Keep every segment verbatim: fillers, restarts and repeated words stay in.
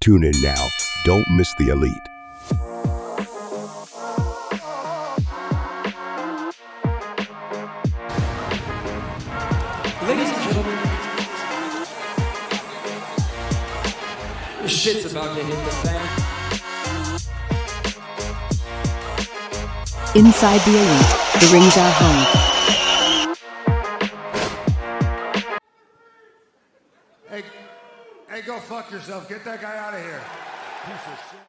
Tune in now. Don't miss the elite. Ladies and gentlemen, the shit's about to hit the fan. Inside the elite, the rings are home. Hey, hey, go fuck yourself. Get that guy out of here. Piece of shit.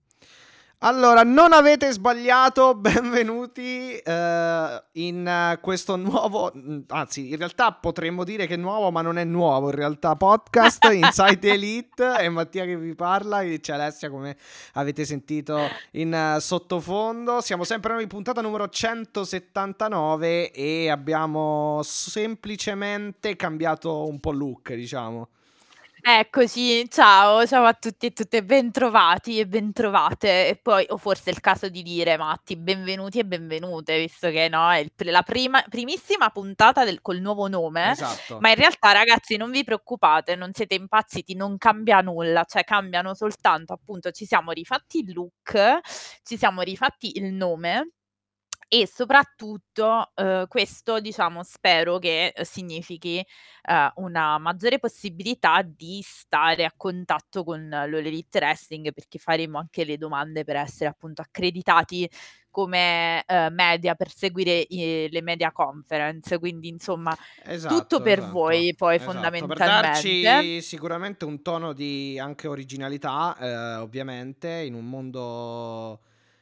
Allora, non avete sbagliato, benvenuti eh, in eh, questo nuovo, anzi in realtà potremmo dire che è nuovo ma non è nuovo in realtà, podcast Inside Elite, è Mattia che vi parla e c'è Alessia come avete sentito in uh, sottofondo. Siamo sempre noi, puntata numero centosettantanove e abbiamo semplicemente cambiato un po' look, diciamo. Eccoci, ciao, ciao a tutti e tutte, bentrovati e bentrovate. E poi, o forse è il caso di dire, Matti, benvenuti e benvenute, visto che no, è il pr- la prima, primissima puntata del, col nuovo nome. Esatto. Ma in realtà, ragazzi, non vi preoccupate, non siete impazziti, non cambia nulla, cioè cambiano soltanto, appunto, ci siamo rifatti il look, ci siamo rifatti il nome. E soprattutto, uhm, questo diciamo spero che, uhm, significhi, uhm, una maggiore possibilità di stare a contatto con l'All Elite Wrestling, perché faremo anche le domande per essere appunto accreditati come, uhm, media per seguire i le media conference, quindi insomma tutto Esatto, per esatto, voi poi esatto, per fondamentalmente. darci sicuramente un tono di anche originalità, eh, ovviamente, in un mondo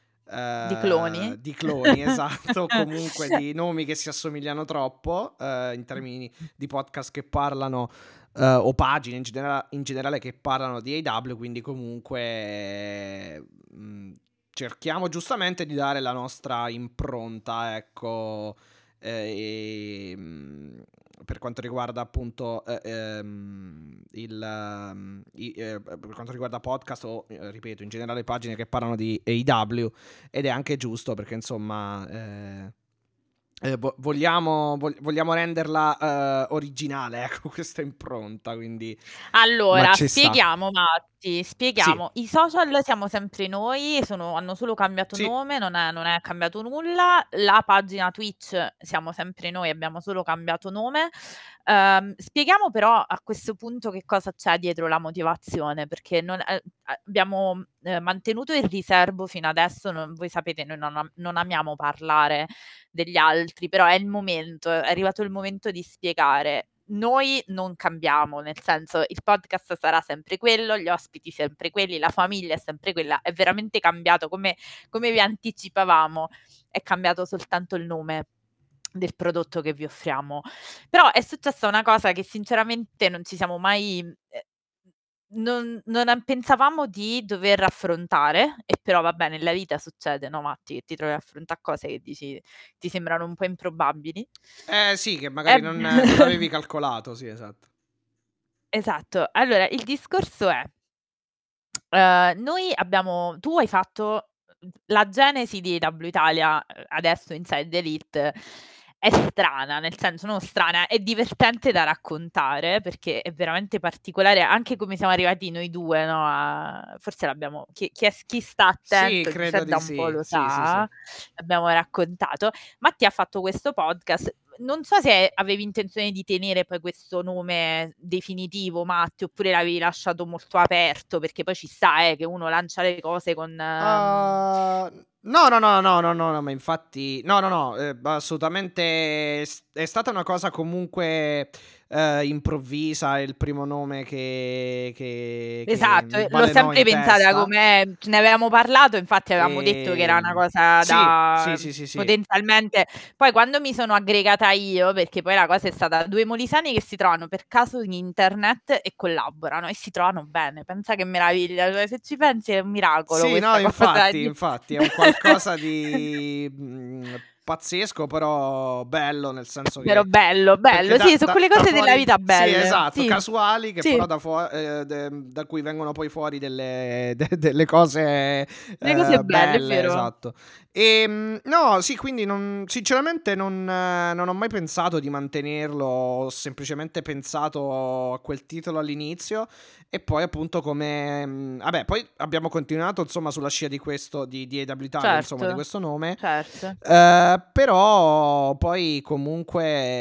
Di eh, cloni. di cloni, esatto, comunque di nomi che si assomigliano troppo, eh, in termini di podcast che parlano, eh, o pagine in, genera- in generale che parlano di A E W, quindi comunque mh, cerchiamo giustamente di dare la nostra impronta, ecco, eh, e, mh, per quanto riguarda appunto eh, ehm, il ehm, i- eh, per quanto riguarda podcast o eh, ripeto in generale pagine che parlano di A E W, ed è anche giusto perché insomma eh, eh, vo- vogliamo, vog- vogliamo renderla eh, originale, ecco, questa impronta, quindi ma Allora, ci sta. spieghiamo Matti, Sì, spieghiamo. I social siamo sempre noi, sono hanno solo cambiato sì, nome, non è non è cambiato nulla. La pagina Twitch siamo sempre noi, abbiamo solo cambiato nome. Ehm, spieghiamo però a questo punto che cosa c'è dietro la motivazione, perché non ehm, abbiamo, ehm, mantenuto il riservo fino adesso, non voi sapete noi non am non amiamo parlare degli altri, però è il momento, è arrivato il momento di spiegare. Noi non cambiamo, nel senso il podcast sarà sempre quello, gli ospiti sempre quelli, la famiglia è sempre quella, è veramente cambiato come come vi anticipavamo, è cambiato soltanto il nome del prodotto che vi offriamo. Però è successa una cosa che sinceramente non ci siamo mai ehm, non non a pensavamo di dover affrontare, e però vabbè nella vita succede, no Matti, che ti trovi a fronte a cose che dici ti sembrano un po' improbabili. eh sì, che magari Eb non, non avevi calcolato, sì, esatto. Esatto. Allora il discorso è, ehm, noi abbiamo tu hai fatto mhmm, la genesi di A E W Italia, uhm, adesso Inside Elite, è strana, nel senso non strana, è divertente da raccontare, perché è veramente particolare anche come siamo arrivati noi due, no, a forse l'abbiamo chi chi è s chi sta Sì, attento, chi c'è credo da di un po' sì, lo sì, sì, sì. sa, l'abbiamo raccontato. Matti ha fatto questo podcast. Non so se avevi intenzione di tenere poi questo nome definitivo, Matti, oppure l'avevi lasciato molto aperto, perché poi ci sta, eh, che uno lancia le cose con mhmm Uh, no, no, no, no, no, no, no, ma infatti, no, no, no, eh, assolutamente s- è stata una cosa comunque eh, improvvisa, è il primo nome che, che, che Esatto, mi e l'ho balenò sempre in pensata testa. come ce ne avevamo parlato, infatti avevamo detto che era una E... cosa Sì, sì, da sì, sì, sì. potenzialmente poi quando mi sono aggregata io, perché poi la cosa è stata due molisani che si trovano per caso in internet e collaborano e si trovano bene. Pensa che meraviglia, cioè se ci pensi è un miracolo Sì, no, questa cosa infatti, di infatti, è un qualcosa di... mm, pazzesco, però bello, nel senso Però che bello, perché bello, da, sì, sono da- quelle da cose della fuori, vita sì, belle. esatto, Sì, casuali, che sì, però da, fuo- eh, de- da cui vengono poi fuori delle, de- delle cose le cose eh, belle, è belle, vero. esatto. E mm, no, sì, quindi non, sinceramente non, eh, non ho mai pensato di mantenerlo, ho semplicemente pensato a quel titolo all'inizio e poi appunto come... mm, Vabbè, poi abbiamo continuato insomma sulla scia di questo, di, di A W Italia, insomma, di Certo, questo nome. certo. Eh, però poi comunque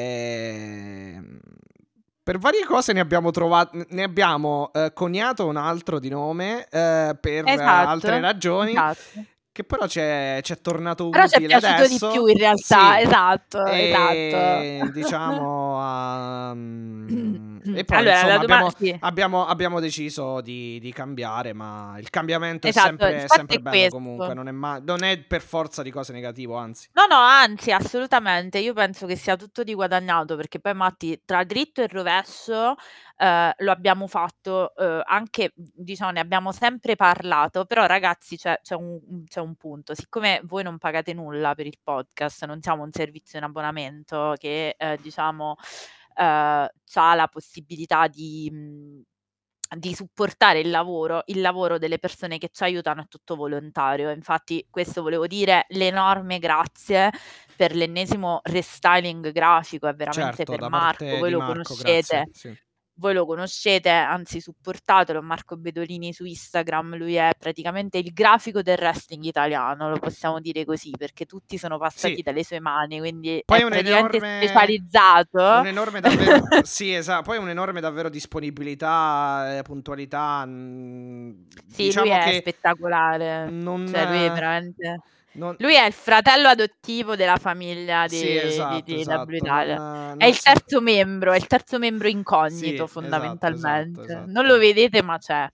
ehm, per varie cose ne abbiamo trovato, ne abbiamo eh, coniato un altro di nome eh, per eh, altre Esatto, ragioni esatto. che però ci è, ci è tornato Però ci è utile piaciuto di più adesso. in realtà, Sì, esatto, esatto. e diciamo ah, mm, e poi Allora, la insomma doma abbiamo, sì, abbiamo, abbiamo deciso di, di cambiare, ma il cambiamento è esatto, il sempre, è fatto sempre è bello comunque, questo. non è, ma- non è per forza di cose negativo, anzi. No, no, anzi, assolutamente. Io penso che sia tutto di guadagnato perché poi, Matti, tra dritto e rovescio, ehm, lo abbiamo fatto, uhm, anche mhmm, diciamo ne abbiamo sempre parlato, però ragazzi c'è c'è un un c'è un punto: siccome voi non pagate nulla per il podcast, non siamo un servizio in abbonamento che, ehm, diciamo, ehm, c'ha la possibilità di mhmm, di supportare il lavoro il lavoro delle persone che ci aiutano è tutto volontario. Infatti questo volevo dire, l'enorme grazie per l'ennesimo restyling grafico, è veramente Certo, per da Marco, parte voi di lo Marco, grazie. conoscete Sì. voi lo conoscete, anzi supportatelo, Marco Bedolini su Instagram, lui è praticamente il grafico del wrestling italiano, lo possiamo dire così, perché tutti sono passati Sì. dalle sue mani, quindi Poi è un praticamente enorme, specializzato. un enorme davvero, sì, esatto, poi un'enorme davvero disponibilità e puntualità. mm, Sì, lui Diciamo è che spettacolare, non, cioè lui è eh, veramente non, lui è il fratello adottivo della famiglia sì, di di esatto, di A E W esatto, non, Italia. È non il si, terzo membro, è il terzo membro incognito sì, esatto, esatto, fondamentalmente. Non lo esatto. vedete ma c'è.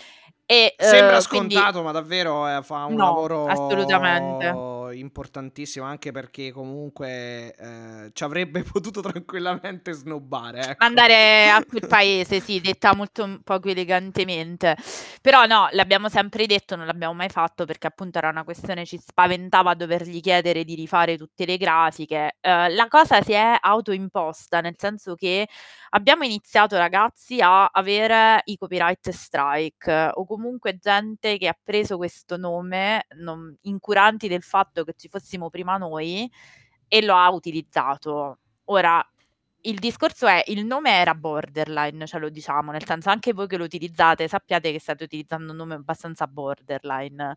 E, Sembra uhm, quindi scontato, ma davvero eh, fa un no, assolutamente. lavoro importantissimo, anche perché comunque eh, ci avrebbe potuto tranquillamente snobbare, ecco. Mandare a quel paese, sì, detta molto un poco elegantemente. Però no, l'abbiamo sempre detto, non l'abbiamo mai fatto perché appunto era una questione ci spaventava dovergli chiedere di rifare tutte le grafiche. Uhm, la cosa si è autoimposta, nel senso che abbiamo iniziato ragazzi a avere i copyright strike o comunque gente che ha preso questo nome, non incuranti del fatto che ci fossimo prima noi e lo ha utilizzato. Ora il discorso è, il nome era borderline, ce lo diciamo, nel senso anche voi che lo utilizzate sappiate che state utilizzando un nome abbastanza borderline.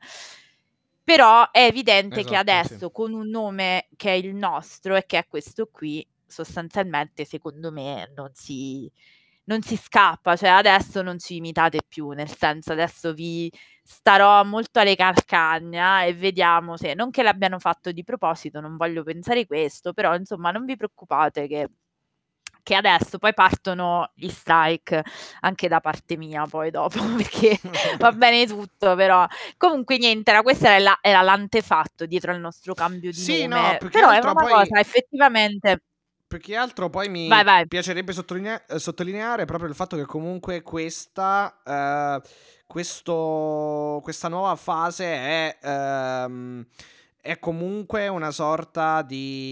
Però è evidente che Esatto, sì. adesso con un nome che è il nostro e che è questo qui, sostanzialmente secondo me non si non si scappa, cioè adesso non ci imitate più, nel senso adesso vi starò molto alle calcagna e vediamo se non che l'abbiano fatto di proposito, non voglio pensare questo, però insomma non vi preoccupate che che adesso poi partono gli strike anche da parte mia poi dopo, perché va bene tutto, però comunque niente, era questo era la era l'antefatto dietro al nostro cambio di Sì, no, nome, più che però è altro una poi, cosa effettivamente più che altro poi vai, mi vai. piacerebbe sottolinea- eh, sottolineare proprio il fatto che comunque questa, eh, questo, questa nuova fase è, ehm, è comunque una sorta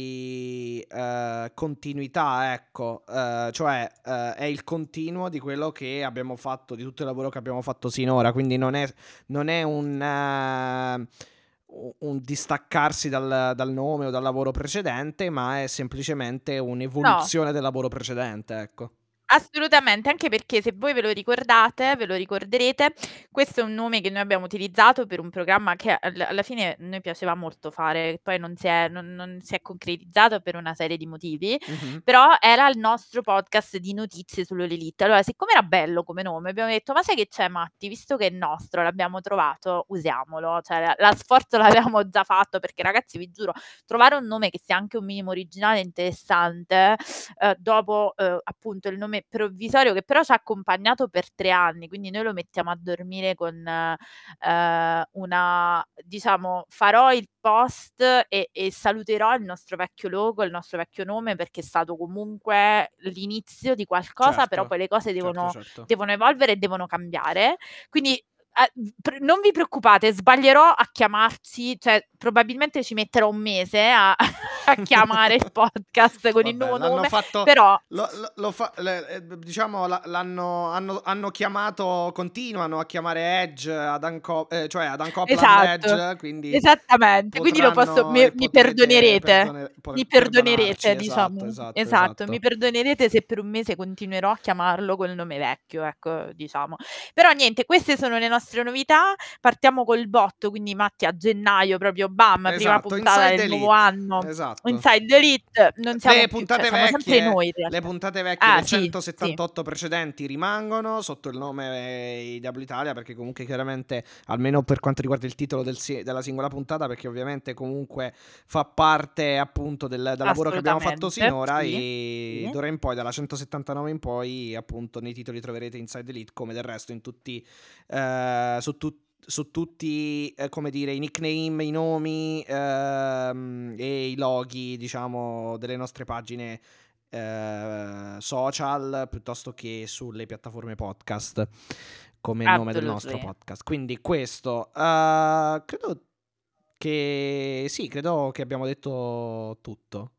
di eh, continuità, ecco. Eh, cioè eh, è il continuo di quello che abbiamo fatto, di tutto il lavoro che abbiamo fatto sinora, quindi non è, non è un... eh, u- un distaccarsi dal, dal nome o dal lavoro precedente, ma è semplicemente No. un'evoluzione del lavoro precedente, ecco. Assolutamente, anche perché se voi ve lo ricordate, ve lo ricorderete, questo è un nome che noi abbiamo utilizzato per un programma che al alla fine a noi piaceva molto fare, poi non si è non non si è concretizzato per una serie di motivi, Mhm. però era il nostro podcast di notizie sull'All Elite. Allora, siccome era bello come nome, abbiamo detto: "Ma sai che c'è Matti, visto che è nostro, l'abbiamo trovato, usiamolo." Cioè la la sforzo l'avevamo già fatto perché ragazzi vi giuro, trovare un nome che sia anche un minimo originale e interessante, uhm, dopo, uhm, appunto il nome provvisorio che però ci ha accompagnato per tre anni, quindi noi lo mettiamo a dormire con, ehm, una diciamo farò il post e e saluterò il nostro vecchio logo, il nostro vecchio nome, perché è stato comunque l'inizio di qualcosa, però Certo, poi le cose certo, devono certo. devono evolvere e devono cambiare. Quindi a v pr non vi preoccupate, sbaglierò a chiamarci, cioè probabilmente ci metterò un mese a a chiamare il podcast con il Vabbè, nuovo l'hanno nome, fatto, però lo, lo- lo fa- le- eh, diciamo, la- l'hanno hanno, hanno chiamato, continuano a chiamare Edge, Adam Co- eh, cioè Adam Copeland esatto, Edge, quindi esattamente, quindi lo posso potranno mi e mi potrete perdonerete, perdone- mi por- perdonarci, perdonerete esatto, diciamo. esatto, Esatto, mi esatto. perdonerete se per un mese continuerò a chiamarlo col nome vecchio, ecco, diciamo. Però niente, queste sono le nostre novità, partiamo col botto, quindi Matti a gennaio proprio bam, prima Esatto, puntata Inside del nuovo Elite, anno, esatto. Inside Elite, non siamo Le più, cioè puntate siamo sempre vecchie, noi in le realtà. puntate vecchie, Ah le sì, sì. centosettantotto precedenti rimangono sotto il nome I W Italia, perché comunque chiaramente, almeno per quanto riguarda il titolo del si- della singola puntata, perché ovviamente comunque fa parte appunto del, del lavoro che abbiamo fatto Assolutamente, sinora, sì, e sì. d'ora in poi, dalla centosettantanove in poi, appunto nei titoli troverete Inside Elite, come del resto in tutti, eh, su tutti su tutti, eh, come dire, i nickname, i nomi, ehm, e i loghi, diciamo, delle nostre pagine eh, social, piuttosto che sulle piattaforme podcast, come il nome del nostro Absolutely. podcast. Quindi questo, eh, credo che sì, credo che abbiamo detto tutto.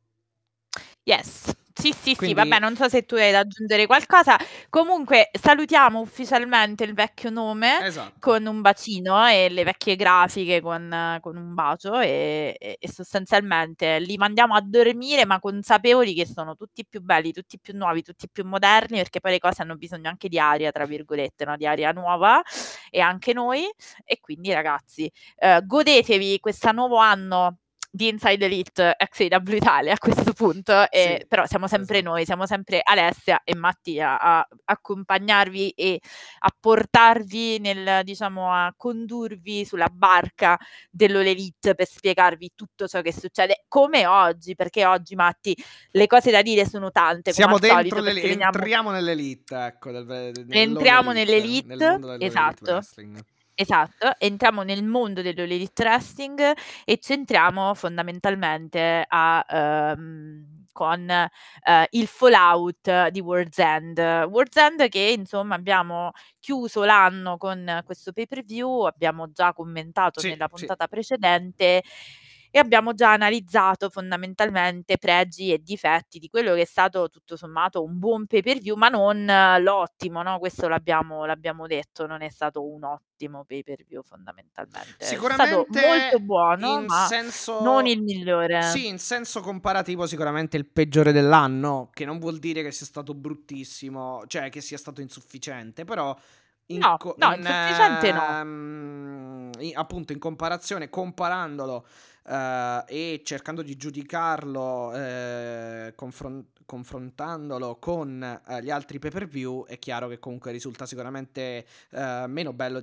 Yes. Sì, sì, sì, Quindi vabbè, non so se tu hai da aggiungere qualcosa. Comunque salutiamo ufficialmente il vecchio nome esatto. con un bacino e le vecchie grafiche con con un bacio e e e sostanzialmente li mandiamo a dormire, ma consapevoli che sono tutti più belli, tutti più nuovi, tutti più moderni, perché poi le cose hanno bisogno anche di aria, tra virgolette, no, di aria nuova, e anche noi. E quindi ragazzi, ehm, godetevi questa nuovo anno di Inside Elite ex I W Italia a questo punto, ehm, Sì, però siamo sempre esatto. noi, siamo sempre Alessia e Mattia a accompagnarvi e a portarvi nel diciamo, a condurvi sulla barca dell'All Elite per spiegarvi tutto ciò che succede, come oggi, perché oggi Matti le cose da dire sono tante come Siamo al dentro solito, l'Elite, perché veniamo entriamo nell'Elite, ecco, del, nell'All entriamo Elite, nel nell'Elite, mondo dell'All Elite esatto. Wrestling. Esatto, entriamo nel mondo dell'All Elite Wrestling e centriamo fondamentalmente a ehm, con, ehm, il fallout di World's End. World's End che insomma abbiamo chiuso l'anno con questo pay-per-view, abbiamo già commentato Sì, nella sì. puntata precedente e abbiamo già analizzato fondamentalmente pregi e difetti di quello che è stato tutto sommato un buon pay-per-view, ma non l'ottimo, no, questo l'abbiamo l'abbiamo detto, non è stato un ottimo pay-per-view fondamentalmente. È stato molto Sicuramente buono, in ma non il senso migliore. sì, in senso comparativo sicuramente il peggiore dell'anno, che non vuol dire che sia stato bruttissimo, cioè che sia stato insufficiente, però in, No, co- no, in, insufficiente no. ehm, in- appunto in comparazione, comparandolo eh, e cercando di giudicarlo, eh, confron- confrontandolo con eh, gli altri pay-per-view, è chiaro che comunque risulta sicuramente eh, meno bello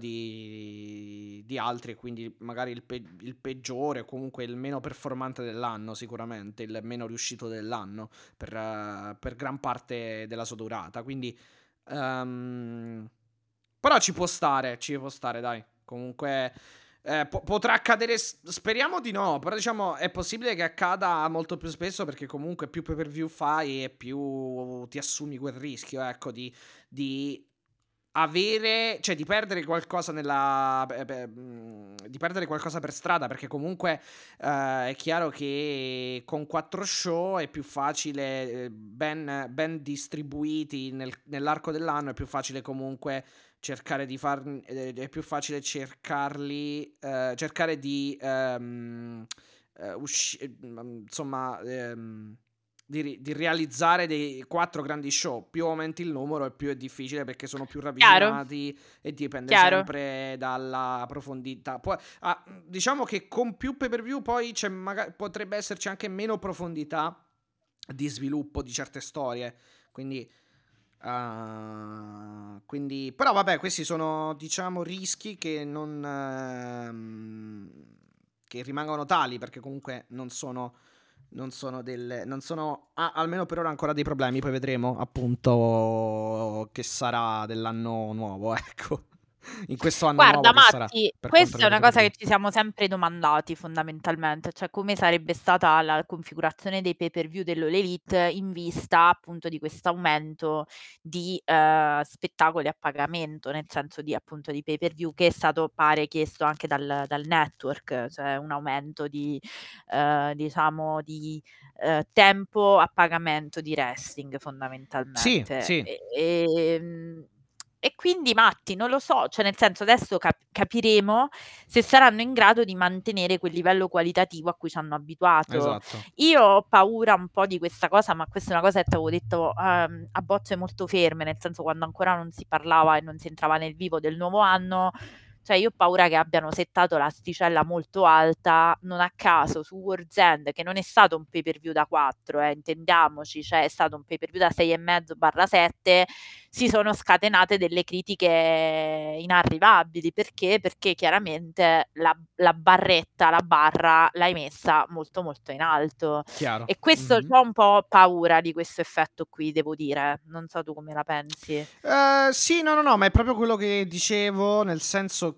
di, di altri, e quindi magari il, pe- il peggiore o comunque il meno performante dell'anno, sicuramente il meno riuscito dell'anno per, eh, per gran parte della sua durata. Quindi ehm, però ci può stare, ci può stare, dai. Comunque eh, po- potrà accadere, s- speriamo di no, però diciamo è possibile che accada molto più spesso, perché comunque più pay per view fai e più ti assumi quel rischio, ecco, di, di avere, cioè di perdere qualcosa nella, beh, beh, mh, di perdere qualcosa per strada, perché comunque eh, è chiaro che con quattro show è più facile, eh, ben, ben distribuiti nel- nell'arco dell'anno, è più facile comunque cercare di far, eh, è più facile cercarli, eh, cercare di ehm, eh, usci- eh, insomma, ehm, di, ri- di realizzare dei quattro grandi show. Più aumenti il numero e più è difficile, perché sono più Chiaro, ravvicinati e dipende chiaro. sempre dalla profondità. Poi, ah, diciamo che con più pay per view poi c'è maga- potrebbe esserci anche meno profondità di sviluppo di certe storie. Quindi, ah, quindi però vabbè, questi sono, diciamo, rischi che non ehm, che rimangono tali, perché comunque non sono non sono del non sono ah, almeno per ora ancora dei problemi. Poi vedremo appunto che sarà dell'anno nuovo, ecco. in questo anno Guarda nuovo che sarà Matti, per quanto questa è una riguarda i cosa che pay-per-view. ci siamo sempre domandati fondamentalmente, cioè come sarebbe stata la configurazione dei pay-per-view dell'All Elite in vista appunto di questo aumento di eh, spettacoli a pagamento, nel senso di appunto di pay-per-view che è stato pare chiesto anche dal, dal network, cioè un aumento di eh, diciamo di eh, tempo a pagamento di wrestling Sì, fondamentalmente. sì. E, e, e quindi Matti, non lo so, cioè nel senso adesso cap- capiremo se saranno in grado di mantenere quel livello qualitativo a cui ci hanno abituato. Esatto. Io ho paura un po' di questa cosa, ma questa è una cosa che ti avevo detto ehm, a bocce molto ferme, nel senso quando ancora non si parlava e non si entrava nel vivo del nuovo anno. Cioè io ho paura che abbiano settato l'asticella molto alta, non a caso su World's End, che non è stato un pay per view da quattro, eh, intendiamoci, cioè è stato un pay per view da sei e mezzo barra sette, si sono scatenate delle critiche inarrivabili. Perché? Perché chiaramente la, la barretta, la barra l'hai messa molto molto in alto. Chiaro. E questo Mhm. ho un po' paura di questo effetto qui, devo dire. Non so tu come la pensi. Eh, sì, no, no, no, ma è proprio quello che dicevo, nel senso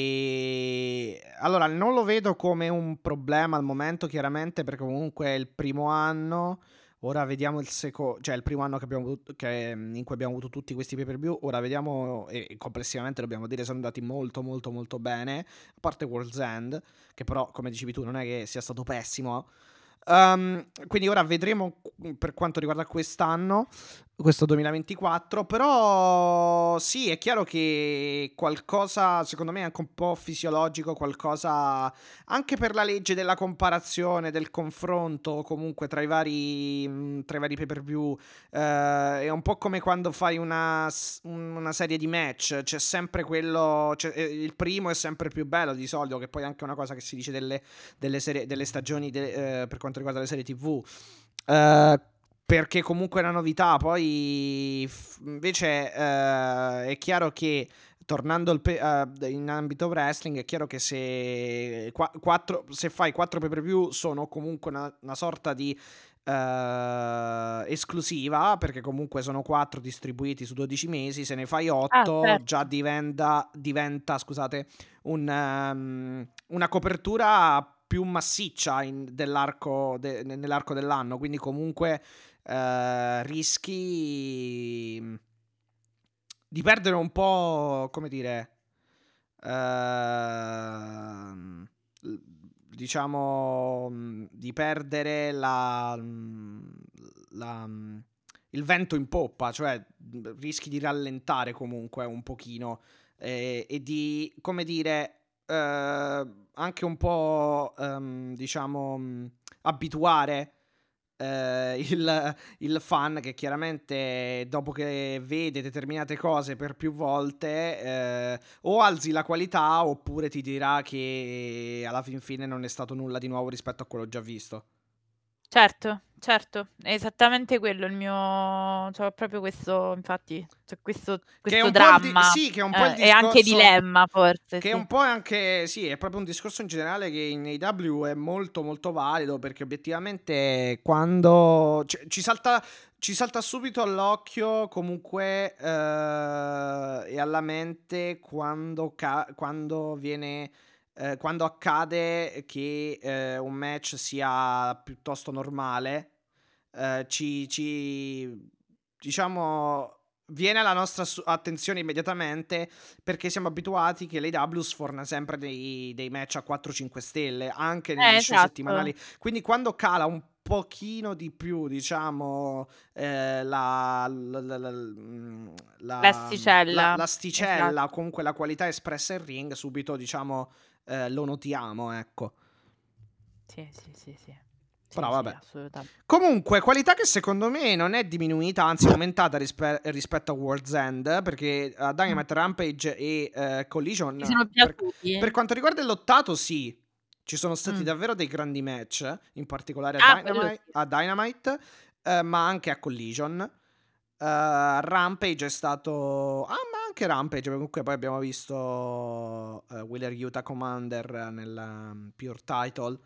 che allora non lo vedo come un problema al momento, chiaramente, perché comunque è il primo anno. Ora vediamo il secondo, cioè il primo anno che abbiamo avuto- che- in cui abbiamo avuto tutti questi pay per view. Ora vediamo, e e complessivamente dobbiamo dire sono andati molto molto molto bene, a parte World's End, che però come dicevi tu non è che sia stato pessimo. Um, quindi ora vedremo per quanto riguarda quest'anno, questo duemilaventiquattro. Però sì, è chiaro che qualcosa, secondo me, è anche un po' fisiologico, qualcosa anche per la legge della comparazione, del confronto comunque tra i vari, mh, tra i vari pay per view. Eh, è un po' come quando fai una, s- una serie di match, c'è sempre quello, c'è- eh, il primo è sempre più bello di solito, che poi è anche una cosa che si dice delle delle, serie, delle stagioni de- eh, per quanto riguarda le serie tivù. Eh, perché comunque è una novità. Poi f- invece eh, è chiaro che tornando al pe- eh, in ambito wrestling, è chiaro che se, qua- quattro, se fai quattro pay per view sono comunque una, una sorta di eh, esclusiva, perché comunque sono quattro distribuiti su dodici mesi. Se ne fai Ah, otto certo. già diventa, diventa scusate, un, um, una copertura più massiccia in- dell'arco de- nell'arco dell'anno, quindi comunque eh, rischi di perdere un po', come dire, ehm, l- diciamo, mh, di perdere la, mh, la, mh, il vento in poppa, cioè mh, rischi di rallentare comunque un pochino eh, e di, come dire, eh, anche un po', ehm, diciamo, mh, abituare eh, il, il fan, che chiaramente dopo che vede determinate cose per più volte eh, o alzi la qualità oppure ti dirà che alla fin fine non è stato nulla di nuovo rispetto a quello già visto. Certo, certo, è esattamente quello il mio, cioè proprio questo, infatti, c'è questo, Che è questo un po' il di- dramma sì, che è un po' il eh, e anche discorso. dilemma, forse, Che è sì. un po' anche, sì, è proprio un discorso in generale che in A E W è molto molto valido, perché obiettivamente quando ci, ci salta, ci salta subito all'occhio comunque eh, e alla mente quando, ca- quando viene, eh, quando accade che eh, un match sia piuttosto normale. Eh, ci, ci, diciamo, viene alla nostra su- attenzione immediatamente, perché siamo abituati che l'A E W sforna sempre dei, dei match a quattro cinque stelle, anche Eh, negli show esatto, settimanali. Quindi quando cala un pochino di più, diciamo, eh, la, la, la, la, mm, la- la- l'asticella, l'asticella, o esatto. comunque la qualità espressa in ring, subito, diciamo, eh, lo notiamo, ecco. Sì, sì, sì, sì. Però Sì, sì, vabbè. assolutamente. Comunque, qualità che secondo me non è diminuita, anzi è aumentata rispe- rispetto a World's End, perché a Mm. Dynamite Rampage e eh, Ti Collision, sono per, per piaciuti? quanto riguarda il lottato, sì, ci sono stati Mm. davvero dei grandi match, in particolare a Ah, quello Dynamite, sì. a Dynamite eh, ma anche a Collision. Eh, Rampage è stato... Ah, ma anche Rampage, perché comunque poi abbiamo visto eh, Wheeler Yuta Commander nel um, Pure Title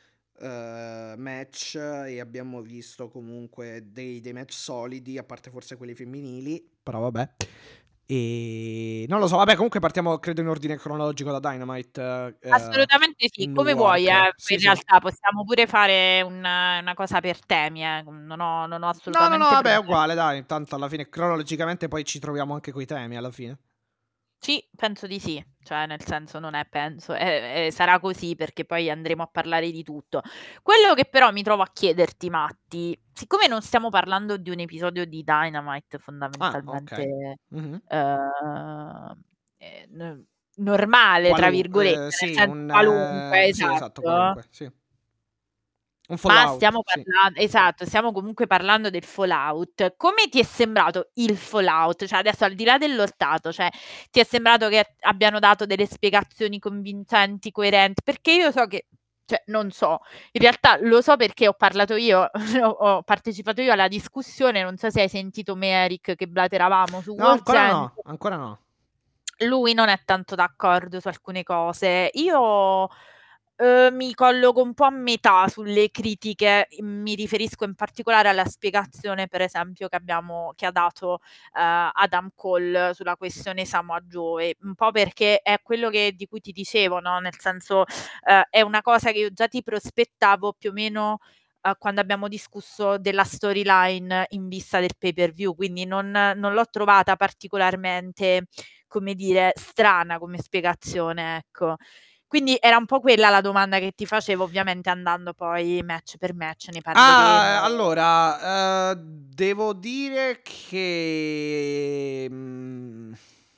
eh, match, e abbiamo visto comunque dei, dei match solidi, a parte forse quelli femminili, però vabbè. E non lo so, vabbè, comunque partiamo credo in ordine cronologico da Dynamite. eh, Assolutamente sì, in New come vuoi, York. eh. Sì, In sì. realtà possiamo pure fare una, una cosa per temi, eh. Non ho, non ho No, no, no, assolutamente vabbè, è problemi. uguale, dai, tanto alla fine cronologicamente poi ci troviamo anche coi temi alla fine. Sì, penso di sì, cioè nel senso non è penso, eh, eh, sarà così perché poi andremo a parlare di tutto. Quello che però mi trovo a chiederti, Matti, siccome non stiamo parlando di un episodio di Dynamite Ah, ok. fondamentalmente Mhm. eh, eh, n- normale, tra Qualu- virgolette, eh, nel sì, senso un qualunque, eh, sì, esatto, esatto. qualunque, sì. Un Ma Fallout, stiamo sì. parlando, esatto, stiamo comunque parlando del Fallout. Come ti è sembrato il Fallout? Cioè, adesso al di là dell'ortato, cioè, ti è sembrato che abbiano dato delle spiegazioni convincenti, coerenti? Perché io so che, cioè, non so, in realtà lo so perché ho parlato io, ho, ho partecipato io alla discussione, non so se hai sentito me e Eric che blateravamo su No, ancora World's no, ancora no. Lui non è tanto d'accordo su alcune cose. Io eh, mi colloco un po' a metà sulle critiche, mi riferisco in particolare alla spiegazione, per esempio, che abbiamo, che ha dato eh, Adam Cole sulla questione Samoa Joe, un po' perché è quello che, di cui ti dicevo, no? Nel senso eh, è una cosa che io già ti prospettavo più o meno eh, quando abbiamo discusso della storyline in vista del pay per view, quindi non, non l'ho trovata particolarmente, come dire, strana come spiegazione, ecco. Quindi era un po' quella la domanda che ti facevo, ovviamente andando poi match per match, ne Ah, parleremo. allora, eh, devo dire che... mm,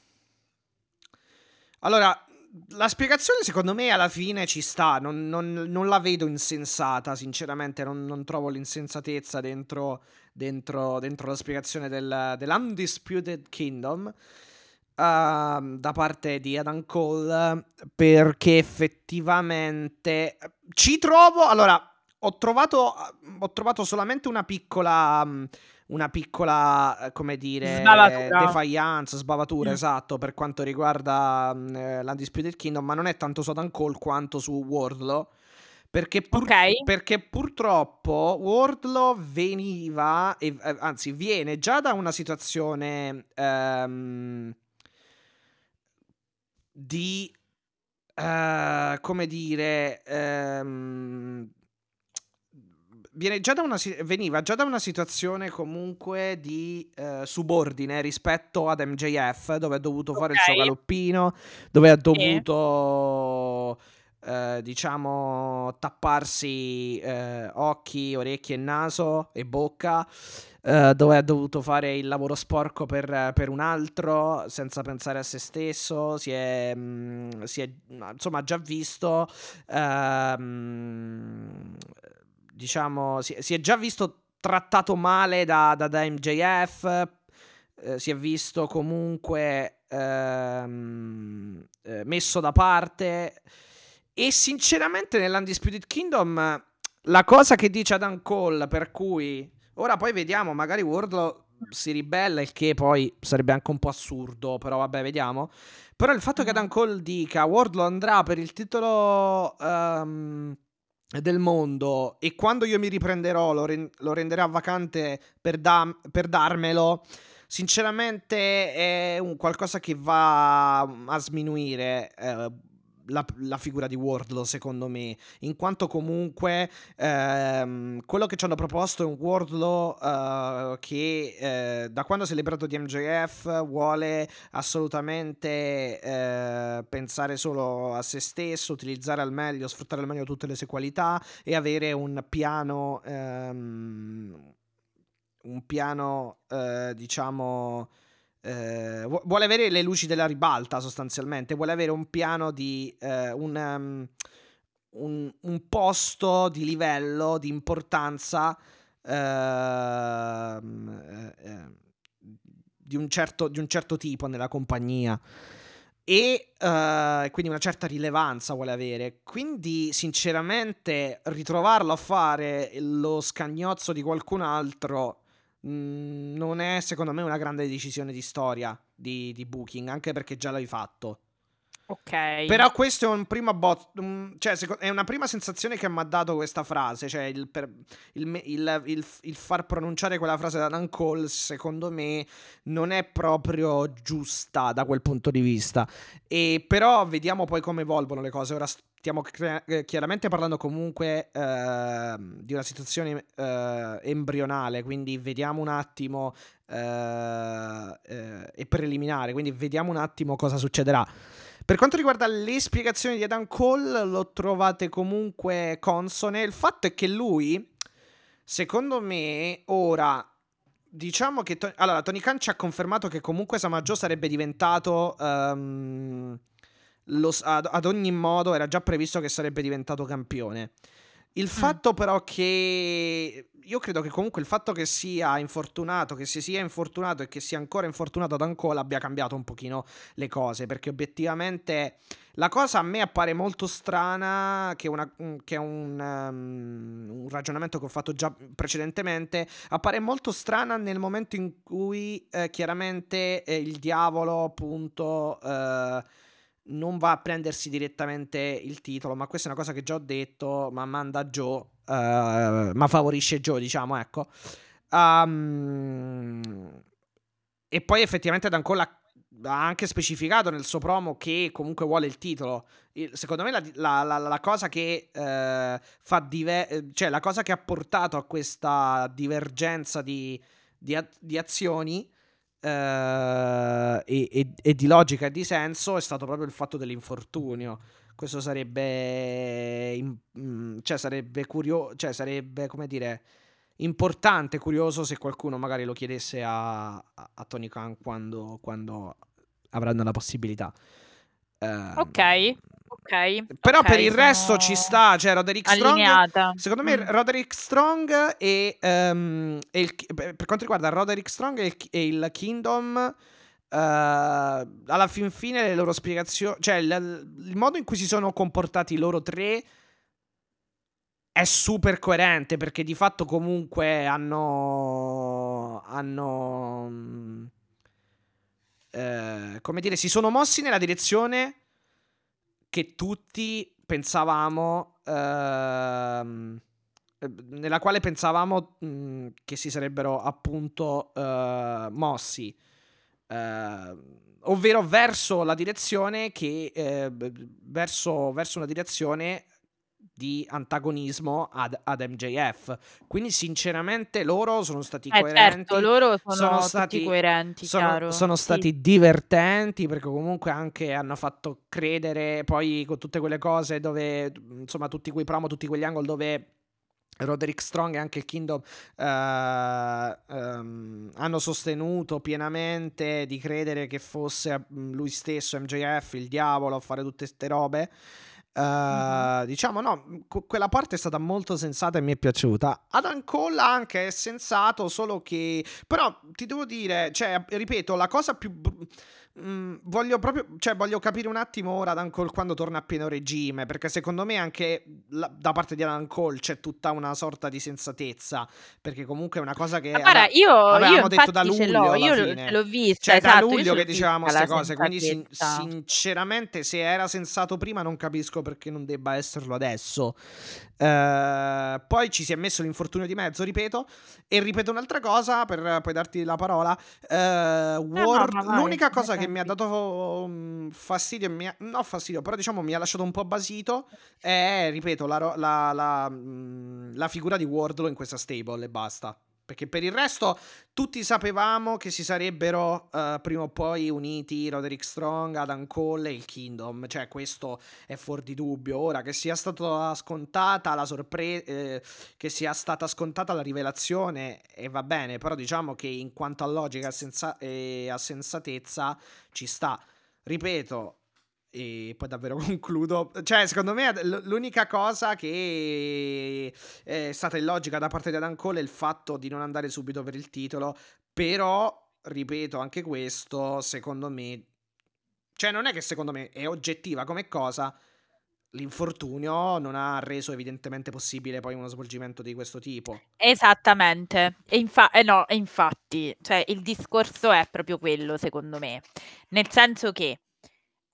Allora, la spiegazione secondo me alla fine ci sta, non, non- non la vedo insensata, sinceramente, non, non trovo l'insensatezza dentro, dentro, dentro la spiegazione del, dell'Undisputed Kingdom ehm, da parte di Adam Cole, perché effettivamente ci trovo, allora, ho trovato, ho trovato solamente una piccola... mm, una piccola, eh, come dire, Sbavatura. defiance, sbavatura, Mm. esatto, per quanto riguarda mh, eh, l'Undisputed Kingdom, ma non è tanto su Adam Cole quanto su Wardlow, perché, pur- Ok? perché purtroppo Wardlow veniva, e, eh, anzi viene già da una situazione ehm, di, eh, come dire, ehm, viene già da una, si- veniva già da una situazione comunque di eh, subordine rispetto ad M J F, dove ha dovuto fare Ok. il suo galoppino, dove ha Sì. dovuto, eh, diciamo, tapparsi eh, occhi, orecchie e naso e bocca, eh, dove ha dovuto fare il lavoro sporco per, per un altro, senza pensare a se stesso, si è, mh, si è insomma già visto ehm, diciamo, si, si è già visto trattato male da, da, da M J F, eh, si è visto comunque ehm, eh, messo da parte e sinceramente nell'Undisputed Kingdom la cosa che dice Adam Cole, per cui ora poi vediamo, magari Wardlow si ribella, il che poi sarebbe anche un po' assurdo, però vabbè, vediamo. Però il fatto che Adam Mhm. Cole dica Wardlow andrà per il titolo ehm, del mondo e quando io mi riprenderò lo, ren- lo renderà vacante per, da- per darmelo, sinceramente è un qualcosa che va a sminuire eh, la, la figura di Wardlow, secondo me, in quanto comunque ehm, quello che ci hanno proposto è un Wardlow eh, che eh, da quando si è liberato di M J F vuole assolutamente eh, pensare solo a se stesso, utilizzare al meglio, sfruttare al meglio tutte le sue qualità e avere un piano ehm, un piano eh, diciamo eh, vu- vuole avere le luci della ribalta sostanzialmente, vuole avere un piano di eh, un, um, un, un posto di livello, di importanza ehm, eh, eh, di, un certo, di un certo tipo nella compagnia e eh, quindi una certa rilevanza vuole avere. Quindi sinceramente ritrovarlo a fare lo scagnozzo di qualcun altro mh, non è secondo me una grande decisione di storia di, di booking, anche perché già l'hai fatto. Ok. Però questo è un primo bot, un- cioè seco- è una prima sensazione che mi ha dato questa frase, cioè il, per- il me- il- il- il far pronunciare quella frase da Dan Cole, secondo me, non è proprio giusta da quel punto di vista. E però vediamo poi come evolvono le cose. Ora stiamo crea- eh, chiaramente parlando comunque ehm, di una situazione eh, embrionale, quindi vediamo un attimo, eh, eh, è preliminare, quindi vediamo un attimo cosa succederà. Per quanto riguarda le spiegazioni di Adam Cole, lo trovate comunque consone. Il fatto è che lui, secondo me, ora, diciamo che... To- allora, Tony Khan ci ha confermato che comunque Samoa Joe sarebbe diventato... ehm, lo s- ad, ad ogni modo, era già previsto che sarebbe diventato campione. Il Mm. fatto però che io credo che comunque il fatto che sia infortunato, che si sia infortunato e che sia ancora infortunato ad Ancora abbia cambiato un pochino le cose, perché obiettivamente la cosa a me appare molto strana, che, una, mm, che è un, um, un ragionamento che ho fatto già precedentemente, appare molto strana nel momento in cui eh, chiaramente eh, il diavolo appunto... eh, non va a prendersi direttamente il titolo, ma questa è una cosa che già ho detto, ma manda Joe, eh, ma favorisce Joe, diciamo, ecco. Um, e poi effettivamente Dan Cole ha ha anche specificato nel suo promo che comunque vuole il titolo. Il- secondo me la, la- la- la cosa che eh, fa dive- eh, cioè la cosa che ha portato a questa divergenza di, di a- di azioni eh, e, e- e di logica e di senso è stato proprio il fatto dell'infortunio. Questo sarebbe, im- mm, cioè sarebbe curioso, cioè sarebbe, come dire, importante, curioso se qualcuno magari lo chiedesse a, a, a Tony Khan quando, quando avranno la possibilità. Ehm, Ok, ok, Però per ok, il resto ci sono sta, cioè Roderick Strong, allineata. secondo me Mm. Roderick Strong e, ehm, e il, per quanto riguarda Roderick Strong e il, e il Kingdom, eh, alla fin fine le loro spiegazioni, cioè il, il modo in cui si sono comportati loro tre è super coerente, perché di fatto comunque hanno hanno mm, eh, come dire, si sono mossi nella direzione che tutti pensavamo, ehm, eh, nella quale pensavamo mh, che si sarebbero appunto eh, mossi, eh, ovvero verso la direzione che eh, b- verso, verso una direzione di antagonismo ad, ad M J F. Quindi sinceramente loro sono stati Eh certo, coerenti, loro sono sono tutti stati coerenti, sono, chiaro. sono Sì. stati divertenti, perché comunque anche hanno fatto credere poi con tutte quelle cose dove, insomma, tutti quei promo, tutti quegli angle dove Roderick Strong e anche il Kingdom eh, ehm, hanno sostenuto pienamente di credere che fosse mm, lui stesso, M J F, il diavolo, a fare tutte ste robe. Mhm. Eh, diciamo, no, que- quella parte è stata molto sensata e mi è piaciuta. Adam Cole anche è sensato, solo che... Però ti devo dire, cioè, ripeto, la cosa più... br- mm, voglio proprio, cioè, voglio capire un attimo ora Adam Cole quando torna a pieno regime, perché secondo me anche la- da parte di Adam Cole c'è tutta una sorta di sensatezza, perché comunque è una cosa che Ma guarda, aveva- io, io avevamo detto da infatti ce l'ho, luglio alla io lo- ce fine. l'ho vista, Cioè, da esatto, io luglio ce che l'ho dicevamo vista queste la cose, quindi sin- sensatezza. sinceramente se era sensato prima non capisco perché non debba esserlo adesso. Eh, poi ci si è messo l'infortunio di mezzo, ripeto, e ripeto un'altra cosa per poi darti la parola. Eh, No, no, Ward- ma vai, l'unica vai cosa che mi ha tranquillo. dato mm, fastidio, e mi ha- no fastidio, però diciamo mi ha lasciato un po' basito, è, ripeto, la, ro- la- la, mm, la figura di Wardlow in questa stable e basta. Perché per il resto tutti sapevamo che si sarebbero eh, prima o poi uniti Roderick Strong, Adam Cole e il Kingdom. Cioè, questo è fuori di dubbio. Ora che sia stata scontata la sorpresa, eh, che sia stata scontata la rivelazione, e va bene. Però diciamo che in quanto a logica e senza- e a sensatezza ci sta. Ripeto, e poi davvero concludo. Cioè, secondo me l- l'unica cosa che è stata illogica da parte di Adam Cole è il fatto di non andare subito per il titolo. Però, ripeto, anche questo, secondo me... Cioè, non è che secondo me è oggettiva come cosa. L'infortunio non ha reso evidentemente possibile poi uno svolgimento di questo tipo. Esattamente. E infa- eh no, e infatti, cioè, il discorso è proprio quello, secondo me. Nel senso che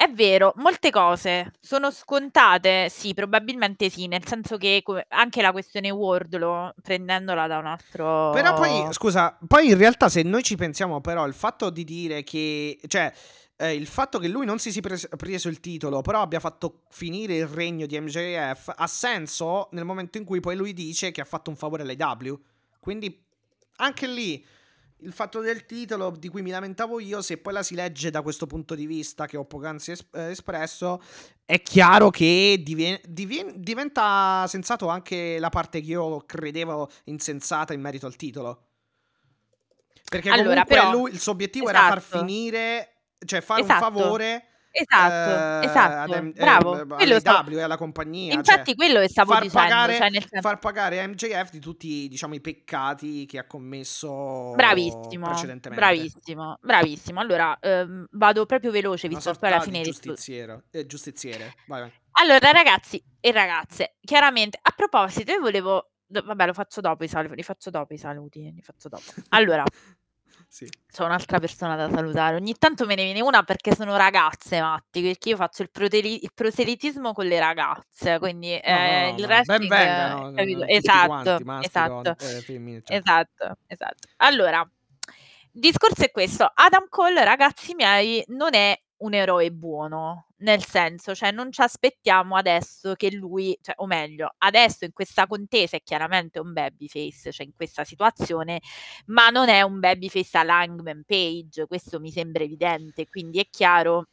è vero, molte cose sono scontate, sì, probabilmente sì, nel senso che come anche la questione Wardlow, prendendola da un Però poi, altro scusa, poi in realtà se noi ci pensiamo però il fatto di dire che, cioè, eh, il fatto che lui non si sia pres- preso il titolo, però abbia fatto finire il regno di M J F, ha senso nel momento in cui poi lui dice che ha fatto un favore all'A E W. Quindi anche lì il fatto del titolo di cui mi lamentavo io, se poi la si legge da questo punto di vista che ho poc'anzi es- eh, espresso, è chiaro che divien- divien- diventa sensato anche la parte che io credevo insensata in merito al titolo. Perché allora comunque però lui, il suo obiettivo era far esatto, finire, cioè fare un esatto, favore eh, esatto, ad esatto, M- bravo, ehm, quello stavo all'A E W e alla compagnia, cioè infatti quello che stavo far dicendo, pagare, cioè nel sen far pagare M J F di tutti, diciamo, i peccati che ha commesso bravissimo, precedentemente. bravissimo, bravissimo. Allora, ehm, vado proprio veloce, Una visto che poi alla sorta di fine hai detto giustiziere, eh, giustiziere. Vai, vai. allora ragazzi e ragazze, chiaramente a proposito io volevo d vabbè lo faccio dopo i saluti, li faccio dopo i saluti, li faccio dopo. Allora Sì. c'ho un'altra persona da salutare. Ogni tanto me ne viene una perché sono ragazze, Matti, perché io faccio il proteli il proselitismo con le ragazze, quindi, No, no, ehm, no, il ma ben wrestling eh, vengano n- capito? n- tutti Esatto, quanti, maschi, donne, esatto, eh, femmine, cioè. esatto, esatto. Allora, il discorso è questo: Adam Cole, ragazzi miei, non è un eroe buono, nel senso, cioè non ci aspettiamo adesso che lui cioè o meglio, adesso in questa contesa è chiaramente un babyface, cioè in questa situazione, ma non è un babyface alla Hangman Page, questo mi sembra evidente, quindi è chiaro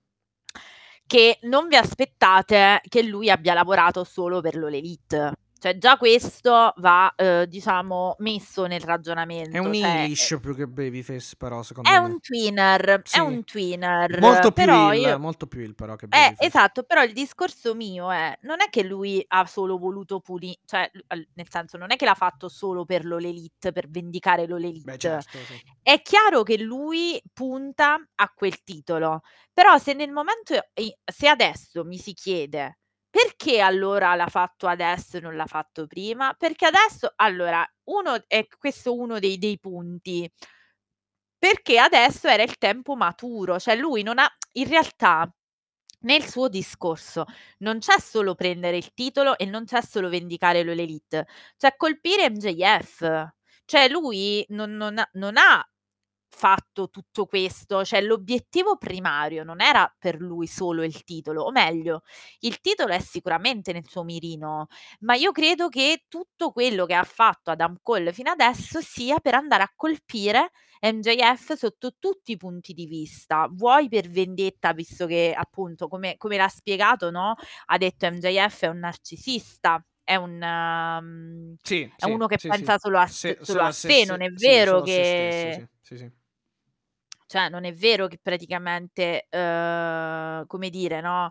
che non vi aspettate che lui abbia lavorato solo per l'All Elite. Cioè già questo va, uhm, diciamo messo nel È un ragionamento, cioè, ehm English più che babyface, però, è secondo un me. twinner, è Sì. un twinner, Molto più però heel, io molto più heel però che eh, babyface. esatto, però il discorso mio è: non è che lui ha solo voluto puli cioè l al nel senso, non è che l'ha fatto solo per l'All Elite, per vendicare l'All Beh, Elite. certo, sì. È chiaro che lui punta a quel titolo, però se nel momento i se adesso mi si chiede: "Perché allora l'ha fatto adesso e non l'ha fatto prima?" Perché adesso allora, uno è questo uno dei dei punti. Perché adesso era il tempo maturo, cioè lui non ha in realtà nel suo discorso non c'è solo prendere il titolo e non c'è solo vendicare l'All Elite, c'è colpire M J F. Cioè lui non non ha non ha fatto tutto questo, cioè l'obiettivo primario non era per lui solo il titolo, o meglio, il titolo è sicuramente nel suo mirino, ma io credo che tutto quello che ha fatto Adam Cole fino adesso sia per andare a colpire M J F sotto tutti i punti di vista. Vuoi per vendetta, visto che appunto come come l'ha spiegato, no, ha detto M J F è un narcisista, è un mhmm, Sì, è sì, uno che sì, sì. pensa solo a s Se solo solo a a se sé, non se è sì, vero solo a se stesso, sì. che Sì, sì. cioè non è vero che praticamente, uhm, come dire, no,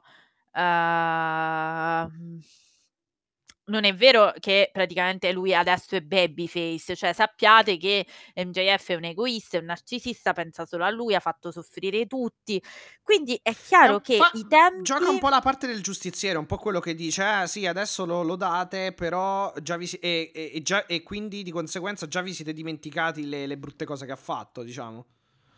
uhm, non è vero che praticamente lui adesso è babyface, cioè sappiate che M J F è un egoista, è un narcisista, pensa solo a lui, ha fatto soffrire tutti. Quindi è È chiaro un che fa i gioca un tempi po' la parte del giustiziere, un po' quello che dice: "Eh sì, adesso lo lo date, però già vi si e e e già e quindi di conseguenza già vi siete dimenticati le le brutte cose che ha fatto", diciamo.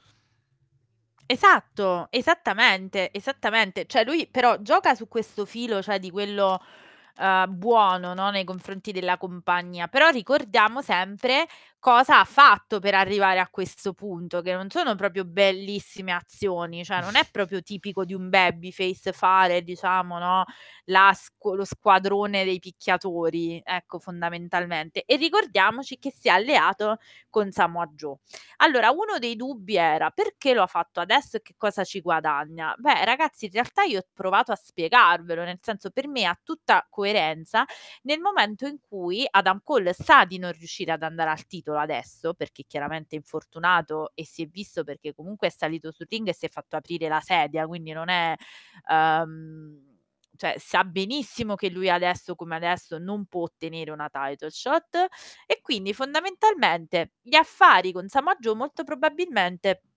esatto, esattamente, esattamente. Cioè lui però gioca su questo filo, cioè di quello, uhm, buono, no, nei confronti della compagnia, però ricordiamo sempre cosa ha fatto per arrivare a questo punto, che non sono proprio bellissime azioni, cioè non è proprio tipico di un babyface fare, diciamo, no, la sq lo squadrone dei picchiatori, ecco, fondamentalmente. E ricordiamoci che si è alleato con Samoa Joe. Allora, uno dei dubbi era: perché lo ha fatto adesso e che cosa ci guadagna? Beh, ragazzi, in realtà io ho provato a spiegarvelo, nel senso per me ha tutta coerenza nel momento in cui Adam Cole sa di non riuscire ad andare al titolo adesso, perché chiaramente è infortunato e si è visto perché comunque è salito sul ring e si è fatto aprire la sedia, quindi non è ehm, cioè sa benissimo che lui adesso come adesso non può ottenere una title shot e quindi fondamentalmente gli affari con Samoa Joe molto probabilmente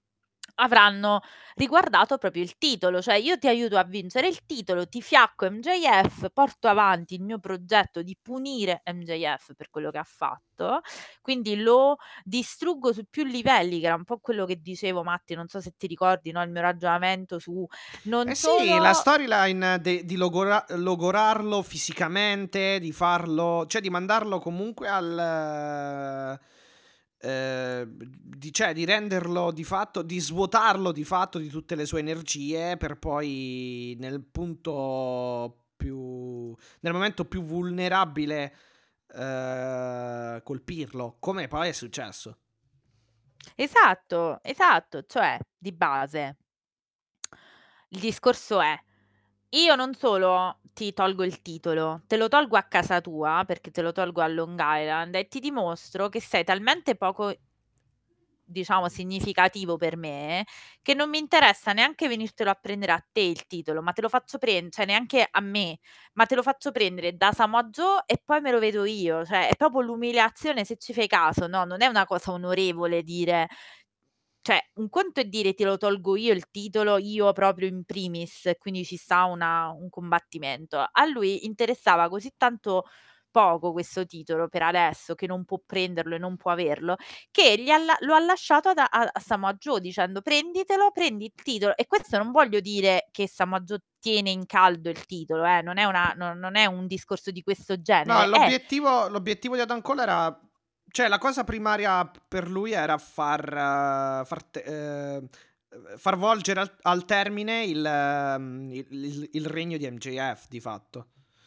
avranno riguardato proprio il titolo, cioè io ti aiuto a vincere il titolo, ti fiacco M J F, porto avanti il mio progetto di punire M J F per quello che ha fatto, quindi lo distruggo su più livelli, che era un po' quello che dicevo, Matti, non so se ti ricordi, no, il mio ragionamento su non Eh sì, la solo storyline de- di logora- logorarlo fisicamente, di farlo, cioè di mandarlo comunque al... eh, di, cioè di renderlo di fatto, di svuotarlo di fatto di tutte le sue energie per poi nel punto più, nel momento più vulnerabile eh, colpirlo, come poi è successo. esatto, esatto, cioè di base il discorso è: io non solo ti tolgo il titolo, te lo tolgo a casa tua, perché te lo tolgo a Long Island e ti dimostro che sei talmente poco, diciamo, significativo per me, che non mi interessa neanche venirtelo a prendere a te il titolo, ma te lo faccio prendere, cioè neanche a me, ma te lo faccio prendere da Samoa Joe e poi me lo vedo io, cioè è proprio l'umiliazione, se ci fai caso, no? Non è una cosa onorevole dire, cioè un conto è dire te lo tolgo io il titolo, io proprio in primis, e quindi ci sta una, un combattimento. A lui interessava così tanto poco questo titolo per adesso, che non può prenderlo e non può averlo, che gli ha la- lo ha lasciato ad- a, a Samoa Joe dicendo prenditelo, prendi il titolo. E questo non voglio dire che Samoa Joe tiene in caldo il titolo, eh, non è, una, non, non è un discorso di questo No, genere, è l'obiettivo, l'obiettivo di Adam Cole era, cioè la cosa primaria per lui era far, eh, far, te- eh, far volgere al, al termine il, ehm, il, il- il regno di M J F di fatto.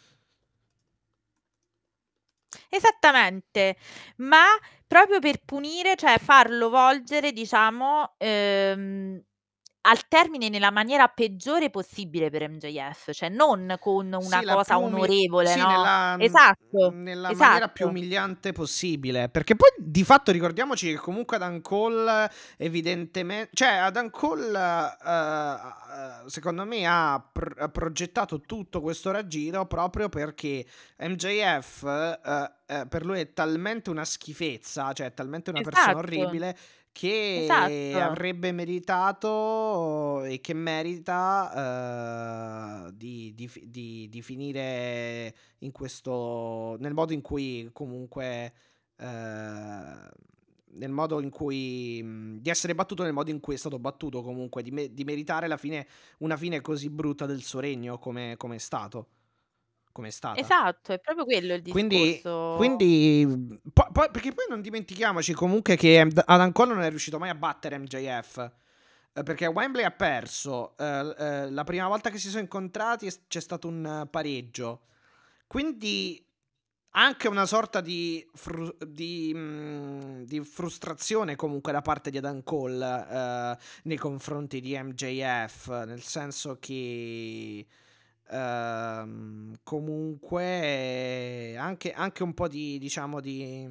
esattamente, ma proprio per punire, cioè farlo volgere, diciamo, ehm, al termine nella maniera peggiore possibile per M J F, cioè non con Sì, una la cosa più umi- onorevole, sì, no? nella, Esatto, nella maniera più esatto. umiliante possibile. Perché poi di fatto ricordiamoci che comunque Adam Cole, evidentemente, cioè Adam Cole, eh, eh, secondo me, ha, pr- ha progettato tutto questo raggiro proprio perché M J F, eh, eh, per lui è talmente una schifezza, cioè è talmente una persona Esatto, orribile che esatto. avrebbe meritato e che merita eh, di, di fi- di- di finire in questo, nel modo in cui comunque eh, nel modo in cui mh, di essere battuto nel modo in cui è stato battuto, comunque di, me- di meritare la fine, una fine così brutta del suo regno come come è stato, come è stata. Esatto, è proprio quello il Quindi, discorso. quindi poi, poi- perché poi non dimentichiamoci comunque che Adam Cole non è riuscito mai a battere M J F. eh, Perché Wembley ha perso. eh, eh, la prima volta che si sono incontrati è- c'è stato un eh, pareggio. Quindi anche una sorta di, fru- di, mm, di frustrazione comunque da parte di Adam Cole eh, nei confronti di M J F. Nel senso che Ehm, comunque anche, anche un po' di, diciamo, di,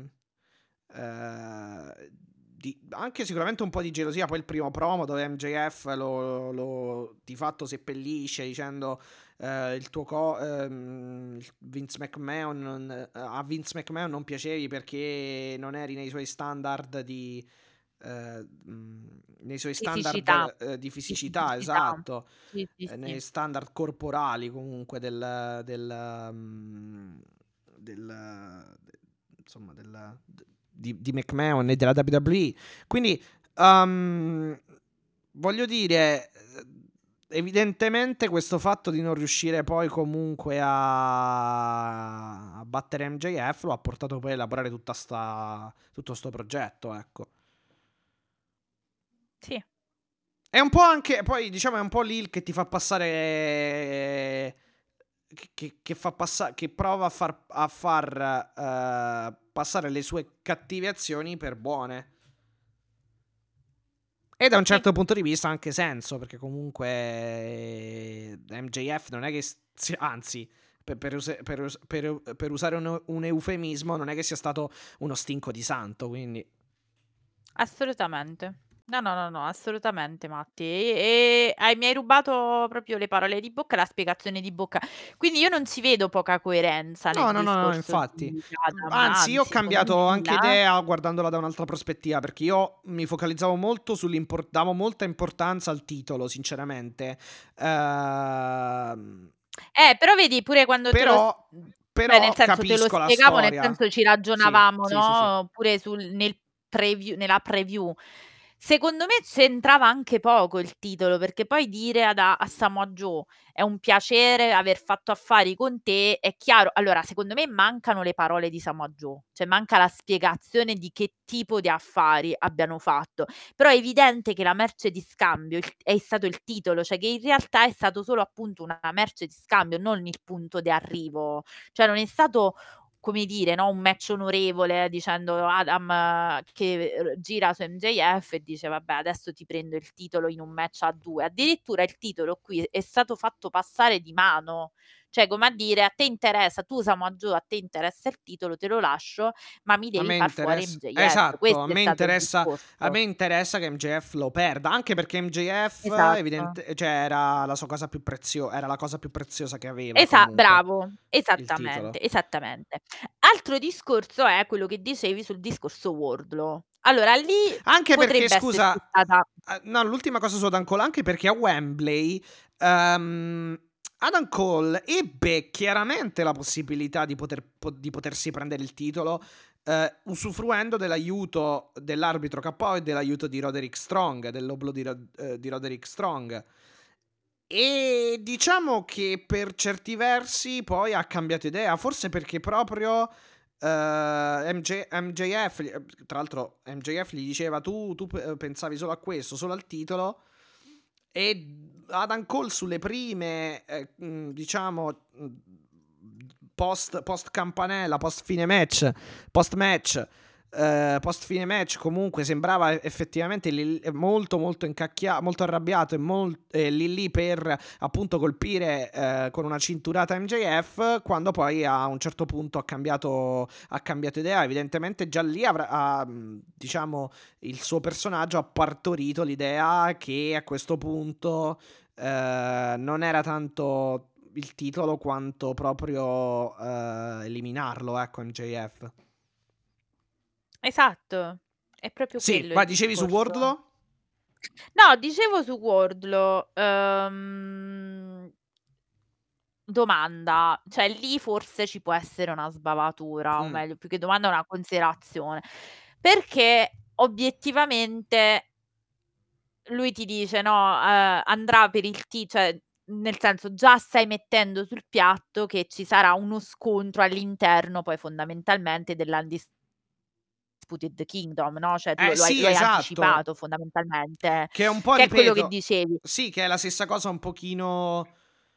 eh, di- anche sicuramente un po' di gelosia. Poi il primo promo dove M J F lo, lo- di fatto seppellisce dicendo eh, il tuo co- ehm, il Vince McMahon non- eh, a Vince McMahon non piacevi perché non eri nei suoi standard di eh, mh, nei suoi Fisicità, standard eh, di di fisicità, fisicità. esatto, Sì, sì, eh, nei sì. standard corporali comunque del, del, mm, del- de- insomma del, di, di McMahon e della W W E. Quindi um, voglio dire, eh, evidentemente questo fatto di non riuscire poi comunque a, a battere M J F lo ha portato poi a elaborare tutta sta, tutto sto progetto, ecco. Sì, È un po' anche, poi diciamo, è un po' lì il che ti fa passare, che, che- che fa passa- che prova a far, a far eh, passare le sue cattive azioni per buone. E da un sì. certo punto di vista ha anche senso, perché comunque eh, M J F non è che, s- si- anzi, per, per us- per us- per- per usare un, un eufemismo, non è che sia stato uno stinco di santo, quindi... Assolutamente. No, no, no, no, assolutamente Matti. E, e hai, mi hai rubato proprio le parole di bocca, la spiegazione di bocca. Quindi io non ci vedo poca coerenza No, nel no, no, no, discorso infatti. di Mm, Adam, Anzi, io ho anzi, secondo cambiato me anche nulla. idea guardandola da un'altra prospettiva, perché io mi focalizzavo molto sull'import- davo molta importanza al titolo, sinceramente. Ehm, Eh, però vedi pure quando te lo s però, mhmm, cioè nel però senso te lo capisco la spiegavo, nel storia. senso ci Sì, ragionavamo, sì, sì, sì. no, pure sul nel preview nella preview. Secondo me c'entrava anche poco il titolo, perché poi dire ad a a Samoa Joe: "È un piacere aver fatto affari con te", è chiaro, allora secondo me mancano le parole di Samoa Joe, cioè manca la spiegazione di che tipo di affari abbiano fatto. Però è evidente che la merce di scambio il è stato il titolo, cioè che in realtà è stato solo appunto una merce di scambio, non il punto di arrivo. Cioè non è stato, come dire, no, un match onorevole dicendo Adam eh, che r gira su M J F e dice: "Vabbè, adesso ti prendo il titolo in un match a due". Addirittura il titolo qui è stato fatto passare di mano. Cioè come a dire: "A te interessa, tu Samoa Joe, a te interessa il titolo, te lo lascio, ma mi A devi me far fuori interessa, M J F". esatto, a Questo è me stato il interessa, a discorso. me interessa che M J F lo perda, anche perché M J F Esatto. evidente, cioè era la sua cosa più preziosa, era la cosa più preziosa che aveva Esa comunque, bravo, il titolo. esattamente, esattamente. Altro discorso è quello che dicevi sul discorso Wardlow. Allora lì Anche perché, potrebbe esserci scusa, stata eh, no, l'ultima cosa su Adam Cole, anche perché a Wembley ehm, Adam Cole ebbe chiaramente la possibilità di, poter, po- di potersi prendere il titolo, eh, usufruendo dell'aiuto dell'arbitro K O e dell'aiuto di Roderick Strong, dell'oblo di, Ro- eh, di Roderick Strong. E diciamo che per certi versi poi ha cambiato idea, forse perché proprio eh, M J M J F, gli- eh, tra l'altro M J F gli diceva tu, tu pe- pensavi solo a questo, solo al titolo, e Adam Cole sulle prime, eh, mh, diciamo, mh, post, post campanella, post fine match, post match, eh, post fine match, comunque sembrava effettivamente lì, molto molto incacchiato, molto arrabbiato e, mol- e lì lì per appunto colpire eh, con una cinturata M J F, quando poi a un certo punto ha cambiato, ha cambiato idea. Evidentemente già lì avrà, ha, diciamo, il suo personaggio ha partorito l'idea che a questo punto eh, non era tanto il titolo quanto proprio eh, eliminarlo, ecco, M J F. esatto, è proprio Sì, quello vai, il dicevi su discorso. Wardlow? No, dicevo su Wardlow, ehm, domanda, cioè lì forse ci può essere una sbavatura, o Mm. meglio, più che domanda una considerazione, perché obiettivamente lui ti dice, no, ehm, andrà per il ti cioè, nel senso già stai mettendo sul piatto che ci sarà uno scontro all'interno poi fondamentalmente dell'Undisputed Kingdom, no, cioè tu Eh lo lo hai sì, lo hai esatto. anticipato fondamentalmente, Che è un po', che è quello che ripeto, dicevi. sì, che è la stessa cosa un pochino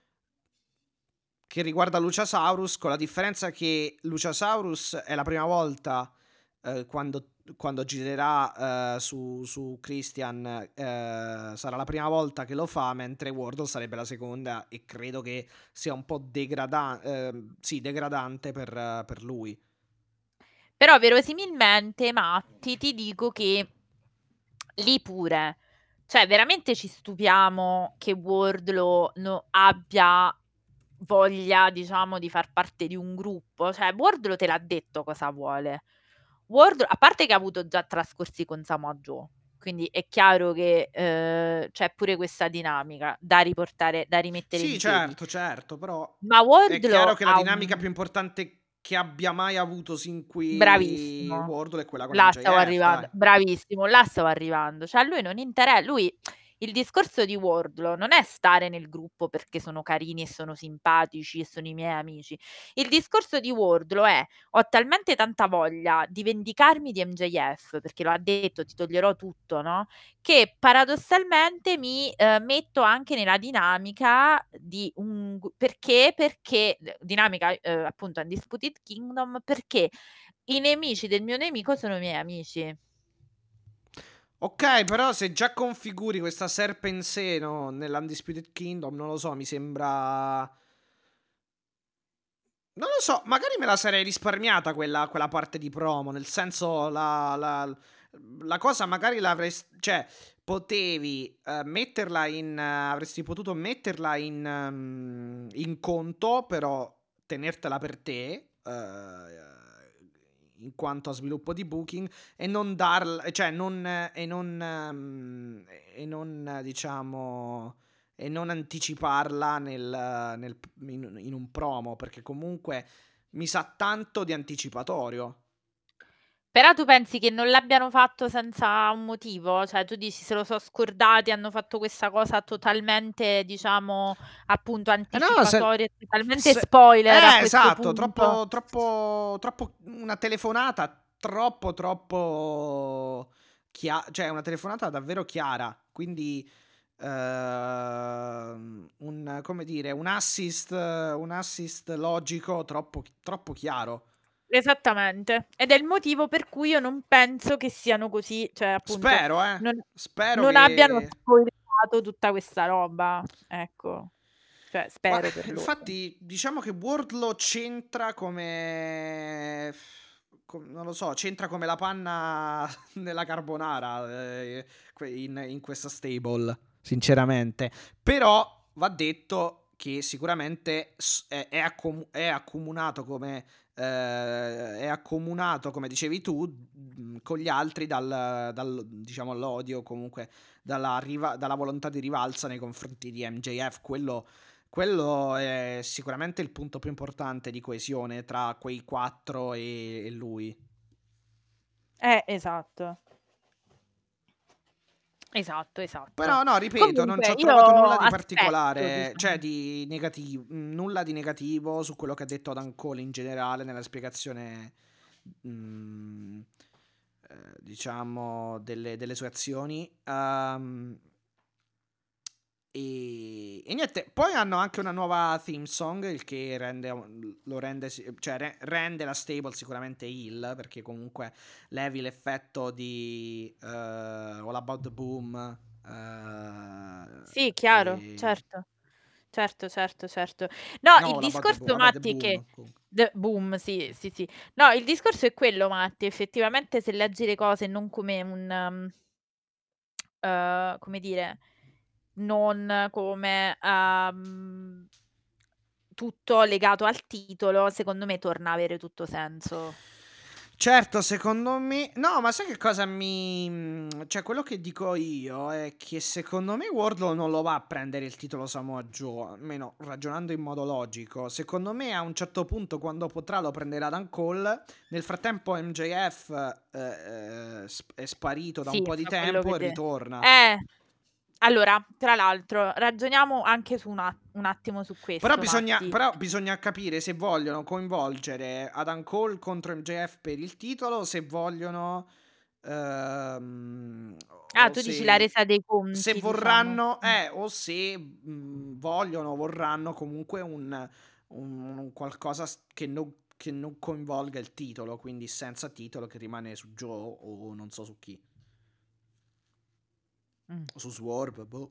che riguarda Luciasaurus, con la differenza che Luciasaurus è la prima volta eh, quando, quando girerà eh, su, su Christian, eh, sarà la prima volta che lo fa, mentre Wardle sarebbe la seconda, e credo che sia un po' degrada- eh, sì, degradante per, eh, per lui. Però verosimilmente, Matti, ti dico che lì pure, cioè veramente ci stupiamo che Wardlow no abbia voglia, diciamo, di far parte di un gruppo. Cioè Wardlow te l'ha detto cosa vuole. Wardlow, a parte che ha avuto già trascorsi con Samoa Joe, quindi è chiaro che eh, c'è pure questa dinamica da riportare, da rimettere Sì, in piedi. certo, certo, però Ma è chiaro Wardlow che la ha dinamica un più importante che abbia mai avuto sin qui bravissimo. Wardle è quella con Là stavo M J F, arrivando, dai. bravissimo, là stavo arrivando. Cioè a lui non intere lui il discorso di Wardlow non è stare nel gruppo perché sono carini e sono simpatici e sono i miei amici. Il discorso di Wardlow è: ho talmente tanta voglia di vendicarmi di M J F, perché lo ha detto, ti toglierò tutto, no, che paradossalmente mi, ehm, metto anche nella dinamica di un gu perché perché dinamica, ehm, appunto Undisputed Kingdom, perché i nemici del mio nemico sono i miei amici. Ok, però se già configuri questa serpe in seno nell'Undisputed Kingdom, non lo so, mi sembra... Non lo so, magari me la sarei risparmiata quella, quella parte di promo, nel senso la, la- la cosa magari l'avresti, cioè potevi eh, metterla in, eh, avresti potuto metterla in, ehm, in conto, però tenertela per te, eh, in quanto a sviluppo di Booking, e non darla, cioè non, eh, e non, ehm, e non eh, diciamo, e non anticiparla nel, nel- in, in un promo, perché comunque mi sa tanto di anticipatorio. Però tu pensi che non l'abbiano fatto senza un motivo? Cioè tu dici se lo so scordati, hanno fatto questa cosa totalmente, diciamo, appunto Eh no, se, anticipatoria, totalmente se- spoiler a eh, questo esatto, punto. troppo, troppo, troppo, una telefonata troppo, troppo, chia- cioè una telefonata davvero chiara, quindi ehm, un, come dire, un assist, un assist logico troppo, troppo chiaro. Esattamente. Ed è il motivo per cui io non penso che siano così, cioè appunto Spero, eh, non, spero non abbiano che... spoilerato tutta questa roba. Ecco, cioè Ma spero per loro. infatti, diciamo che Wardlow c'entra come. com- Non lo so, c'entra come la panna nella carbonara eh, que- in, in questa stable, sinceramente. Però va detto che sicuramente s- è, è accom- è accomunato come. eh, è accomunato, come dicevi tu, mh, con gli altri dal, dal, diciamo, l'odio, comunque dalla, riva- dalla volontà di rivalsa nei confronti di M J F. Quello quello è sicuramente il punto più importante di coesione tra quei quattro e, e lui. Eh, esatto. Esatto, esatto. Però no, ripeto, non ci Comunque ho io trovato nulla di aspetto, particolare, cioè diciamo. di negativo, nulla di negativo su quello che ha detto Adam Cole in generale nella spiegazione, mm, eh, diciamo, delle, delle sue azioni. Ehm, E, e niente, poi hanno anche una nuova theme song, il che rende, lo rende, si- cioè re- rende la stable sicuramente heel, perché comunque levi l'effetto di eh, All About the Boom. Sì, eh, chiaro, e... certo. Certo, certo, certo. No, No, il All About the Boom, discorso vabbè, The Matti è Boom. che comunque. the boom, sì, sì, sì. No, il discorso è quello, Matti, effettivamente se leggi le cose non come un um, eh, come dire, non come um, tutto legato al titolo, secondo me torna a avere tutto senso. Certo, secondo me... No, ma sai che cosa mi... Cioè, quello che dico io è che secondo me Wardlow non lo va a prendere il titolo Samoa Joe, almeno ragionando in modo logico. Secondo me a un certo punto, quando potrà, lo prenderà Dan Cole. Nel frattempo M J F eh, eh, sp- è sparito da un Sì, po' di fa quello tempo che e deve. ritorna. Eh, allora, tra l'altro, ragioniamo anche su un, at- un attimo su Però questo, bisogna, Matti. però bisogna capire se vogliono coinvolgere Adam Cole contro M J F per il titolo, se vogliono... ehm, Ah, o tu dici la se... resa dei Se conti, diciamo. vorranno, eh, o se mh, vogliono, vorranno comunque un, un- un qualcosa s- che non, che non coinvolga il titolo, quindi senza titolo che rimane su Joe o non so su chi, Mm. o su Swerve, boh.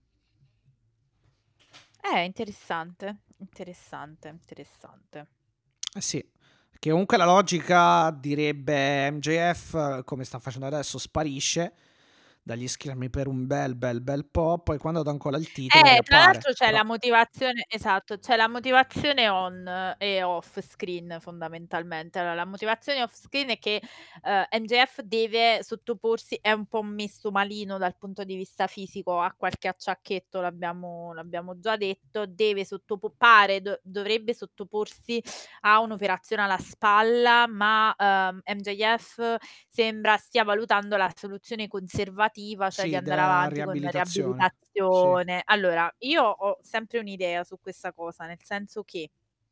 Eh, interessante, interessante, interessante. Eh sì, che comunque la logica direbbe M J F, come sta facendo adesso, sparisce dagli schermi per un bel bel bel po', poi quando dà ancora il titolo Eh, tra riappare, l'altro c'è però... la motivazione esatto, c'è la motivazione on e off screen fondamentalmente. Allora, la motivazione off screen è che, ehm, M J F deve sottoporsi è un po' messo malino dal punto di vista fisico, ha qualche acciacchetto, l'abbiamo l'abbiamo già detto, deve sottopo pare do dovrebbe sottoporsi a un'operazione alla spalla, ma, ehm, M J F sembra stia valutando la soluzione conservativa, cioè di Sì, andare della avanti con la riabilitazione, sì. riabilitazione. Allora, io ho sempre un'idea su questa cosa, nel senso che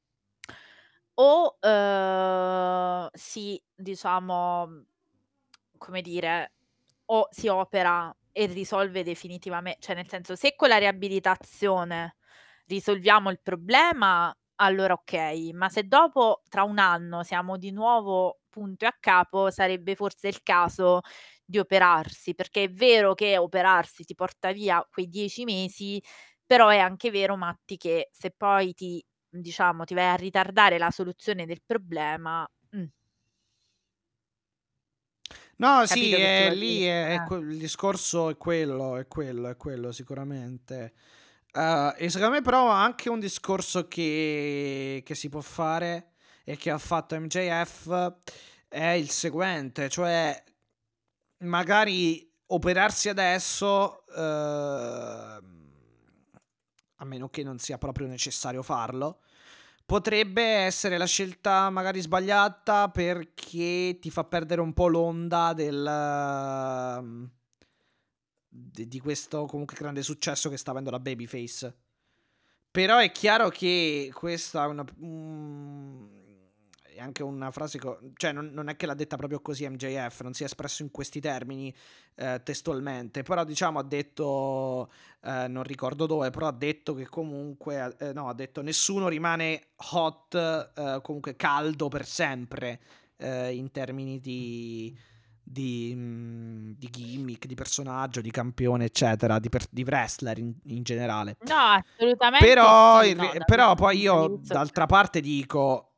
o, uhm, si diciamo, mhmm, come dire, o si opera e risolve definitivame cioè nel senso, se con la riabilitazione risolviamo il problema, allora okay, ma se dopo tra un anno siamo di nuovo punto e a capo, sarebbe forse il caso di operarsi, perché è vero che operarsi ti porta via quei dieci mesi, però è anche vero, Matti, che se poi ti diciamo, ti vai a ritardare la soluzione del problema, mh. No, sì, Capito che ti è voglio lì, dire? è, è Eh. que- il discorso è quello, è quello, è quello sicuramente. Eh, e secondo me però anche un discorso che, che si può fare e che ha fatto M J F è il seguente, cioè magari operarsi adesso, eh, a meno che non sia proprio necessario farlo, potrebbe essere la scelta magari sbagliata perché ti fa perdere un po' l'onda del, ehm, di, di questo comunque grande successo che sta avendo la Babyface. Però è chiaro che questa è una... mm, è anche una frase... co- cioè non, non è che l'ha detta proprio così M J F, non si è espresso in questi termini eh, testualmente, però diciamo ha detto... eh, non ricordo dove, però ha detto che comunque... eh, no, ha detto nessuno rimane hot, eh, comunque caldo per sempre, eh, in termini di di, mm, di gimmick, di personaggio, di campione, eccetera, di, per- di wrestler in, in generale. No, assolutamente Però, sì, in no, re- da però questo poi punto di io vista sì. d'altra parte dico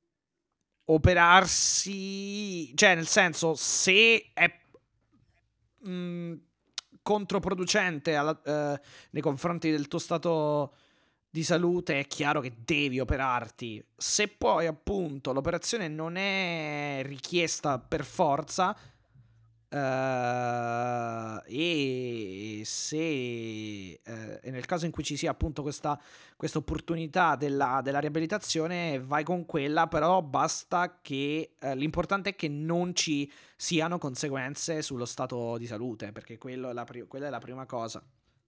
operarsi, cioè nel senso se è mm, controproducente alla- eh, nei confronti del tuo stato di salute, è chiaro che devi operarti. Se poi appunto l'operazione non è richiesta per forza, eh, e se eh, e nel caso in cui ci sia appunto questa questa opportunità della, della riabilitazione, vai con quella, però basta che eh, l'importante è che non ci siano conseguenze sullo stato di salute, perché quello è la pri- quella è la prima cosa.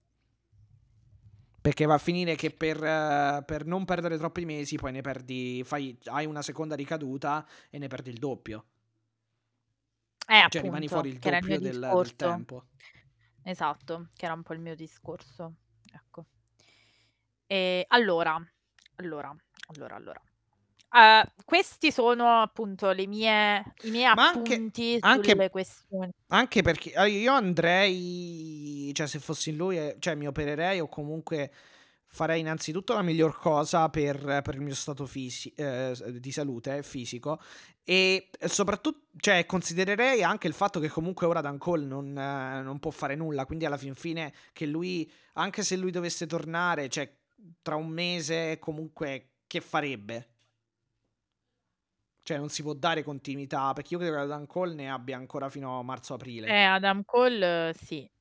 Perché va a finire che per, eh, per non perdere troppi mesi poi ne perdi, fai, hai una seconda ricaduta e ne perdi il doppio. Eh, Cioè rimani appunto, fuori il che era il mio doppio del, del discorso. tempo. Esatto, che era un po' il mio discorso. Ecco. E allora, allora, allora, allora. Eh, questi sono appunto le mie, i miei Ma anche, appunti anche, sulle questioni. anche perché eh, io andrei, cioè se fossi lui, eh, cioè mi opererei o comunque farei innanzitutto la miglior cosa per, per il mio stato fisi- eh, di salute fisico e soprattutto, cioè, considererei anche il fatto che comunque ora Dan Cole non, eh, non può fare nulla, quindi alla fin fine che lui, anche se lui dovesse tornare, cioè tra un mese comunque che farebbe? Cioè non si può dare continuità, perché io credo che Dan Cole ne abbia ancora fino a marzo-aprile. Eh, Adam Cole, eh, sì,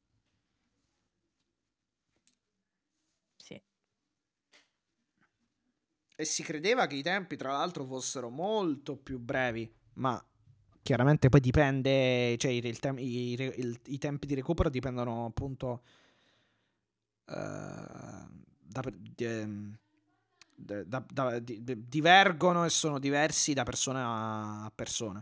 sì. E si credeva che i tempi, tra l'altro, fossero molto più brevi, ma chiaramente poi dipende, cioè il, il tem- i, il- i tempi di recupero dipendono appunto eh, da, di- ehm, da- da- da- di- di- divergono e sono diversi da persona a persona.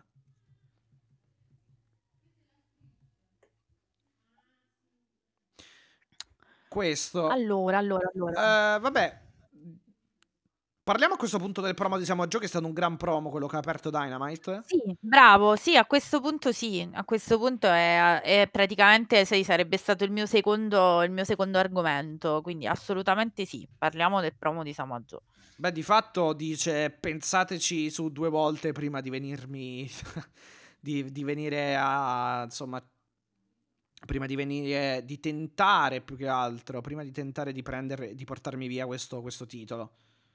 Questo, Allora, allora, allora. eh, vabbè, parliamo a questo punto del promo di Samoa Joe, che è stato un gran promo quello che ha aperto Dynamite. Sì, bravo, sì, a questo punto sì, a questo punto è, è praticamente sì, sarebbe stato il mio secondo, il mio secondo argomento, quindi assolutamente sì, parliamo del promo di Samoa Joe. Beh, di fatto dice pensateci su due volte prima di venirmi di, di venire a insomma prima di venire di tentare più che altro, prima di tentare di prendere di portarmi via questo, questo titolo.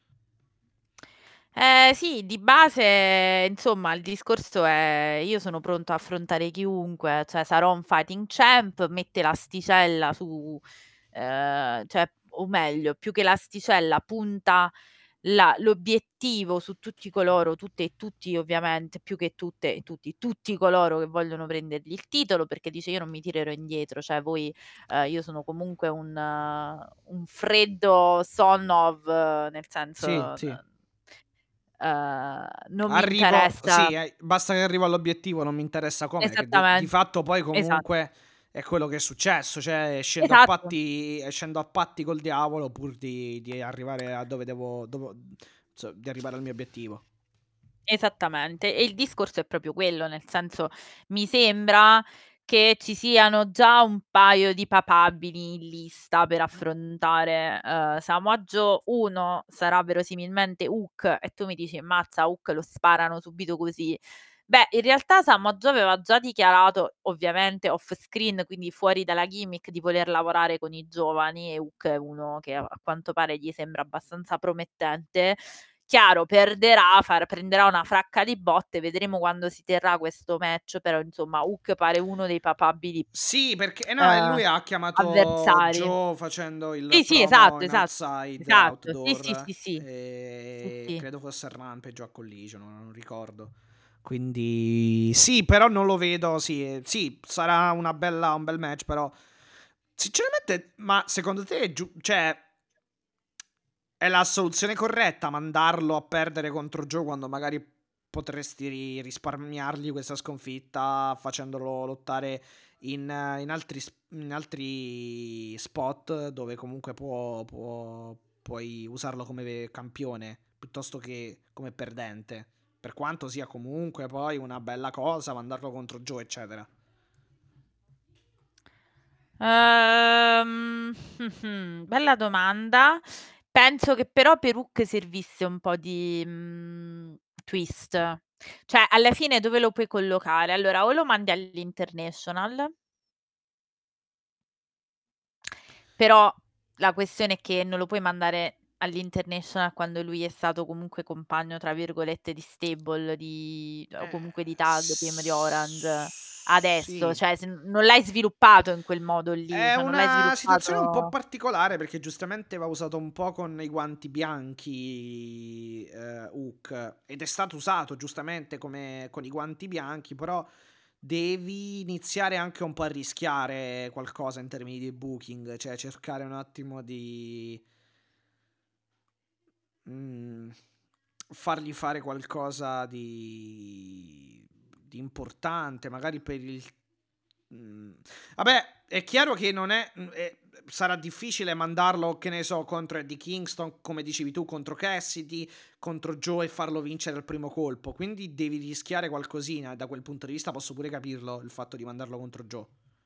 Eh sì, di base, insomma, il discorso è io sono pronto a affrontare chiunque, cioè sarò un fighting champ, mette l'asticella su, eh, cioè, o meglio, più che l'asticella, punta la- l'obiettivo su tutti coloro, tutte e tutti ovviamente, più che tutte e tutti, tutti coloro che vogliono prendergli il titolo, perché dice io non mi tirerò indietro, cioè voi, eh, io sono comunque un, eh, un freddo son of, eh, nel Sì, senso... sì. Ehm, non mi Arrivo, interessa sì, eh, basta che arrivo all'obiettivo, non mi interessa come, che di, di esattamente, fatto poi esatto, comunque è quello che è successo, cioè scendo a esatto, patti, scendo a patti col diavolo pur di, di arrivare a dove devo, dove- so, di arrivare al mio obiettivo. esattamente. E il discorso è proprio quello, nel senso, mi sembra che ci siano già un paio di papabili in lista per affrontare, ehm, Samoa Joe. Uno sarà verosimilmente Hook e tu mi dici: "Mazza, Hook lo sparano subito così." Beh, in realtà Samoa Joe aveva già dichiarato, ovviamente off screen, quindi fuori dalla gimmick, di voler lavorare con i giovani, e Hook è uno che a a quanto pare gli sembra abbastanza promettente. Chiaro, perderà, far prenderà una fracca di botte, vedremo quando si terrà questo match, però insomma Hook pare uno dei papabili Sì, perché eh no, e ehm, lui ha chiamato avversari. Joe facendo il Sì, sì, promo esatto, in esatto, outside, esatto. Sì, sì, outdoor, sì, sì. Sì, e sì. credo fosse Rampage o a Collision, non ricordo. Quindi sì, però non lo vedo, sì, eh, sì, sarà una bella, un bel match, però sinceramente, ma secondo te è giu- cioè, è la soluzione corretta mandarlo a perdere contro Joe quando magari potresti ri- risparmiargli questa sconfitta facendolo lottare in, eh, in altri, s- in altri spot dove comunque può, può- puoi usarlo come campione piuttosto che come perdente. Per quanto sia comunque poi una bella cosa mandarlo contro Joe, eccetera. Ehm, bella domanda. Penso che però per Hook servisse un po' di mm, twist. Cioè, alla fine dove lo puoi collocare? Allora, o lo mandi all'International, però la questione è che non lo puoi mandare all'International quando lui è stato comunque compagno, tra virgolette, di stable, di, o Eh, comunque di tag prima di Orange. Adesso, sì. cioè, se non l'hai sviluppato in quel modo lì, È cioè non l'hai una situazione un po' sviluppato. particolare perché giustamente va usato un po' con i guanti bianchi eh, Hook ed è stato usato giustamente come con i guanti bianchi, però devi iniziare anche un po' a rischiare qualcosa in termini di booking, cioè cercare un attimo di mm, fargli fare qualcosa di, di importante, magari per il... mm. Vabbè, è chiaro che non è, mm, è- sarà difficile mandarlo, che ne so, contro Eddie Kingston, come dicevi tu, contro Cassidy, contro Joe e farlo vincere al primo colpo, quindi devi rischiare qualcosina, e da quel punto di vista posso pure capirlo, il fatto di mandarlo contro Joe.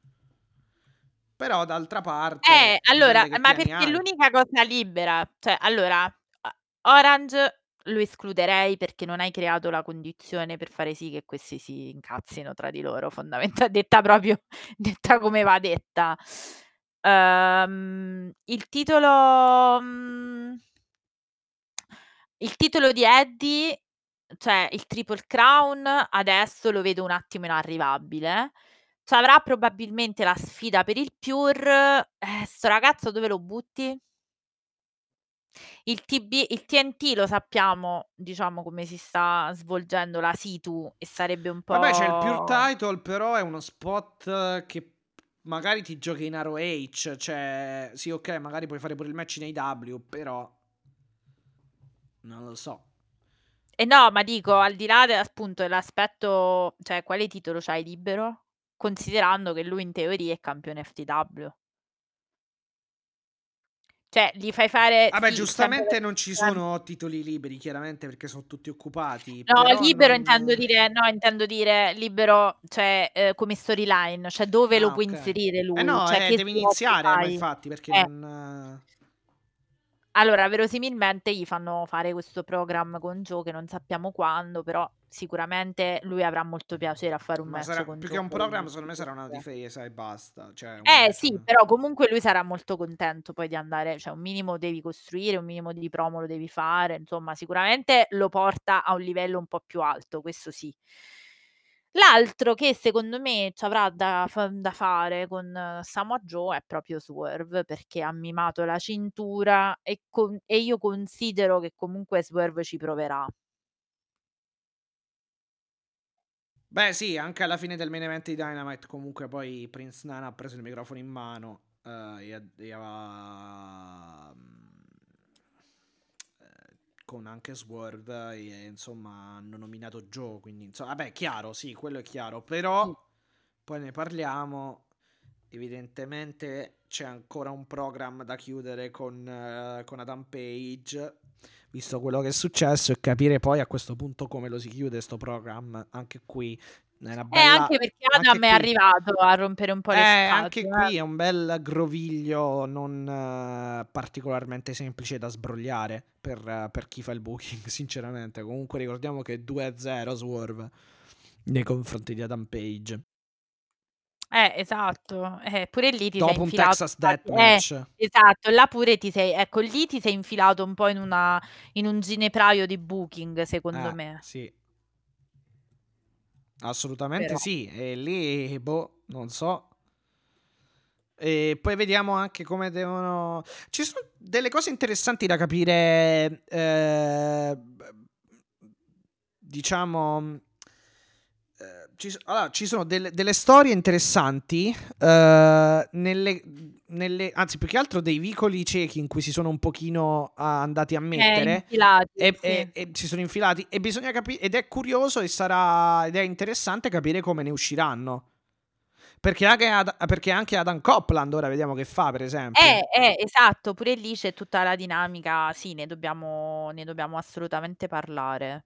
Però d'altra Eh, parte allora, dipende che ma piani perché hai. l'unica cosa libera, cioè, allora, o- Orange lo escluderei perché non hai creato la condizione per fare sì che questi si incazzino tra di loro, fondamentalmente, detta proprio, detta come va detta. Ehm, il titolo, mm, il titolo di Eddie, cioè il Triple Crown, adesso lo vedo un attimo inarrivabile. Cioè, avrà probabilmente la sfida per il Pure. Eh, sto ragazzo dove lo butti? Il T B, il T N T lo sappiamo, diciamo, come si sta svolgendo la situ, e sarebbe un Vabbè, c'è il Pure po'. Title, però è uno spot eh, che magari ti giochi in R O H, cioè sì, ok, magari puoi fare pure il match in A E W, però non lo so. E no, ma dico, al di là de- appunto dell'aspetto, cioè, quale titolo c'hai libero? Considerando che lui in teoria è campione F T W. Cioè, gli fai fare, Vabbè, sì, sempre giustamente non ci per. sono titoli liberi, chiaramente, perché sono tutti occupati, No, però libero intendo non... dire, no, intendo dire libero, cioè, eh, come storyline, cioè dove lo Ah, puoi ok. inserire Eh lui, no, cioè eh, che devi slot iniziare, ma fai. infatti, perché Eh, non... allora, verosimilmente gli fanno fare questo program con Joe che non sappiamo quando, però sicuramente lui avrà molto piacere a fare un Ma match sarà, con più che Joe. un programma, secondo me sarà una probabilmente. difesa e basta, cioè un Eh match... sì, però comunque lui sarà molto contento poi di andare, cioè un minimo devi costruire, un minimo di promo lo devi fare, insomma, sicuramente lo porta a un livello un po' più alto, questo sì. L'altro che secondo me ci avrà da, fa- da fare con eh, Samoa Joe è proprio Swerve, perché ha mimato la cintura, e, con- e io considero che comunque Swerve ci proverà. Beh, sì, anche alla fine del main event di Dynamite, comunque poi Prince Nana ha preso il microfono in mano eh, e, ha- e aveva mm, eh, con anche Swerve e insomma hanno nominato Joe, quindi insomma, vabbè, chiaro, sì, quello è chiaro, però Sì. poi ne parliamo. Evidentemente c'è ancora un programma da chiudere con, eh, con Adam Page, visto quello che è successo, e capire poi a questo punto come lo si chiude sto programma. Anche qui è una Eh, anche bella... perché Anche Adam è qui... arrivato a rompere un po' Eh, le anche scatole. qui è un bel groviglio non eh, particolarmente semplice da sbrogliare per, eh, per chi fa il booking, sinceramente. Comunque ricordiamo che due a zero Swerve. nei confronti di Adam Page. Eh, esatto. Eh, pure lì ti sei Dopo un infilato Texas infatti eh, Deathmatch. esatto, là pure ti sei ecco, lì ti sei infilato un po' in una in un ginepraio di booking, secondo Eh, me. sì. Assolutamente Però. sì. E lì, boh, non so. E poi vediamo anche come devono. Ci sono delle cose interessanti da capire. eh, diciamo. eh, ci, so- allora, ci sono delle, delle storie interessanti. eh, nelle, nelle- anzi, più che altro dei vicoli ciechi in cui si sono un pochino ah, andati a Eh, mettere. infilati, E, e- sì. e si sono infilati. E bisogna capire. Ed è curioso e sarà. Ed è interessante capire come ne usciranno. Perché anche, Ad- perché anche Adam Copland ora vediamo che fa, per esempio. Eh, eh, esatto, pure lì c'è tutta la dinamica, sì, ne dobbiamo ne dobbiamo assolutamente parlare.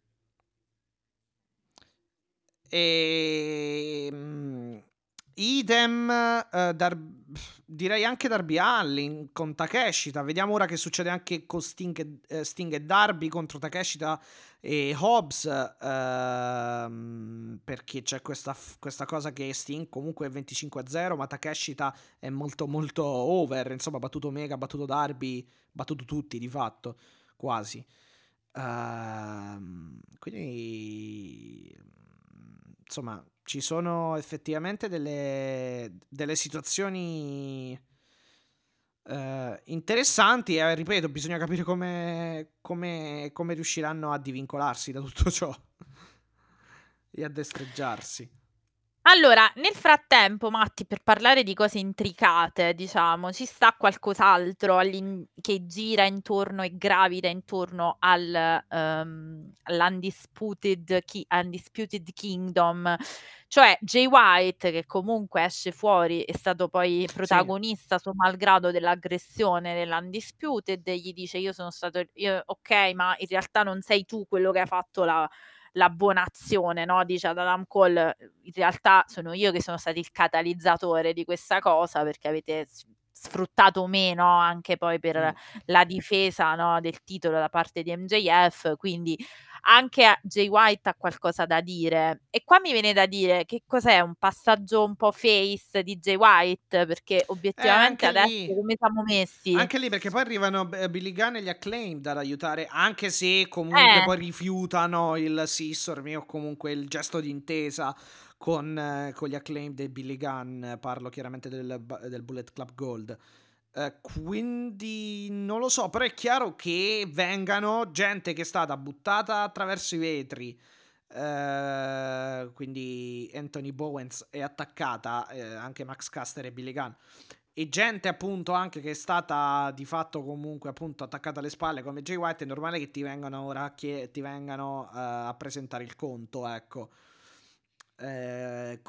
E idem, eh, Dar- direi anche Darby Allin con Takeshita. Vediamo ora che succede anche con Sting e, eh, Sting e Darby contro Takeshita e Hobbs. ehm, perché c'è questa, f- questa cosa che Sting comunque è venticinque a zero, ma Takeshita è molto molto over. Insomma, ha battuto Omega, ha battuto Darby, ha battuto tutti di fatto, quasi. Ehm, quindi, insomma, ci sono effettivamente delle, delle situazioni eh, interessanti. E ripeto, bisogna capire come, come, come riusciranno a divincolarsi da tutto ciò e a destreggiarsi. Allora, nel frattempo, Matti, per parlare di cose intricate, diciamo, ci sta qualcos'altro all'in- che gira intorno e gravita intorno al, ehm, all'Undisputed Ki- Undisputed Kingdom, cioè Jay White che comunque esce fuori, è stato poi Sì. protagonista suo malgrado dell'aggressione dell'Undisputed, e gli dice io sono stato, io- ok, ma in realtà non sei tu quello che ha fatto la la buona azione, no, dice ad Adam Cole, in realtà sono io che sono stato il catalizzatore di questa cosa perché avete s- sfruttato meno anche poi per Mm. la difesa, no, del titolo da parte di M J F, quindi anche a- Jay White ha qualcosa da dire. E qua mi viene da dire che cos'è un passaggio un po' face di Jay White, perché Eh, obiettivamente anche adesso lì. come siamo messi? Anche lì perché poi arrivano eh, Billy Gunn e gli Acclaimed ad aiutare, anche se comunque Eh, poi rifiutano il Sissormy o comunque il gesto di intesa con, eh, con gli Acclaimed e Billy Gunn. Parlo chiaramente del, del Bullet Club Gold. Eh, quindi non lo so, però è chiaro che vengano gente che è stata buttata attraverso i vetri. eh, quindi Anthony Bowens è attaccata, eh, anche Max Caster e Billy Gunn, e gente appunto anche che è stata di fatto comunque appunto attaccata alle spalle come Jay White. È normale che ti vengano ora a chie- ti vengano uh, a presentare il conto, ecco. Eh,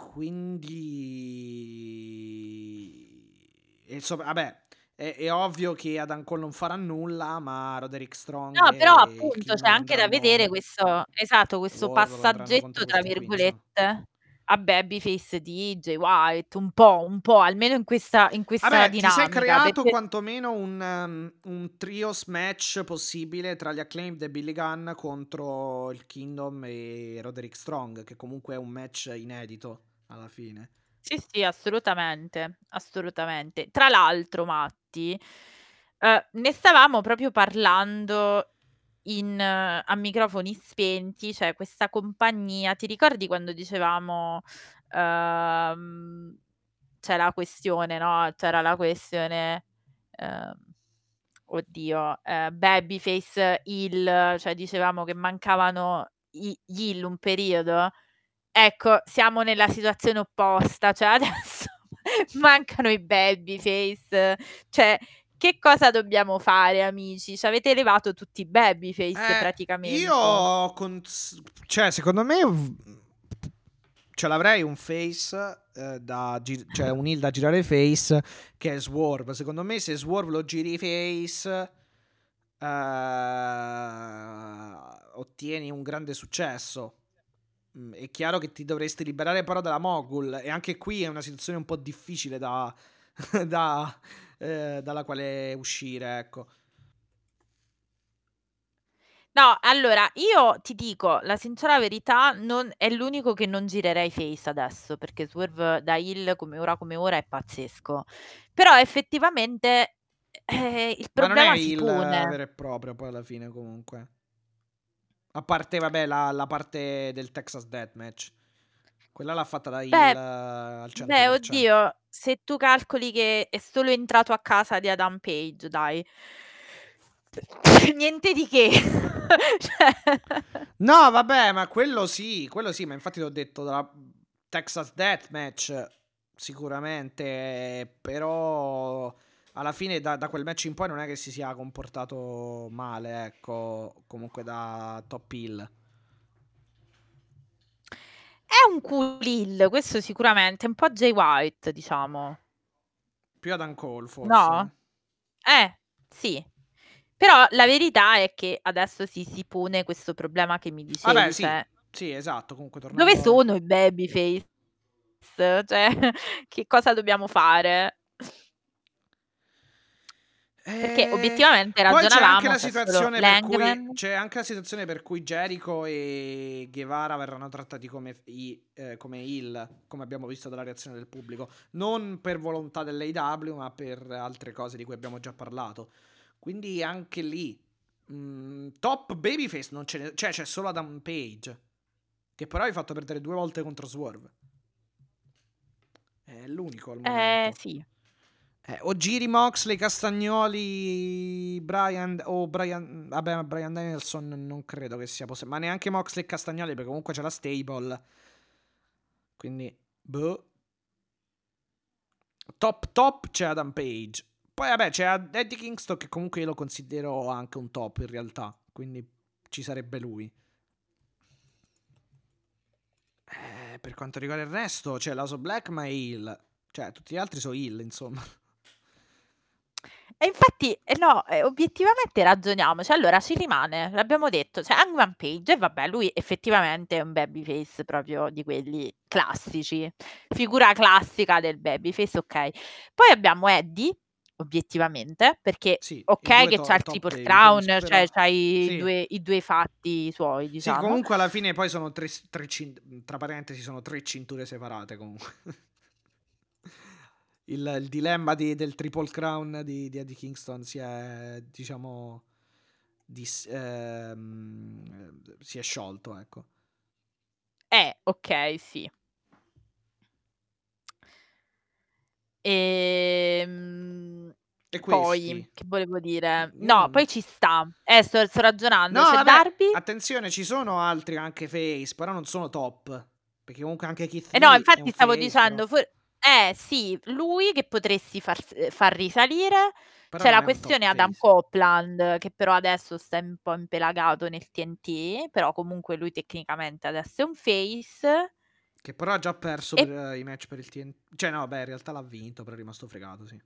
quindi insomma, vabbè, è, è ovvio che Adam Cole non farà nulla, ma Roderick Strong no, però e il appunto c'è Kingdom anche da andranno, vedere questo esatto, questo Wardlow andranno contro "passaggetto" tra questi qui, insomma. virgolette a babyface di Jay White, un po', un po', almeno in questa in questa Vabbè, ti sei dinamica, creato perché quantomeno un, um, un trios match possibile tra gli Acclaimed e Billy Gunn contro il Kingdom e Roderick Strong, che comunque è un match inedito alla fine. sì, sì, assolutamente, assolutamente. Tra l'altro, Matti, eh, ne stavamo proprio parlando in, eh, a microfoni spenti, cioè questa compagnia, ti ricordi quando dicevamo ehm, c'è la questione, no? C'era la questione, ehm, oddio, eh, Babyface, Hill, cioè dicevamo che mancavano i- gli Hill un periodo. Ecco, siamo nella situazione opposta, cioè adesso mancano i babyface, cioè che cosa dobbiamo fare amici? C'avete levato tutti i babyface Eh, praticamente. io con... cioè, secondo me v- ce l'avrei un face eh, da gi- cioè un heal da girare face, che è Swerve. Secondo me se Swerve lo giri face eh, ottieni un grande successo. Mm, È chiaro che ti dovresti liberare però dalla Mogul, e anche qui è una situazione un po' difficile da, da, eh, dalla quale uscire, ecco. No, allora io ti dico la sincera verità, non è l'unico che non girerei face adesso, perché Swerve da heel come ora come ora è pazzesco. Però effettivamente eh, il Ma non è problema si il pone. vero e proprio poi alla fine comunque. A parte, vabbè, la, la parte del Texas Deathmatch. Quella l'ha fatta da heel Beh, eh, al beh, cento per cento. oddio, se tu calcoli che è solo entrato a casa di Adam Page, dai. Niente di che. Cioè, No, vabbè, ma quello sì, quello sì, ma infatti ti ho detto dalla Texas Deathmatch sicuramente, però alla fine da, da quel match in poi non è che si sia comportato male, ecco, comunque da top heel. è un cool heel, questo sicuramente, un po' Jay White, diciamo. Più Adam Cole forse. No? Eh, sì. Però la verità è che adesso si si pone questo problema che mi Vabbè, dicevi, sì, cioè sì, esatto, comunque dove tornando... sono i babyface? Cioè, che cosa dobbiamo fare? Perché Eh, obiettivamente Poi c'è anche ragionavamo, la c'è solo situazione per cui Langman. c'è anche la situazione per cui Jericho e Guevara verranno trattati come, i, eh, come heel, come abbiamo visto dalla reazione del pubblico, non per volontà dell'A E W, ma per altre cose di cui abbiamo già parlato. Quindi anche lì mh, top babyface non ce n'è, cioè c'è solo Adam Page, che però hai fatto perdere due volte contro Swerve. È l'unico al Eh momento. sì. Eh, o giri Moxley, Castagnoli, Brian o Brian, vabbè, ma Brian Danielson non credo che sia possibile, ma neanche Moxley e Castagnoli perché comunque c'è la stable. Quindi boh. Top top c'è Adam Page. Poi vabbè, c'è Eddie Kingston che comunque io lo considero anche un top in realtà, quindi ci sarebbe lui. Eh, per quanto riguarda il resto, c'è l'Aso Black ma è heel. Cioè, tutti gli altri sono heel, insomma. E infatti, eh, no, eh, obiettivamente ragioniamoci. Allora ci rimane, l'abbiamo detto, c'è Hangman Page e vabbè, lui effettivamente è un babyface proprio di quelli classici, figura classica del babyface, ok. Poi abbiamo Eddie, obiettivamente, perché Sì, i ok due che c'ha to- il top Triple babyface, Crown, cioè però c'ha i sì. due, i due fatti suoi, Sì, diciamo. comunque alla fine poi sono tre, tre cin- tra parentesi sono tre cinture separate comunque. il, il dilemma di- del Triple Crown di, di Eddie Kingston si è, diciamo, dis- ehm, si è sciolto, ecco. Eh, ok, sì. Ehm, E poi, questi? che volevo dire? Io No, non... poi ci sta. Eh, sto, sto ragionando. No, C'è vabbè, Darby? attenzione, ci sono altri anche face, però non sono top. Perché comunque anche Keith Eh no, Lee è infatti un stavo face, però, dicendo, for- eh sì, lui che potresti far, far risalire. però C'è non la è un top questione Adam face. Copeland, che però adesso sta un po' impelagato nel T N T, però comunque lui tecnicamente adesso è un face. Che però ha già perso E, per eh, i match per il T N T. Cioè, no, beh, in realtà l'ha vinto, però è rimasto fregato, sì.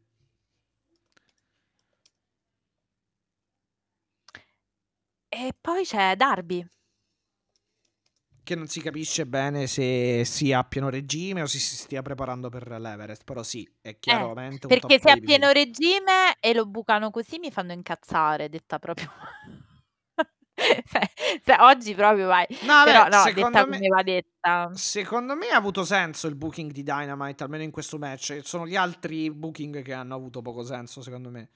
e poi c'è Darby. Che non si capisce bene se sia a pieno regime o se si stia preparando per l'Everest. Però sì, è Eh, chiaramente un top perché se è a pieno babyface. regime e lo bucano così mi fanno incazzare, detta proprio. Cioè, cioè, oggi proprio vai. No, Però vabbè, no, detta secondo me... come va detta. Secondo me ha avuto senso il booking di Dynamite, almeno in questo match. Sono gli altri booking che hanno avuto poco senso, secondo me.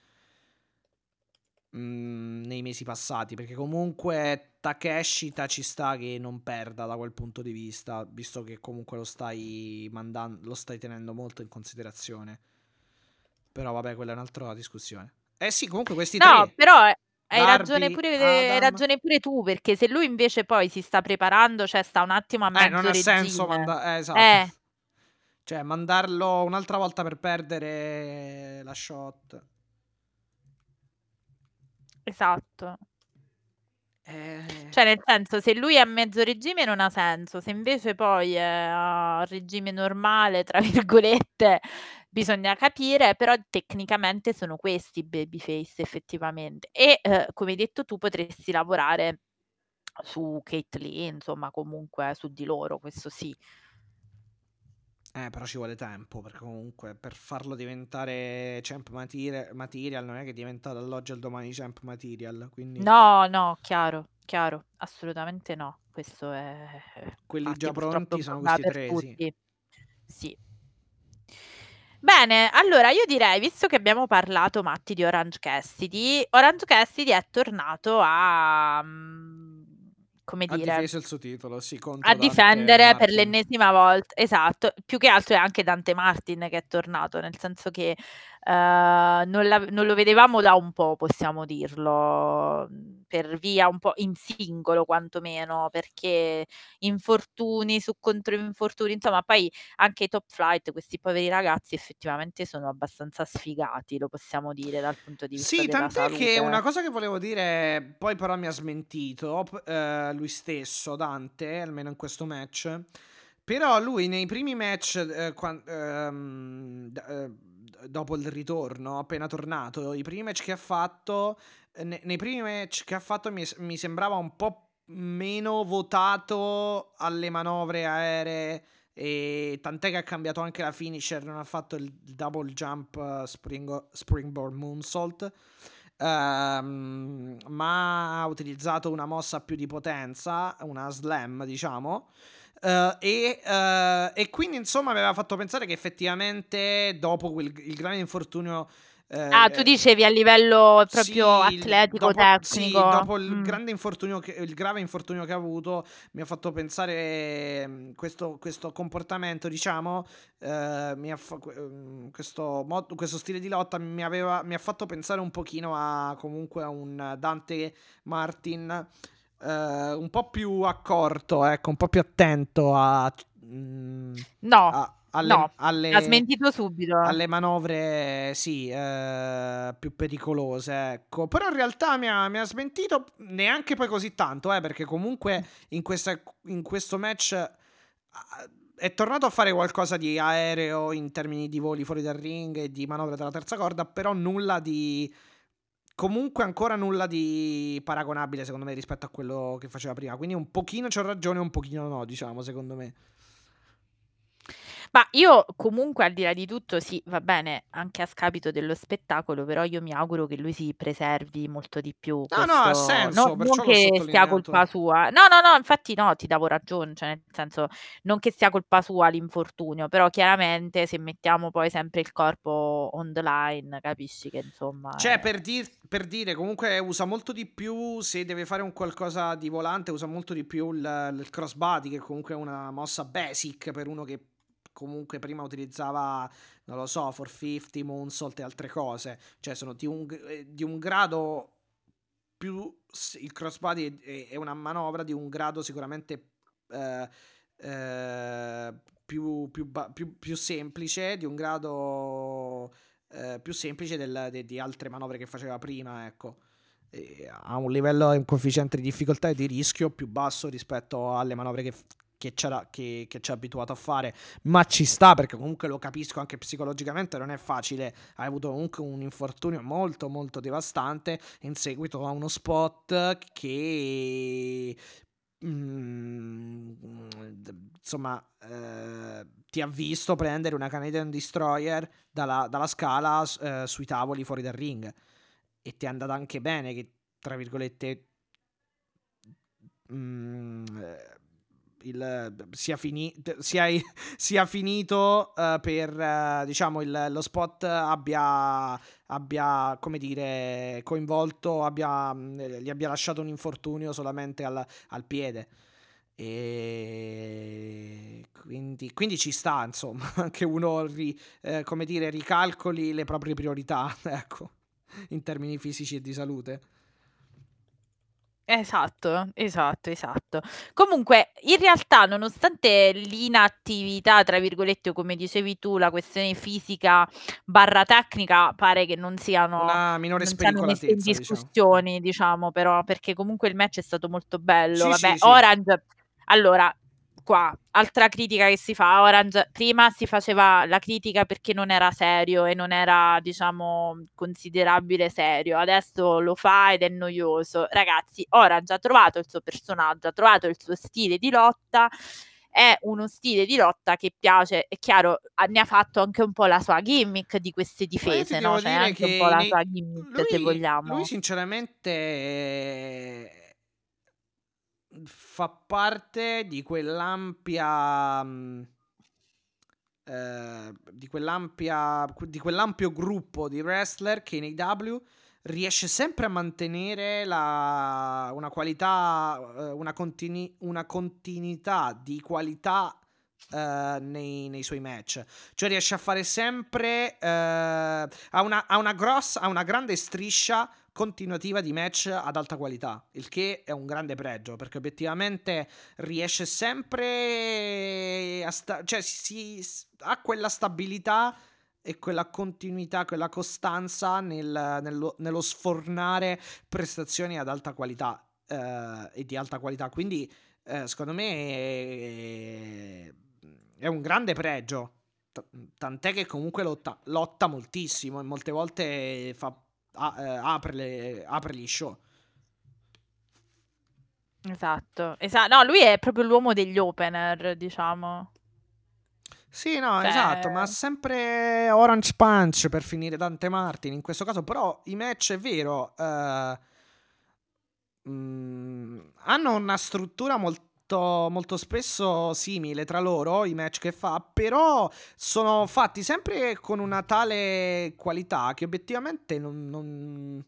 Mm, nei mesi passati, perché comunque Takeshita ci sta che non perda da quel punto di vista, visto che comunque lo stai mandando, lo stai tenendo molto in considerazione. Però vabbè, quella è un'altra discussione. Eh sì, comunque questi No, tre, però eh, hai ragione Darby, pure, hai Adam, ragione pure tu, perché se lui invece poi si sta preparando, cioè sta un attimo a eh non mezzo ha senso regime. mandare, eh, esatto. Eh, Cioè, mandarlo un'altra volta per perdere la shot. esatto. Eh... Cioè, nel senso, se lui è a mezzo regime non ha senso, se invece poi è a regime normale, tra virgolette, bisogna capire, però tecnicamente sono questi i babyface effettivamente. E eh, come hai detto tu, potresti lavorare su Kate Lee, insomma, comunque su di loro, questo sì. Eh, però ci vuole tempo, perché comunque per farlo diventare Champ Material, material non è che diventa dall'oggi al domani Champ Material, quindi... No, no, chiaro. chiaro, assolutamente no. Questo è Quelli infatti già purtroppo è pronti un sono problema questi per tre, sì. tutti. Sì. Bene, allora io direi, visto che abbiamo parlato, Matti, di Orange Cassidy, Orange Cassidy è tornato a mhmm, come Ha dire, difeso il suo titolo, sì, a contro Dante difendere per Martin. l'ennesima volt esatto. Più che altro è anche Dante Martin che è tornato, nel senso che, ehm, non l'av non lo vedevamo da un po', possiamo dirlo, mhmm, per via un po' in singolo quantomeno, perché infortuni su contro infortuni, insomma poi anche i Top Flight, questi poveri ragazzi, effettivamente sono abbastanza sfigati, lo possiamo dire dal punto di vista Sì, della tant'è che salute. una cosa che volevo dire, poi però mi ha smentito p- eh, lui stesso, Dante, almeno in questo match. Però lui nei primi match, eh, quan- ehm, d- eh, dopo il ritorno, appena tornato, i primi match che ha fatto, eh, ne- nei primi match che ha fatto mi, mi sembrava un po' meno votato alle manovre aeree. E tant'è che ha cambiato anche la finisher, non ha fatto il double jump uh, spring, springboard moonsault, um, ma ha utilizzato una mossa più di potenza, una slam diciamo. Uh, e, uh, e quindi insomma mi aveva fatto pensare che effettivamente dopo quel, il grande infortunio Ah, tu eh, dicevi a livello proprio sì, il- atletico, dopo, sì, tecnico. dopo il Mh. grande infortunio che, il grave infortunio che ha avuto, mi ha fatto pensare mm, questo, questo comportamento, diciamo, eh, mi ha fa- mm, questo, mod- questo stile di lotta mi, aveva, mi ha fatto pensare un pochino a comunque a un Dante Martin eh, un po' più accorto, ecco, un po' più attento a, mm, No, a- alle, no, ha alle smentito subito. alle manovre, sì, eh, più pericolose, ecco. Però in realtà mi ha, mi ha smentito neanche poi così tanto, eh, perché comunque in, questa, in questo match ah, è tornato a fare qualcosa di aereo in termini di voli fuori dal ring e di manovre della terza corda, però nulla di... Comunque ancora nulla di paragonabile secondo me rispetto a quello che faceva prima. Quindi un pochino c'ho ragione, un pochino no, diciamo, secondo me. Ma io comunque al di là di tutto sì, va bene, anche a scapito dello spettacolo, però io mi auguro che lui si preservi molto di più No, no, ha questo no senso, non perciò l'ho che sia sottolineato. colpa sua. No, no, no, infatti no, ti davo ragione, cioè nel senso non che sia colpa sua l'infortunio, però chiaramente se mettiamo poi sempre il corpo on the line, capisci che insomma Cioè, è per, dir- per dire, comunque usa molto di più, se deve fare un qualcosa di volante, usa molto di più il, il crossbody, che comunque è una mossa basic per uno che comunque prima utilizzava, non lo so, quattrocentocinquanta, moonsault e altre cose. Cioè, sono di un, eh, di un grado più... Il crossbody è, è una manovra di un grado sicuramente... Eh, eh, più, più, ba- più, più semplice, di un grado eh, più semplice del, de, di altre manovre che faceva prima, ecco. E ha un livello, un coefficiente di difficoltà e di rischio più basso rispetto alle manovre che, che, c'era, che, che ci ha abituato a fare, ma ci sta perché comunque lo capisco anche psicologicamente, non è facile. Hai avuto comunque un infortunio molto molto devastante in seguito a uno spot che mm, insomma eh, ti ha visto prendere una Canadian Destroyer dalla, dalla scala eh, sui tavoli fuori dal ring e ti è andata anche bene che tra virgolette mm, eh, il, sia, fini, sia, sia finito uh, per uh, diciamo il, lo spot abbia, abbia come dire coinvolto abbia, gli abbia lasciato un infortunio solamente al, al piede e quindi, quindi ci sta insomma che uno ri, eh, come dire ricalcoli le proprie priorità ecco in termini fisici e di salute. Esatto, esatto, esatto. Comunque, in realtà, nonostante l'inattività, tra virgolette, o come dicevi tu, la questione fisica barra tecnica pare che non siano Una minore non siano messe in spericolatezza, diciamo. discussioni, diciamo, però perché comunque il match è stato molto bello. Sì, Vabbè, sì, sì. Orange allora, qua, altra critica che si fa a Orange, prima si faceva la critica perché non era serio e non era, diciamo, considerabile serio, adesso lo fa ed è noioso. Ragazzi, Orange ha trovato il suo personaggio, ha trovato il suo stile di lotta, è uno stile di lotta che piace, è chiaro, ha- ne ha fatto anche un po' la sua gimmick di queste Ma io ti difese, no? devo Cioè dire anche un po' che la nei- sua gimmick, se lui, lui vogliamo. sinceramente fa parte di quell'ampia mh, eh, di quell'ampia di quell'ampio gruppo di wrestler che in A E W riesce sempre a mantenere la, una qualità, eh, una, contini- una continuità di qualità eh, nei, nei suoi match. Cioè riesce a fare sempre eh, ha una, ha una grossa, ha una grande striscia continuativa di match ad alta qualità, il che è un grande pregio, perché obiettivamente riesce sempre a sta- cioè si, si- ha quella stabilità e quella continuità, quella costanza nel- nello, nello sfornare prestazioni ad alta qualità eh, e di alta qualità. Quindi eh, secondo me è, è un grande pregio. T- tant'è che comunque lotta, lotta moltissimo e molte volte fa, a- eh, apre, le- apre gli show. Esatto, esa no, lui è proprio l'uomo degli opener, diciamo. Sì, no, Cioè esatto, ma sempre Orange Punch per finire Dante Martin in questo caso, però i match è vero, eh, mm, hanno una struttura molto, molto spesso simile tra loro, i match che fa, però sono fatti sempre con una tale qualità che obiettivamente non, non,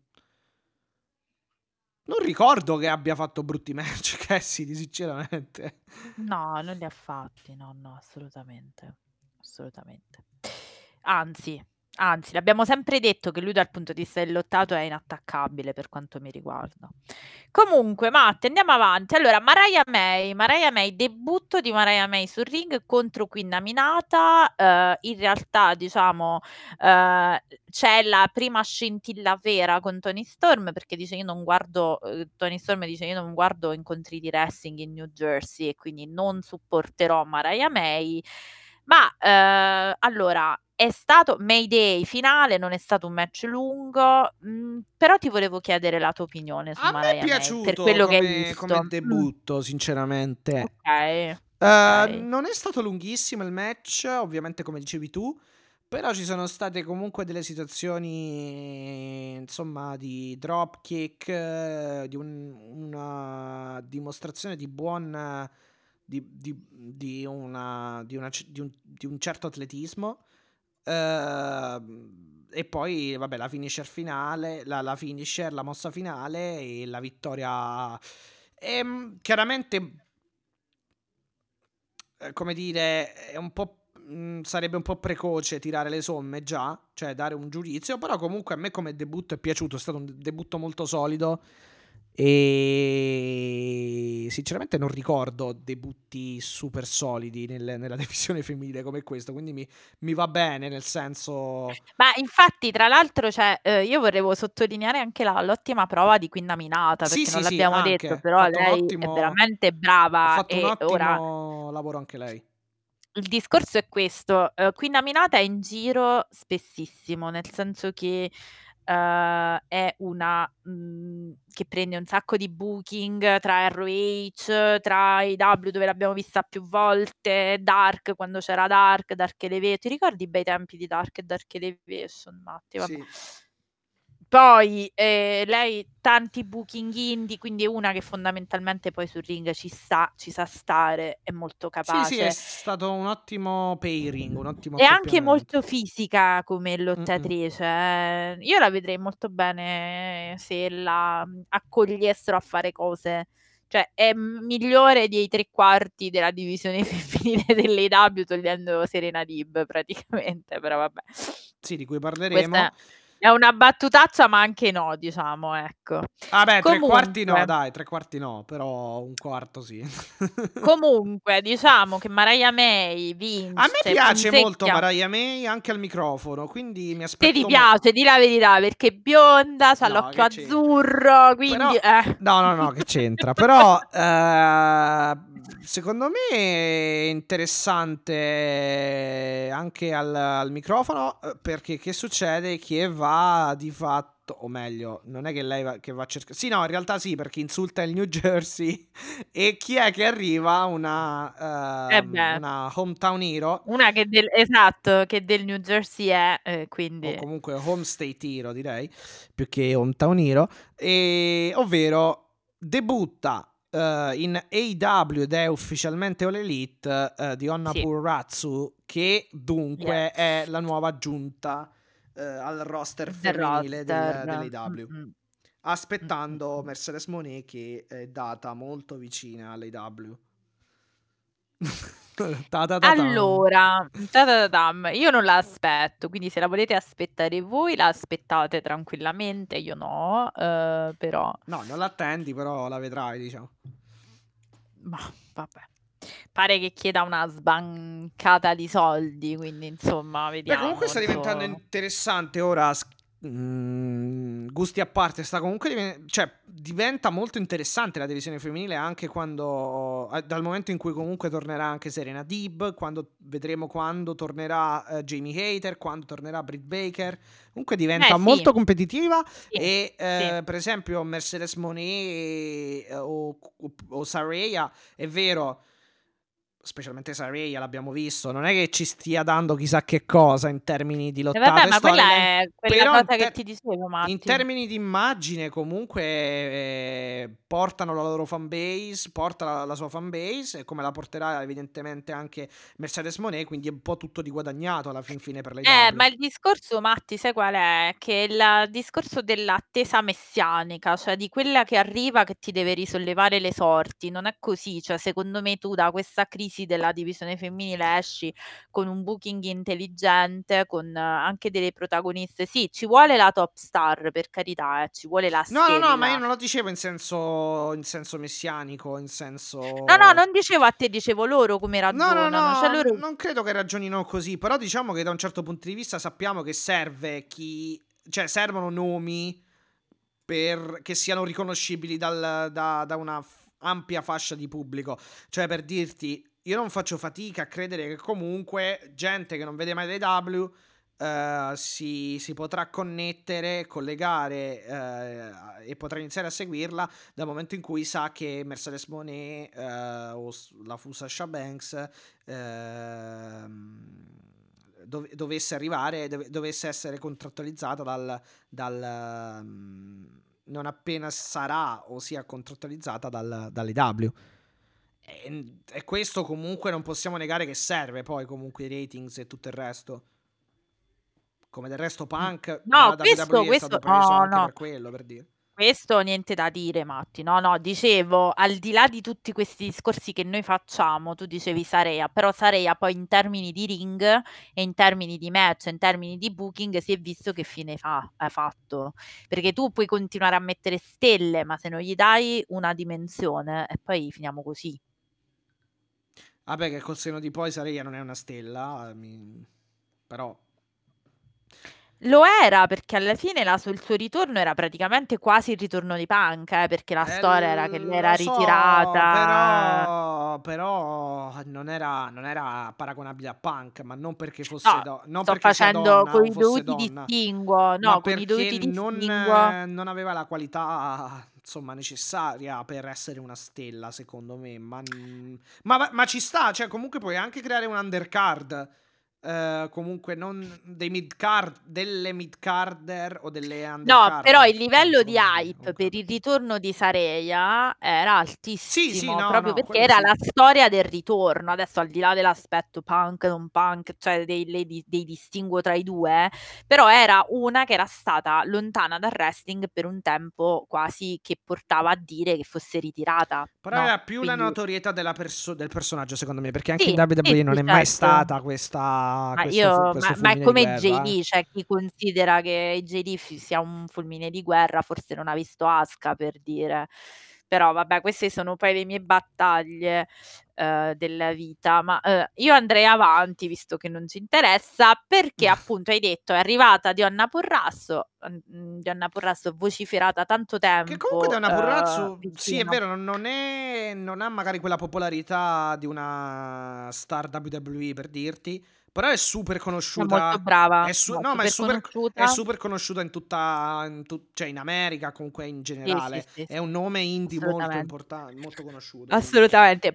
non ricordo che abbia fatto brutti match, Cassidy, sinceramente. No, non li ha fatti, no, no, assolutamente, assolutamente. Anzi, anzi, l'abbiamo sempre detto che lui dal punto di vista del lottato è inattaccabile per quanto mi riguarda. Comunque, Matte, andiamo avanti. Allora, Mariah May, Mariah May, debutto di Mariah May sul ring contro Queen Aminata. Eh, in realtà, diciamo, eh, c'è la prima scintilla vera con Tony Storm, perché dice io non guardo, eh, Tony Storm dice io non guardo incontri di wrestling in New Jersey e quindi non supporterò Mariah May. Ma eh, allora è stato Mayday finale, non è stato un match lungo, mh, però ti volevo chiedere la tua opinione su A me è Mariah May per piaciuto quello che hai come, visto. come Mm, debutto, sinceramente. ok, Eh, ok. non è stato lunghissimo il match, ovviamente come dicevi tu, però ci sono state comunque delle situazioni, insomma, di dropkick, eh, di un- una dimostrazione di buon, di, di- di una- di una c- di un, di un certo atletismo. Eh, e poi, vabbè, la finisher finale, la, la finisher, la mossa finale e la vittoria. Ehm, chiaramente, eh, come dire, è un po'. mh, Sarebbe un po' precoce tirare le somme già, cioè dare un giudizio, però comunque a me come debutto è piaciuto, è stato un debutto molto solido e sinceramente non ricordo debutti super solidi nel- nella divisione femminile come questo, quindi mi, mi va bene, nel senso. Ma infatti, tra l'altro, cioè, eh, io volevo sottolineare anche la- l'ottima prova di Queen Aminata, Sì, perché non sì, sì, l'abbiamo detto, anche. Ha però fatto un lei è ottimo. veramente Ha brava fatto un e ora ottimo lavoro anche lei. il discorso è questo, uhm, Queen Aminata è in giro spessissimo, nel senso che, uhm, è una, mhmm, che prende un sacco di booking tra R O H, tra A E W dove l'abbiamo vista più volte, Dark quando c'era Dark, Dark Elevation. Ti ricordi i bei tempi di Dark e Dark Elevation, Matti? Vabbè. Sì. Poi, ehm, lei tanti booking indie, quindi è una che fondamentalmente poi sul ring ci sta ci sa stare, è molto Sì, sì, è capace. stato un ottimo pairing, un ottimo È anche accoppiamento. molto fisica come Mm-mm. lottatrice, eh. Io la vedrei molto bene se la mh, accogliessero a fare cose. Cioè, è m- migliore dei tre quarti della divisione femminile dell'A E W, togliendo Serena Deeb praticamente, però vabbè. Sì, di cui Questa parleremo. è una battutaccia, ma anche no, diciamo, ecco. Ah beh, tre quarti no, Comunque, dai, tre quarti no, però un quarto sì. comunque, diciamo che Mariah May A me vince, piace molto punzecchia. Mariah May anche al microfono, quindi mi Se ti aspetto mo- piace, di la verità, perché è bionda, c'ha No, l'occhio che c'è? azzurro, Però, quindi eh. no, no, no, che c'entra? Però, eh, secondo me è interessante anche al, al microfono, eh, perché che succede? Che va di fatto, o meglio, non è che lei va, che va a cercare. Sì, no, in realtà sì, perché insulta il New Jersey. E chi è che arriva? Una, Eh ehm, beh, una hometown hero. una che del esatto, che del New Jersey è, eh, O quindi comunque home state hero, direi, più che hometown hero, e, ovvero debutta eh, in A E W ed è ufficialmente All Elite eh, di Onna Sì. Purrazzo, che dunque Yes. è la nuova aggiunta eh, al roster Del femminile del, roster. dell'A E W. Mm-mm. Aspettando Mm-mm. Mercedes Moné, che è data molto vicina all'A E W. Ta-ta-ta-tam. Allora, ta-ta-ta-tam, io non la aspetto, quindi se la volete aspettare voi, la aspettate tranquillamente, io no, eh, però, No, non l'attendi, però la vedrai, diciamo. ma vabbè, pare che chieda una sbancata di soldi, quindi insomma, Beh, vediamo. comunque sta diventando insomma. interessante ora. s- mm, gusti a parte, sta comunque diven- cioè, diventa molto interessante la divisione femminile anche quando, eh, dal momento in cui comunque tornerà anche Serena Deeb, quando vedremo quando tornerà eh, Jamie Hayter, quando tornerà Britt Baker. Comunque diventa Eh sì, molto competitiva sì, e eh, sì. per esempio Mercedes Moné eh, o, o Saraya, è vero, specialmente Saraya l'abbiamo visto, non è che ci stia dando chissà che cosa in termini di E vabbè, lottate ma quella storyline, è quella però in, cosa che ter- ti dicevo, in Matti. termini di immagine comunque eh, portano la loro fanbase, porta la, la sua fanbase e come la porterà evidentemente anche Mercedes Moné, quindi è un po' tutto di guadagnato alla fin fine per l'A E Eh, W. ma il discorso, Matti, sai qual è? Che il discorso dell'attesa messianica, cioè di quella che arriva che ti deve risollevare le sorti, non è così. Cioè, secondo me tu da questa crisi della divisione femminile esci con un booking intelligente, con eh, anche delle protagoniste. Sì, ci vuole la top star, per carità, eh, ci vuole la No, no, no, ma io stella. non lo dicevo in senso, in senso messianico, in senso... No, no, non dicevo a te, dicevo loro come No, no, ragionano. Cioè, no, loro... non credo che ragionino così, però diciamo che da un certo punto di vista sappiamo che serve chi... cioè servono nomi per... che siano riconoscibili dal- da, da una f- ampia fascia di pubblico. Cioè, per dirti, io non faccio fatica a credere che comunque gente che non vede mai l'A E W eh, si, si potrà connettere, collegare eh, e potrà iniziare a seguirla dal momento in cui sa che Mercedes Moné eh, o s- la fu Sasha Banks ehm, dov- dovesse arrivare, dov- dovesse essere contrattualizzata dal, dal mm, non appena sarà o sia contrattualizzata dal, dall'A E W. E, e questo comunque non possiamo negare che serve poi comunque i ratings e tutto il resto. Come del resto Punk No, dalla questo, W W E è stato questo, preso no, anche no. per quello, per dire. Questo niente da dire, Matti. No, no, dicevo, al di là di tutti questi discorsi che noi facciamo, tu dicevi Sarea, però Sarea poi in termini di ring e in termini di match, in termini di booking, si è visto che fine fa, ha fatto. Perché tu puoi continuare a mettere stelle, ma se non gli dai una dimensione, e poi finiamo così. Vabbè, che col seno di poi Saraya non è una stella, mi... però... Lo era perché alla fine la su- il suo ritorno era praticamente quasi il ritorno di Punk, eh, perché la Eh, storia era che lei era lo so, ritirata. però, però non era, non era paragonabile a Punk, ma non perché fosse, No, do- non sto perché sia facendo donna con o i fosse dovuti donna, distinguo, ma no, con i perché dovuti non, distinguo. eh, non aveva la qualità, insomma, necessaria per essere una stella, secondo me. Ma, ma, ma ci sta, cioè, comunque puoi anche creare un undercard. eh, comunque non dei mid card, delle mid carder o delle No, undercard. però il non livello so di come si dice, hype comunque, per vabbè. il ritorno di Sareia era Sì, altissimo, sì, no, proprio no, perché quello era sì. la storia del ritorno. Adesso al di là dell'aspetto punk, non punk, cioè dei, le- di- dei distinguo tra i due, però era una che era stata lontana dal wrestling per un tempo quasi che portava a dire che fosse ritirata, Però no? era più la Quindi notorietà della perso- del personaggio, secondo me, perché anche in sì, sì, W W E non sì, è mai certo. stata questa, Ma questo, fu- io, questo ma, ma è fulmine di come guerra. J D, eh. c'è chi considera che J D fi- sia un fulmine di guerra, forse non ha visto Asuka per dire. Però vabbè, queste sono poi le mie battaglie eh, della vita. Ma eh, io andrei avanti, visto che non ci interessa, perché appunto hai detto è arrivata Dionna Porrasso. mm, Dionna Porrasso vociferata tanto Che comunque da tempo, una eh, Purrazzo, sì, è vicino. vero, non, non è, non ha magari quella popolarità di una star W W E, per dirti, però è super È molto conosciuta. brava, È su- no, no, ma è super super, è conosciuta. super conosciuta in tutta, in tu- cioè in America, comunque in Sì, sì, generale. sì, È sì, un nome indie molto assolutamente. importante, molto conosciuto. Quindi. Assolutamente. Poi lei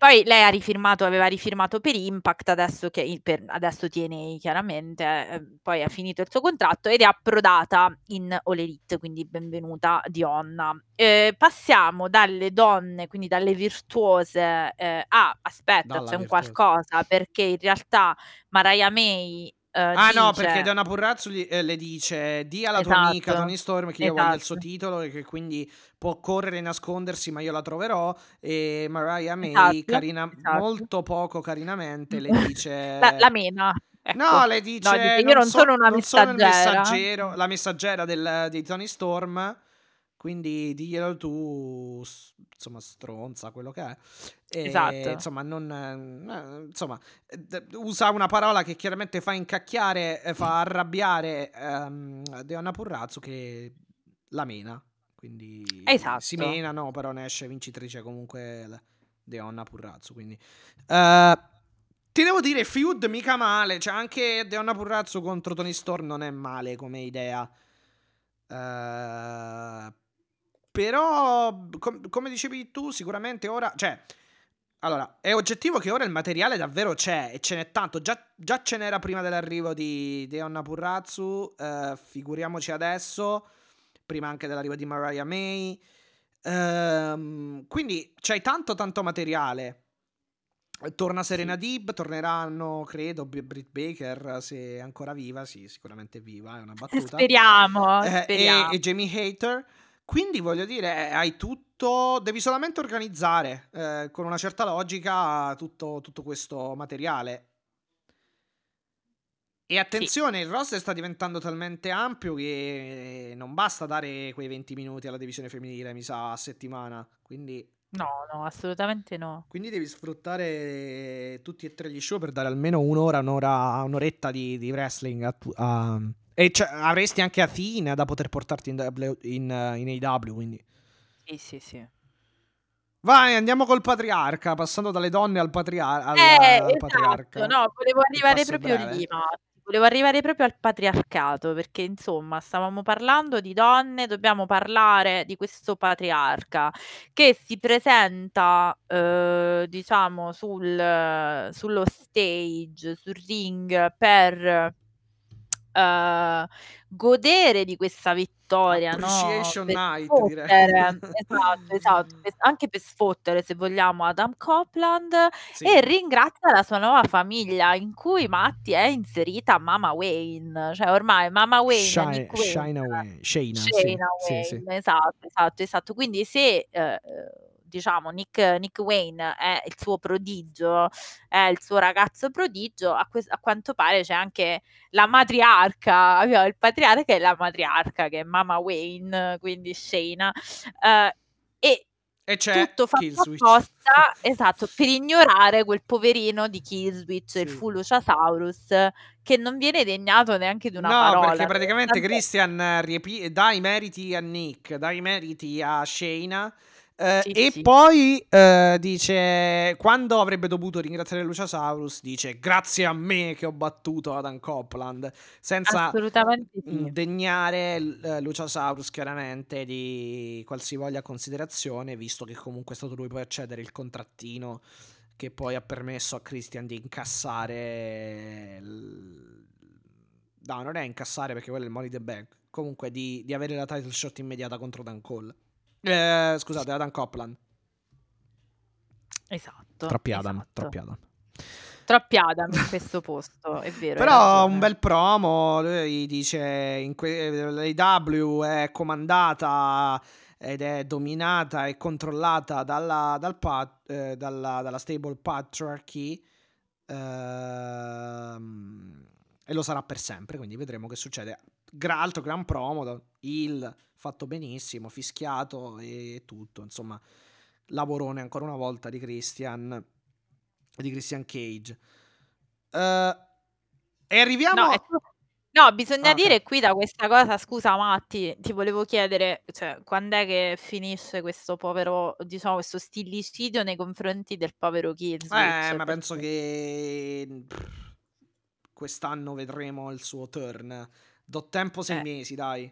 ha rifirmato, aveva rifirmato per Impact, adesso, che, per, adesso T N A chiaramente, eh, poi ha finito il suo contratto ed è approdata in All Elite, quindi benvenuta Dionna. Eh, passiamo dalle donne, quindi dalle virtuose, eh, a, aspetta, Dalla c'è un virtuosa. qualcosa, perché in realtà Mariah May... Uh, ah dice... no, perché Deonna Purrazzo gli, eh, le dice: di alla tua Esatto, amica Toni Storm che io esatto. voglio il suo titolo e che quindi può correre e nascondersi, ma io la troverò. E Mariah May, Esatto, carina, esatto. molto poco carinamente, le dice: la, la mena. Ecco. No, le dice: no, dice io non, non so, sono una non sono il messaggera. messaggero, la messaggera del, di Toni Storm. Quindi diglielo tu, s- insomma, stronza, quello che è. E, Esatto. insomma, non, eh, insomma, eh, d- usa una parola che chiaramente fa incacchiare, eh, fa arrabbiare ehm, Deonna Purrazzo, che la mena. Quindi Esatto. si mena, no, però ne esce vincitrice comunque la Deonna Purrazzo. Quindi eh, ti devo dire, feud mica male. Cioè, anche Deonna Purrazzo contro Toni Storm non è male come idea. Eh, però, com- come dicevi tu, sicuramente ora, cioè, allora, è oggettivo che ora il materiale davvero c'è e ce n'è tanto. Già, già ce n'era prima dell'arrivo di Deonna Purrazzo, eh, figuriamoci adesso, prima anche dell'arrivo di Mariah May. Ehm, quindi c'hai tanto tanto materiale. Torna Serena Deeb, torneranno, credo, B- Britt Baker, se è ancora viva, sì, sicuramente è viva, è una battuta. Speriamo, Eh, e, speriamo. e Jamie Hater. Quindi voglio dire, hai tutto, devi solamente organizzare eh, con una certa logica tutto, tutto questo materiale. E attenzione, il roster sta diventando talmente ampio che non basta dare quei venti minuti alla divisione femminile, mi sa, a settimana. Quindi, No, no, assolutamente no. quindi devi sfruttare tutti e tre gli show per dare almeno un'ora, un'ora, un'oretta di, di wrestling a, tu- a- e cioè, avresti anche Athena da poter portarti in, W- in, eh, in A E W, quindi. Sì, sì, sì. Vai, andiamo col patriarca, passando dalle donne al, patriar- al, Eh, al esatto, patriarca. no, volevo Il arrivare passo è proprio breve. lì, ma volevo arrivare proprio al patriarcato, perché insomma stavamo parlando di donne, dobbiamo parlare di questo patriarca che si presenta, eh, diciamo, sul, sullo stage, sul ring per eh, godere di questa vittoria, no? Appreciation Per night, direi. sfottere, esatto, esatto, per- anche per sfottere, se vogliamo, Adam Copeland Sì. e ringrazia la sua nuova famiglia, in cui Matti è inserita Mama Wayne, cioè ormai Mama Wayne, Shine, Nick Wayne, Shine Away. Shayna, sì, Shayna sì, sì. Wayne, esatto, esatto, esatto. Quindi se eh, diciamo Nick, Nick Wayne è il suo prodigio, è il suo ragazzo prodigio, a, que- a quanto pare c'è anche la matriarca, abbiamo il patriarca e la matriarca che è Mama Wayne, quindi Shayna, eh, e E c'è tutto fatto Killswitch. apposta, esatto, per ignorare quel poverino di Killswitch, il Sì. fu Luciasaurus, che non viene degnato neanche di una No, parola. perché praticamente nonostante- Christian riepi- dà i meriti a Nick, dà i meriti a Shayna. eh, Sì, e sì. poi eh, dice, quando avrebbe dovuto ringraziare Luciasaurus, dice grazie a me che ho battuto Adam Copeland, senza Assolutamente mm, sì. degnare eh, Luciasaurus chiaramente di qualsivoglia considerazione, visto che comunque è stato lui poi a cedere il contrattino che poi ha permesso a Christian di incassare l- no, non è incassare perché quello è il Money in the Bank, comunque di, di avere la title shot immediata contro Dan Cole. Eh, scusate, Adam Copeland. Esatto. Troppi Adam, esatto. troppi Adam. Troppi Adam in questo posto, è vero. hai Però ragione. un bel promo, lui dice in que- l'A E W è comandata ed è dominata e controllata dalla, dal pat- eh, dalla, dalla stable patriarchy, ehm, e lo sarà per sempre, quindi vedremo che succede. Gra- altro gran promo, il fatto benissimo, fischiato e tutto, insomma, lavorone ancora una volta di Christian, di Christian Cage. Eh, e arriviamo... No, è tu- no, bisogna Ah, ok. dire qui da questa cosa, scusa Matti, ti volevo chiedere, cioè, quando è che finisce questo povero, diciamo, questo stillicidio nei confronti del povero Killswitch? Eh, ma Perché- penso che pff, quest'anno vedremo il suo turn. Do tempo sei Eh. mesi, dai.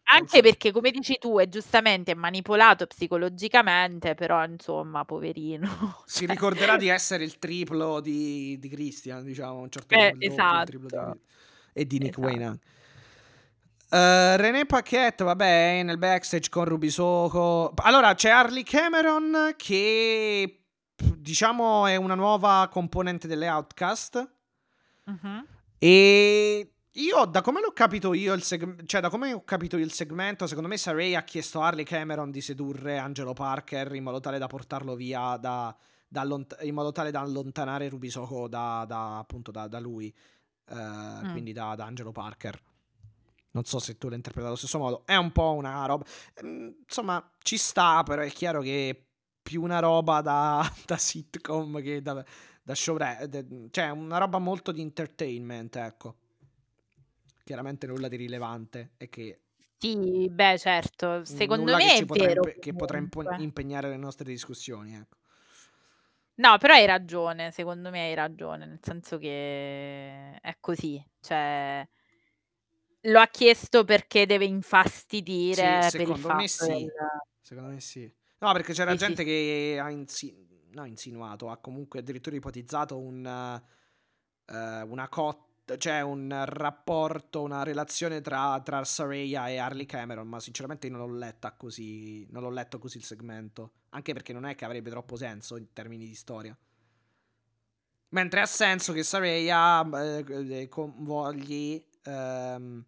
Anche penso... perché, come dici tu, è giustamente manipolato psicologicamente, però insomma, poverino. Si Cioè... ricorderà di essere il triplo di, di Christian, diciamo, a un certo Eh, punto, il doppio, il triplo di esatto. Christian. E di Nick Esatto. Wayne anche. Uh, René Paquette, vabbè, nel backstage con Ruby Soho. Allora, c'è Harley Cameron che, diciamo, è una nuova componente delle Outcast. Mhm. E io, da come l'ho capito io, il seg- cioè da come ho capito il segmento, secondo me Sarray ha chiesto a Harley Cameron di sedurre Angelo Parker in modo tale da portarlo via da, da allont- in modo tale da allontanare Ruby Soho da, da appunto da, da lui, uh, Mm. quindi da, da Angelo Parker. Non so se tu l'hai interpretato allo stesso modo. È un po' una roba, insomma, ci sta, però è chiaro che è più una roba da, da sitcom che da, da show, cioè una roba molto di entertainment, ecco. Chiaramente nulla di rilevante e che Sì, beh, certo, secondo nulla che me ci è potrà vero impe- che potrà impo- comunque. impegnare le nostre discussioni, ecco. No, però hai ragione, secondo me hai ragione, nel senso che è così, cioè lo ha chiesto perché deve Sì, infastidire per il secondo me fatto del... sì. Secondo me sì. No, perché c'era Sì, sì, gente sì. che ha insi- no, insinuato, ha comunque addirittura ipotizzato un eh, una cotta, cioè un rapporto, una relazione tra, tra Saraya e Harley Cameron, ma sinceramente io non l'ho letta così, non l'ho letto così il segmento, anche perché non è che avrebbe troppo senso in termini di storia. Mentre ha senso che Saraya eh, convogli ehm,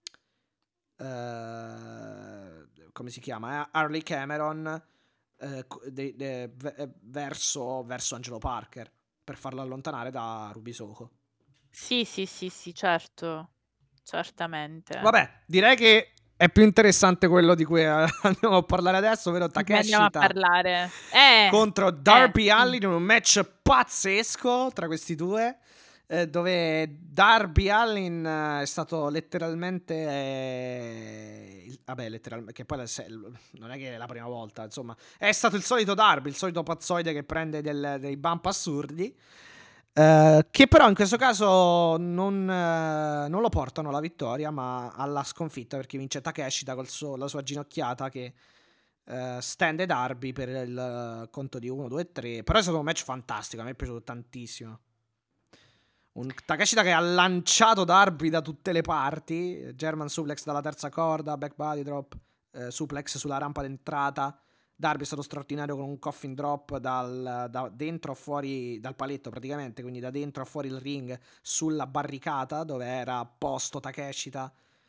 eh, come si chiama? Harley Cameron eh, de- de- ve- verso, verso Angelo Parker per farlo allontanare da Ruby Soho. Sì, sì, sì, sì, certo, certamente. Vabbè, direi che è più interessante quello di cui eh, andiamo a parlare adesso, ovvero Di cui andiamo a Takeshita parlare. Eh, contro eh, Darby sì. Allin in un match pazzesco tra questi due, eh, dove Darby Allin eh, è stato letteralmente eh, il- vabbè, letteralmente, che poi la se- non è che è la prima volta, insomma, è stato il solito Darby, il solito pazzoide che prende del- dei bump assurdi. eh, che però in questo caso non, eh, non lo portano alla vittoria, ma alla sconfitta, perché vince Takeshita con la sua ginocchiata che Uh, stand e Darby per il uh, conto di uno, due, tre. Però è stato un match fantastico. A me è piaciuto tantissimo. Un Takeshita che ha lanciato Darby da tutte le parti. German suplex dalla terza corda, back body drop, uh, suplex sulla rampa d'entrata. Darby è stato straordinario con un coffin drop dal, da dentro a fuori, dal paletto praticamente, quindi da dentro a fuori il ring sulla barricata dove era posto Takeshita.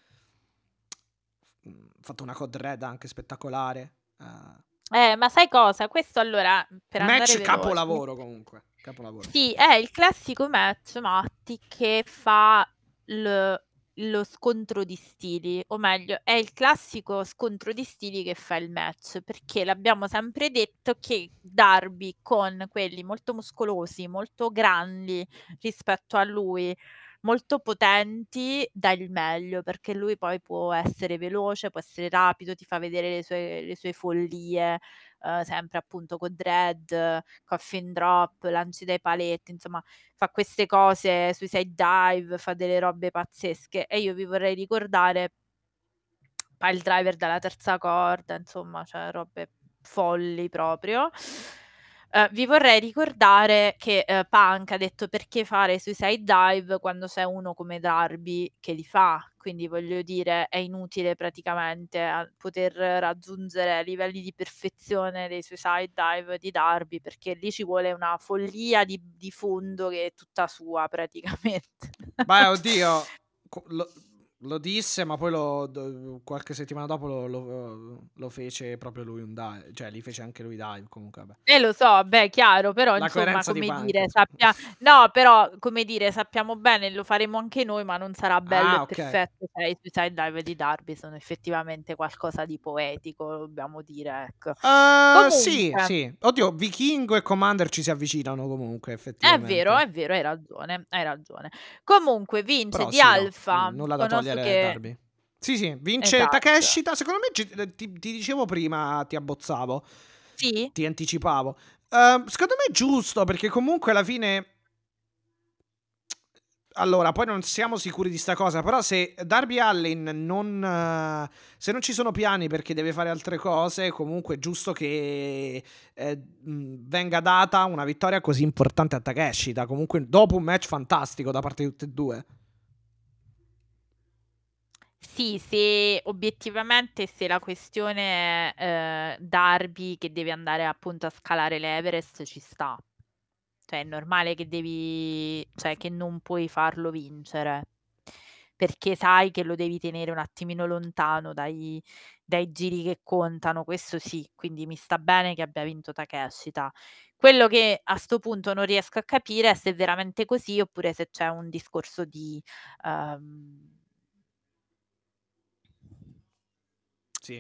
Fatto una code red anche spettacolare. Uh, Eh, ma sai cosa? Questo allora, per andare match veloci, capolavoro comunque. Capolavoro. sì, è il classico match, Matti, che fa l- lo scontro di stili, o meglio, è il classico scontro di stili che fa il match, perché l'abbiamo sempre detto che Darby con quelli molto muscolosi, molto grandi rispetto a lui, molto potenti, dà il meglio, perché lui poi può essere veloce, può essere rapido, ti fa vedere le sue, le sue follie, eh, sempre appunto con dread, coffin drop, lanci dai paletti, insomma, fa queste cose sui side dive, fa delle robe pazzesche. E io vi vorrei ricordare pile driver dalla terza corda, insomma, cioè robe folli proprio. Uh, vi vorrei ricordare che uh, Punk ha detto perché fare suicide dive quando c'è uno come Darby che li fa, quindi voglio dire è inutile praticamente a poter raggiungere livelli di perfezione dei suicide dive di Darby, perché lì ci vuole una follia di, di fondo che è tutta sua praticamente. Beh, oddio, lo, lo disse, ma poi lo, qualche settimana dopo lo, lo, lo fece proprio lui un dive, cioè li fece anche lui dive comunque, vabbè. Eh lo so, beh chiaro, però La insomma coerenza di come Punk, dire, insomma. sappia no, però come dire, sappiamo bene, lo faremo anche noi, ma non sarà bello Ah, e ok. perfetto se i suicide dive di Darby sono effettivamente qualcosa di poetico, dobbiamo dire, ecco. Uh, sì, Comunque, sì. Oddio, Vichingo e Commander ci si avvicinano comunque, è effettivamente. vero, è vero, hai ragione, hai ragione. Comunque vince Però di sì, no, Alfa nulla da con togliere a Osuke, Darby. Sì, sì, vince esatto. Takeshita. Secondo me, gi- ti, ti dicevo prima, ti abbozzavo, Sì? ti anticipavo. Uh, secondo me è giusto, perché comunque alla fine allora, poi non siamo sicuri di sta cosa, però se Darby Allin non eh, se non ci sono piani perché deve fare altre cose, comunque è giusto che eh, mh, venga data una vittoria così importante a Takeshita, comunque dopo un match fantastico da parte di tutte e due. Sì, se obiettivamente se la questione è eh, Darby che deve andare appunto a scalare l'Everest, ci sta. Cioè è normale che devi, cioè che non puoi farlo vincere, perché sai che lo devi tenere un attimino lontano dai, dai giri che contano, questo sì, quindi mi sta bene che abbia vinto Takeshita. Quello che a sto punto non riesco a capire è se è veramente così oppure se c'è un discorso di... ehm, Sì.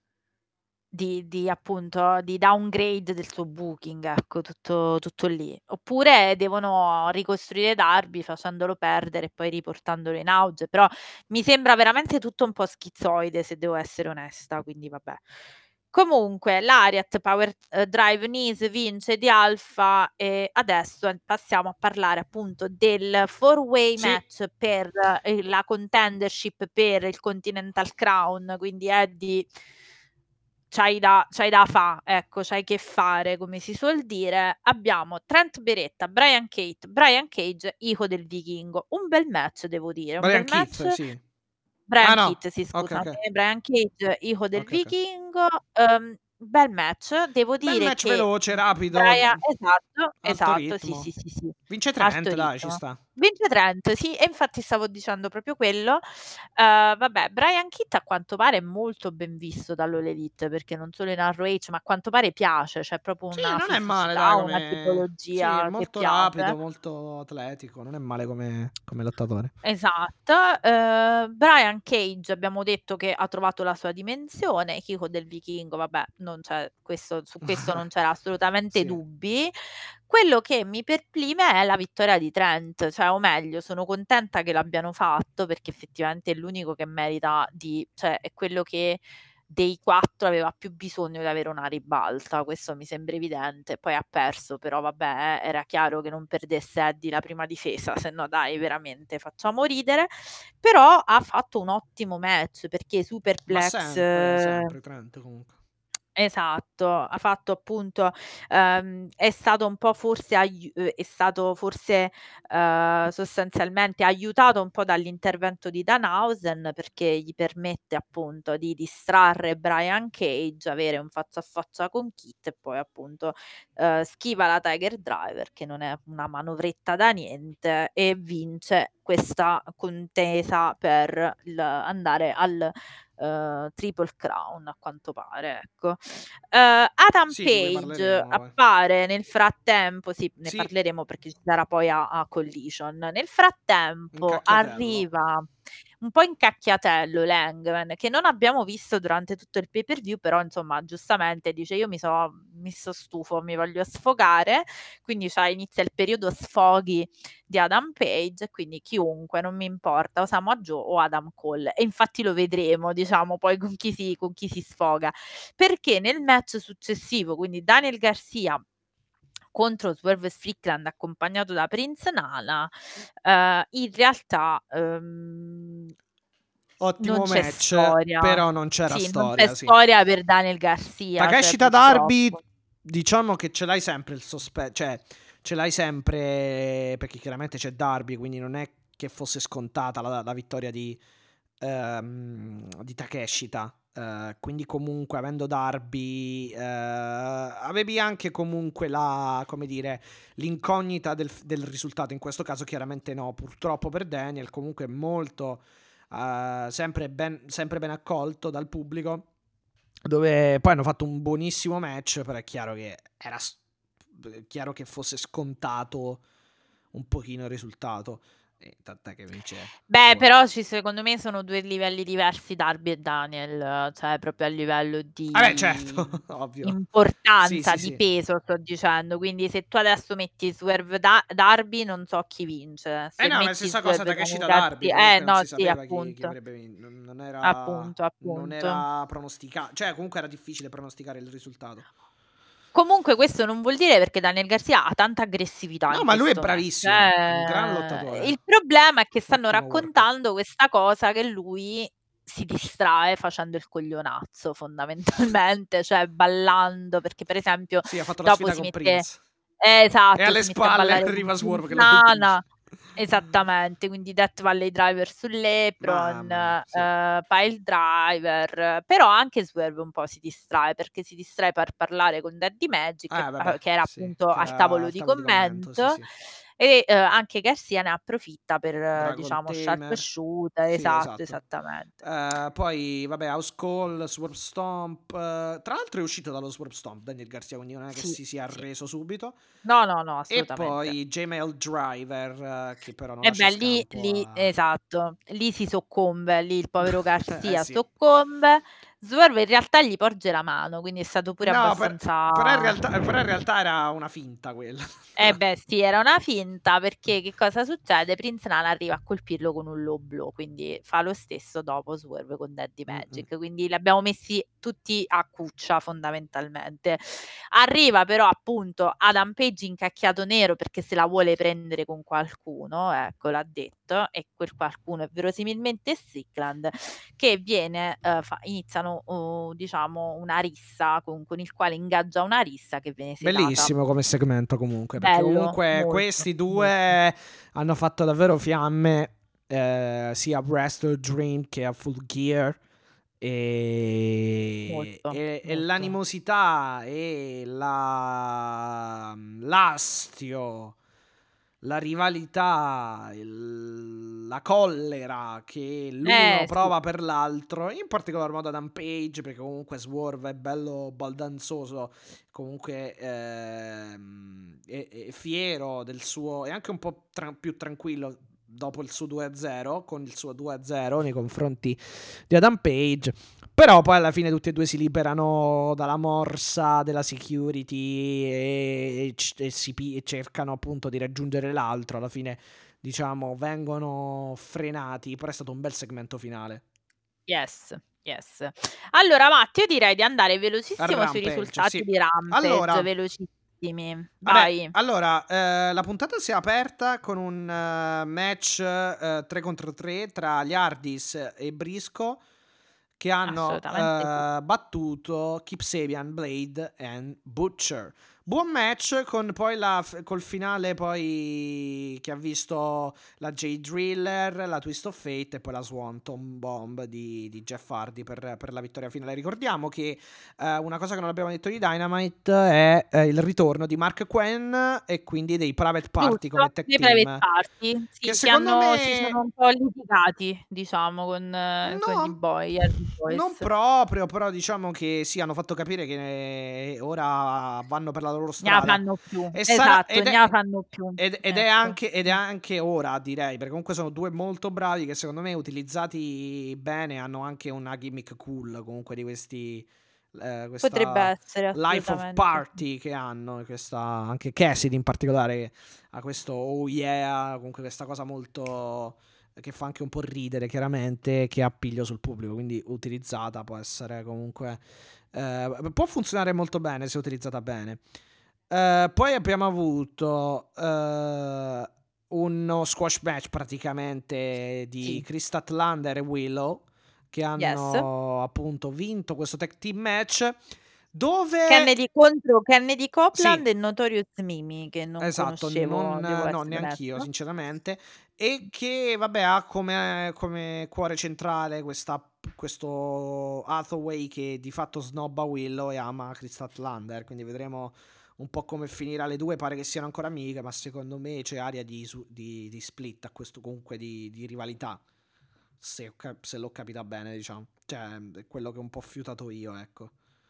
Di, di appunto di downgrade del suo booking, ecco, tutto, tutto lì. Oppure devono ricostruire Darby facendolo perdere e poi riportandolo in auge, però mi sembra veramente tutto un po' schizoide, se devo essere onesta, quindi vabbè. Comunque, l'Ariat Power eh, Drive Nese vince di Alpha e adesso passiamo a parlare appunto del four-way Sì. match per eh, la contendership per il Continental Crown, quindi Eddie c'hai da, c'hai da fa, ecco, c'hai che fare, come si suol dire. Abbiamo Trent Beretta, Brian Cage, Brian Cage, Ico del Vichingo. Un bel match, devo dire, un Brian bel Keith, match. sì. Brian Ah no, Keith, sì, ok, scusami, ok. Brian Cage, Ico del Ok, ok. Vichingo. Ehm, bel match, devo Bel dire match che veloce, mh, rapido, Brian, esatto, alto esatto, sì, sì, ritmo. sì, sì, Vince alto Trent, dai, ci ritmo. sta. Vince Trent, sì, e infatti stavo dicendo proprio quello. Eh, vabbè, Brian Kitt a quanto pare è molto ben visto dall'All Elite, perché non solo in R O H, ma a quanto pare piace, c'è proprio Sì, una non è male, fisicità, dai, una come... Sì, è tipologia che molto piace. rapido, molto atletico, non è male come, come lottatore. Esatto, eh, Brian Cage abbiamo detto che ha trovato la sua dimensione, Kiko del Vichingo, vabbè, non c'è questo, su questo non c'era assolutamente Sì. dubbi. Quello che mi perplime è la vittoria di Trent, cioè o meglio, sono contenta che l'abbiano fatto perché effettivamente è l'unico che merita di, cioè è quello che dei quattro aveva più bisogno di avere una ribalta, questo mi sembra evidente. Poi ha perso, però vabbè, era chiaro che non perdesse Eddie la prima difesa, se no dai, veramente facciamo ridere. Però ha fatto un ottimo match perché Ma Superplex sempre, eh, sempre Trent comunque. esatto, ha fatto appunto, ehm, è stato un po' forse aiu uhm, è stato forse, ehm, sostanzialmente aiutato un po' dall'intervento di Danhausen, perché gli permette appunto di distrarre Brian Cage, avere un faccia a faccia con Kit e poi appunto, ehm, schiva la Tiger Driver, che non è una manovretta da niente, e vince questa contesa per il andare al ehm, Triple Crown a quanto pare, ecco. Ehm, Adam Sì, di cui Page parleremo poi. appare nel frattempo, sì, ne Sì, parleremo perché ci sarà poi a a Collision. Nel frattempo incacchiatello. arriva un po' incacchiatello l'Hangman, che non abbiamo visto durante tutto il pay-per-view, però insomma giustamente dice: "Io mi so mi sto stufo, mi voglio sfogare", quindi c'ha inizia il periodo sfoghi di Adam Page e quindi chiunque, non mi importa, o Samoa Joe o Adam Cole. E infatti lo vedremo, diciamo, poi con chi si, con chi si sfoga. Perché nel match successivo, quindi Daniel Garcia contro Swerve Strickland accompagnato da Prince Nana, eh, in realtà ehm, non Ottimo c'è match, storia. però non c'era Sì, non c'è storia, sì. storia per Daniel Garcia, cioè Takeshita Darby, purtroppo. diciamo che ce l'hai sempre il sospetto, cioè ce l'hai sempre perché chiaramente c'è Darby, quindi non è che fosse scontata la, la vittoria di, ehm, di Takeshita. Eh, quindi comunque avendo Darby eh, avevi anche comunque la, come dire, l'incognita del, del risultato. In questo caso chiaramente no, purtroppo per Daniel, comunque molto eh, sempre, ben, sempre ben accolto dal pubblico, dove poi hanno fatto un buonissimo match, però è chiaro che era s- chiaro che fosse scontato un pochino il risultato, e tant'è che vince Beh, Swerve. però ci secondo me sono due livelli diversi Darby e Daniel, cioè proprio a livello Vabbè, di certo, ovvio. Sì, importanza, sì, di sì. peso sto dicendo, quindi se tu adesso metti Swerve Da Darby non so chi vince, Eh se no, ma è la metti stessa cosa Swerve Daniel Takeshita Darby, Garcia eh comunque non no, si sì sapeva chi, chi appunto, avrebbe vinto, non, non era appunto, non appunto. era pronosticato, cioè comunque era difficile pronosticare il risultato. Comunque questo non vuol dire, perché Daniel Garcia ha tanta aggressività No, in ma lui è questo match, bravissimo, un gran eh. lottatore. Il problema è che stanno Ottimo worker. raccontando questa cosa che lui si distrae facendo il coglionazzo fondamentalmente, cioè ballando, perché per esempio Sì, ha fatto la dopo sfida si con mette Prince. eh, E esatto, alle si mette a spalle ballare arriva con Swerve che lo Nana. colpisce. Esattamente, quindi Death Valley Driver sull'apron, Mamma mia, sì. ehm, Pile Driver, però anche Swerve un po' si distrae, perché si distrae per parlare con Daddy Magic, Eh, vabbè, eh, che era sì, appunto che al era tavolo al di tavolo di commento, sì, commento, sì. e eh, anche Garcia ne approfitta per, eh, Dragon diciamo, sharp Tamer. shoot, Sì, esatto, esatto. esattamente. Eh, poi, vabbè, House Call, Swerve Stomp. eh, tra l'altro è uscito dallo Swerve Stomp Daniel Garcia, quindi non è che Sì, si sia sì. arreso subito. No, no, no, E assolutamente. poi J-Mail Driver, eh, che però non E lascia beh, lì scampo lì a... esatto, lì si soccombe, lì il povero Eh Garcia sì. soccombe. Swerve in realtà gli porge la mano, quindi è stato pure No, per- abbastanza però, in realtà, però in realtà era una finta quella. Eh beh sì, era una finta, perché che cosa succede? Prince Nana arriva a colpirlo con un low blow, quindi fa lo stesso dopo Swerve con Daddy Mm-mm. Magic, quindi li abbiamo messi tutti a cuccia fondamentalmente. Arriva però appunto Adam Page incacchiato nero perché se la vuole prendere con qualcuno, ecco l'ha detto, e quel qualcuno è verosimilmente Strickland, che viene, eh, fa- iniziano uh, diciamo una rissa con, con il quale ingaggia una rissa che viene sedata. Bellissimo come segmento comunque, perché Bello, comunque molto, questi molto. due hanno fatto davvero fiamme, eh, sia a Wrestle Dream che a Full Gear. E, Molto, e- e molto. l'animosità e la, l'astio, la rivalità, il- la collera che l'uno Eh sì, prova per l'altro, in particolar modo Adam Page, perché comunque Swerve è bello baldanzoso, comunque ehm, è, è fiero del suo, è anche un po' tra- più tranquillo dopo il suo due a zero, con il suo due a zero nei confronti di Adam Page. Però poi alla fine tutti e due si liberano dalla morsa della security e, e, e si pi- e cercano appunto di raggiungere l'altro. Alla fine, diciamo, vengono frenati. Però è stato un bel segmento finale. yes, yes. Allora Matti, io direi di andare velocissimo sui Rampage, risultati sì. di Rampage, Allora, velocissimi. vabbè, Vai. allora, eh, la puntata si è aperta con un eh, match eh, tre contro tre tra gli Hardys e Briscoe, che hanno Assolutamente sì. eh, battuto Kip Sabian, Blade e Butcher. Buon match con poi la, col finale poi che ha visto la J-Driller, la Twist of Fate e poi la Swanton Bomb di, di Jeff Hardy per, per la vittoria finale. Ricordiamo che eh, una cosa che non abbiamo detto di Dynamite è eh, il ritorno di Mark Quinn e quindi dei Private Party come Giusto, tag dei private team. party, sì, Che che secondo hanno, si sono me... un po' litigati, diciamo, con, eh, con i No, boy, i Hardy non Boys. proprio, però diciamo che sì, hanno fatto capire che eh, ora vanno per la loro Ne strada. fanno più, E sarà, esatto, ed ne è, fanno più. ed, ed è Ecco. anche, ed è anche ora, direi, perché comunque sono due molto bravi che secondo me utilizzati bene hanno anche una gimmick cool comunque di questi... Eh, questa Potrebbe essere, life of assolutamente. party che hanno, questa, anche Cassidy in particolare ha questo oh yeah, comunque questa cosa molto che fa anche un po' ridere chiaramente, che ha appiglio sul pubblico, quindi utilizzata può essere comunque eh, può funzionare molto bene se utilizzata bene. Eh, poi abbiamo avuto eh, uno squash match praticamente di Sì. Chris Statlander e Willow, che hanno Yes. appunto vinto questo tag team match dove Kennedy contro Kennedy Copeland sì, e Notorious Mimi, che non esatto, conoscevo, non, devo no, essere neanch'io onesta. sinceramente, e che vabbè ha come, come cuore centrale questa, questo Hathaway che di fatto snobba Willow e ama Chris Statlander, quindi vedremo un po' come finirà. Le due pare che siano ancora amiche, ma secondo me c'è aria di, su- di, di split a questo, comunque di, di rivalità, se, ho cap- se l'ho capita bene, diciamo, cioè è quello che ho un po' fiutato io, ecco.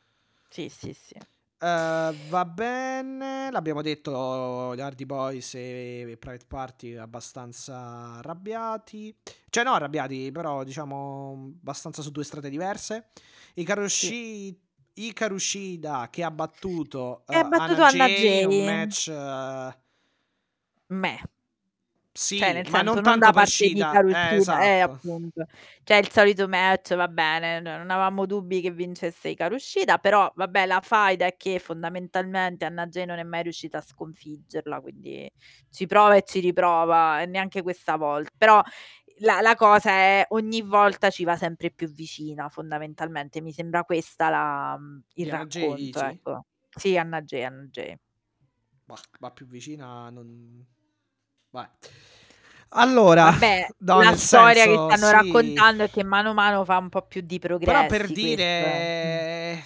Sì, sì, sì. Uh, va bene, l'abbiamo detto, gli Hardy Boys e i Private Party abbastanza arrabbiati, cioè no arrabbiati, però diciamo abbastanza su due strade diverse. Ikarushi, Hikaru Shida che ha battuto uh, Che ha Anna battuto Anna Jay, un Jay. match uh, Meh. Sì, Cioè, nel ma senso, non non tanto da per parte di Shida. Hikaru Eh, Shida, eh, esatto. appunto. Cioè, il solito match, va bene, n non avevamo dubbi che vincesse Hikaru Shida, però vabbè, la faida è che fondamentalmente Anna Jay non è mai riuscita a sconfiggerla, quindi ci prova e ci riprova, e neanche questa volt però la la cosa è ogni volta ci va sempre più vicina, fondamentalmente. Mi sembra questa la mhmm, il Di Anna Jay racconto, dici? ecco. Sì, Anna Jay, Anna Jay. Bah, ma più vicina non vai. Allora, Vabbè, no, la nel storia che senso, stanno sì. raccontando è che mano a mano fa un po' più di Però per progressi questo è. Mh. dire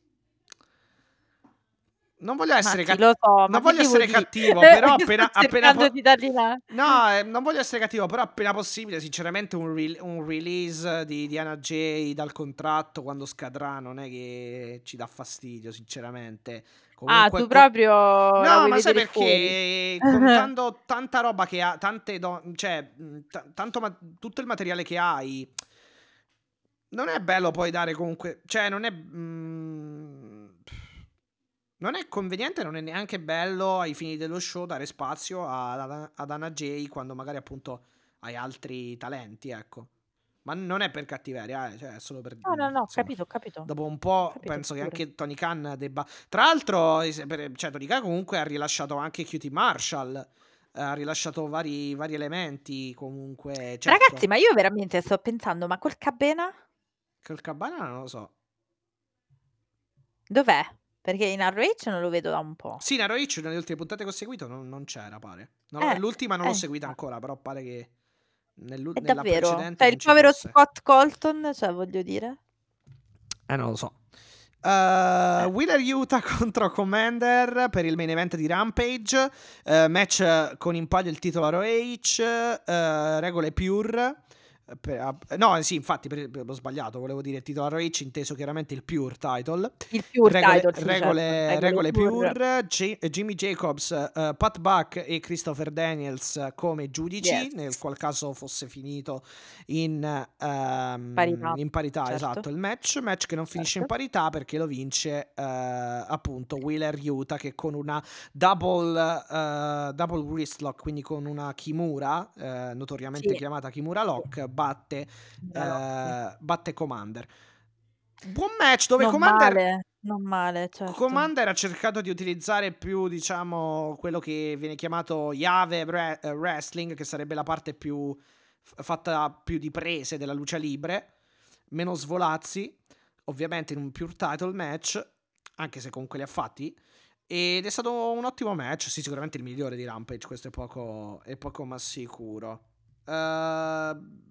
non voglio Ma essere sì, cat lo so, ma non che voglio devo essere dì? cattivo, però Sto appena appena cercando po di dargli la no, ehm, non voglio essere cattivo, però appena possibile, sinceramente un rel un release di di Anna Jay dal contratto quando scadrà non è che ci dà fastidio, sinceramente. Ah, Comunque tu co proprio la no, vuoi ma sai vedere fuori. perché contando tanta roba che ha tante do cioè, mhmm, ta tanto ma tutto il materiale che hai non è bello poi dare comunque cioè non è mhmm, non è conveniente, non è neanche bello ai fini dello show dare spazio ad ad ad Anna Jay quando magari appunto hai altri talenti, ecco. Ma non è per cattiveria, eh, cioè è solo per No, no, mhmm, no, ho insomma, capito, ho capito. dopo un Ho po' capito, penso che figurati. anche Tony Khan debba tra l'altro is per cioè Tony Khan comunque ha rilasciato anche Q T Marshall, ha rilasciato vari vari elementi comunque, Ragazzi, certo. ma io veramente sto pensando, ma Colt Cabana? Colt Cabana non lo so. Dov'è? Perché in R O H non lo vedo da un po'. Sì, in R O H nelle ultime puntate che ho seguito non non c'era pare. Non l'ho Eh, l'ultima non eh, l'ho seguita infa ancora, però pare che nell'u È nella davvero? precedente Cioè non il ci povero fosse. Scott Colton, cioè voglio dire. Eh, non lo so. Uh, Wheeler Yuta contro Commander per il main event di Rampage. Uh, match con in palio il titolo R O H. Uh, regole pure. Per, uh, no, sì, infatti, per, per, l'ho sbagliato. Volevo dire il titolo R O H, inteso chiaramente il Pure Title. Il Pure Regole, Title, sì, certo. regole, Regole regole pure. Pure. G- Jimmy Jacobs, uh, Pat Buck e Christopher Daniels come giudici, Yes. nel qual caso fosse finito in, um, Parità. in parità, Certo. esatto, il match. Match che non finisce Certo. in parità perché lo vince uh, appunto Wheeler Yuta, che con una double, uh, double wristlock, quindi con una Kimura, uh, notoriamente Sì. chiamata Kimura Lock, Sì. batte, Uh, uh, batte Commander. Buon match dove non Commander male, non male, certo. Commander ha cercato di utilizzare più, diciamo, quello che viene chiamato Yave re- Wrestling, che sarebbe la parte più f- fatta più di prese della lucha libre, meno svolazzi, ovviamente in un pure title match, anche se comunque li ha fatti, ed è stato un ottimo match, sì, sicuramente il migliore di Rampage, questo è poco, è poco ma sicuro. Uh,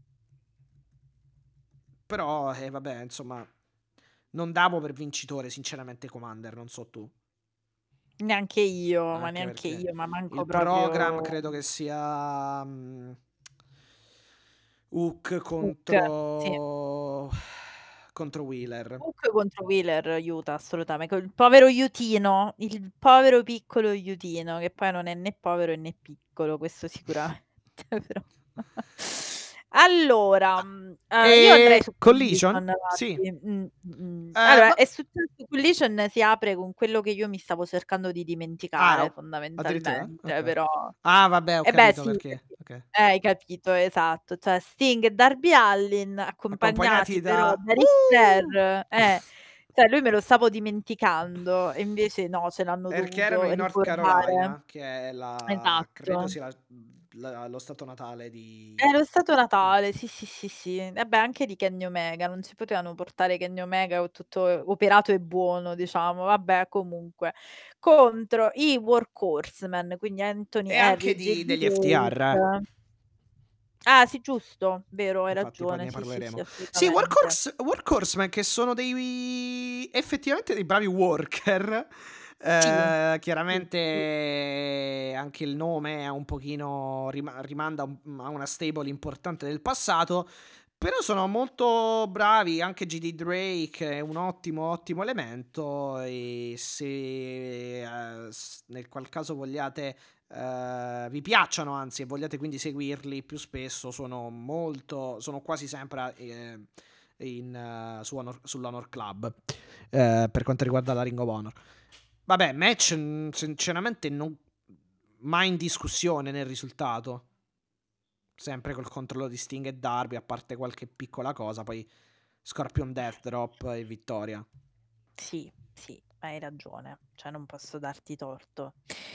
però, eh, vabbè, insomma, non davo per vincitore, sinceramente, Commander, non so tu. Neanche io, Anche ma neanche perché io, ma manco il proprio program credo che sia um, Hook Hook, sì. contro contro Wheeler. Hook contro Wheeler aiuta assolutamente. Il povero Yutino, il povero piccolo Yutino, che poi non è né povero né piccolo, questo sicuramente. Però. Allora, mhmm, uhm, io andrei E su Collision? Collision, Sì. guardi. Mh, mh-mh. Eh, Allora, va- è successo Collision si apre con quello che io mi stavo cercando di ah, dimenticare o- addirittura? fondamentalmente, Ok. però Ah, vabbè, ho eh beh capito sì, perché. perché Ok. eh, hai capito, esatto. Cioè Sting e Darby Allin Accompagnati accompagnati però da da Ric uh! Flair, eh, cioè lui me lo stavo dimenticando e invece no, ce l'hanno Perché erano dovuto in North ricordare. Carolina, che è la credo Esatto. sia la- la- lo stato natale di È lo stato sì. Natale, sì, sì, sì, sì. E beh, anche di Kenny Omega, non ci potevano portare Kenny Omega o tutto operato e buono, diciamo, vabbè comunque. Contro i Workhorsemen, quindi Anthony E anche Harris, di, J D degli F T R, eh. Drake. Ah sì, giusto, vero, hai Infatti poi ragione, ne sì, sì, sì, parleremo. Sì, assolutamente. Workhorse, Workhorsemen che sono dei effettivamente dei bravi worker. Sì, Eh, sì, sì. chiaramente anche il nome è un pochino rima- rimanda un- a una stable importante del passato. Però sono molto bravi. Anche G D Drake è un ottimo, ottimo elemento. E se eh, s- nel qual caso vogliate Uh, vi piacciono, anzi, e vogliate quindi seguirli più spesso, sono molto, sono quasi sempre eh, in, uh, su Honor, sull'Honor Club uh, per quanto riguarda la Ring of Honor. Vabbè, match sinceramente non mai in discussione nel risultato. sempre col controllo di Sting e Darby, a parte qualche piccola cosa, poi Scorpion Death Drop e vittoria. Sì, sì, hai ragione, cioè non posso darti torto.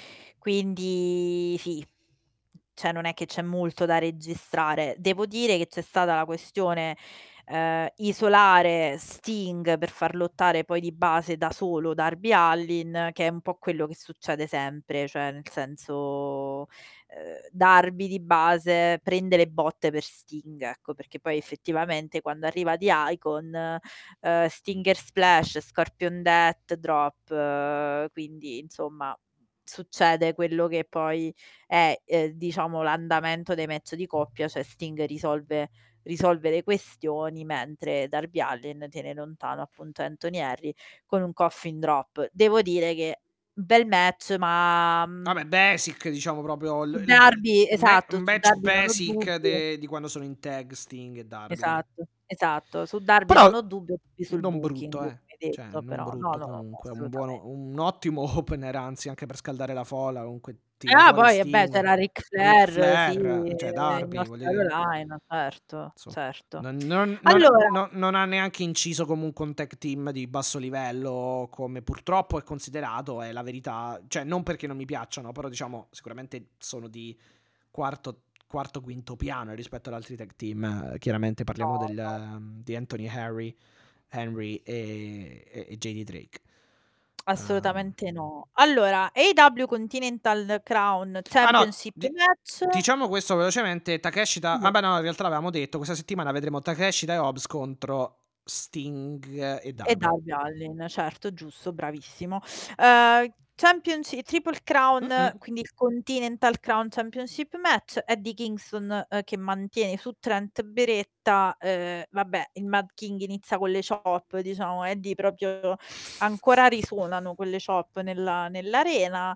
Quindi sì, cioè non è che c'è molto da registrare. Devo dire che c'è stata la questione eh, isolare Sting per far lottare poi di base da solo Darby Allin, che è un po' quello che succede sempre, cioè nel senso eh, Darby di base prende le botte per Sting, ecco, perché poi effettivamente quando arriva di Icon eh, Stinger Splash, Scorpion Death Drop, eh, quindi insomma succede quello che poi è eh, diciamo l'andamento dei match di coppia, cioè Sting risolve, risolve le questioni mentre Darby Allin tiene lontano appunto Anthony Henry con un coffin drop. Devo dire che bel match, ma mm, Vabbè, basic, diciamo proprio il, il- Darby, un ma- esatto, un su match Darby non ho basic dubbi. de- di quando sono in tag Sting e Darby, dai. Esatto, esatto. Su Darby Però non ho dubbi, ho dubbi sul non booking, brutto, come eh. hai Cioè, detto, non però no, brutto no, no, comunque. Un buono, assolutamente. un ottimo opener, anzi, anche per scaldare la folla. Comunque E tiri ah, fuori poi vabbè Sting, c'era Ric Ric Flair, sì, Flair, cioè in Darby, North voglio dire. Carolina, certo, Insomma, certo. non, non- non- Allora, non- non ha neanche inciso comunque un tag team di basso livello, come purtroppo è considerato, è la verità. Cioè, non perché non mi piacciono, però diciamo, sicuramente sono di quarto, quarto quinto piano rispetto ad altri tag team. Eh, Chiaramente parliamo no, del, no, ehm, di Anthony Henry, Henry e, e- e J D Drake. Ehm, assolutamente no. Allora, A E W Continental Crown ah no, Championship di- match. diciamo questo velocemente. Takeshita, Boh. ah beh no, in realtà l'avevamo detto, questa settimana vedremo Takeshita e Hobbs contro Sting e E Darby. Darby Allin, certo, giusto, bravissimo. Ehm, Championship Triple Crown, Mm-mm. quindi il Continental Crown Championship match, Eddie Kingston eh, che mantiene su Trent Beretta, eh, vabbè, il Mad King inizia con le chop, diciamo, Eddie proprio ancora risuonano quelle chop nella- nell'arena.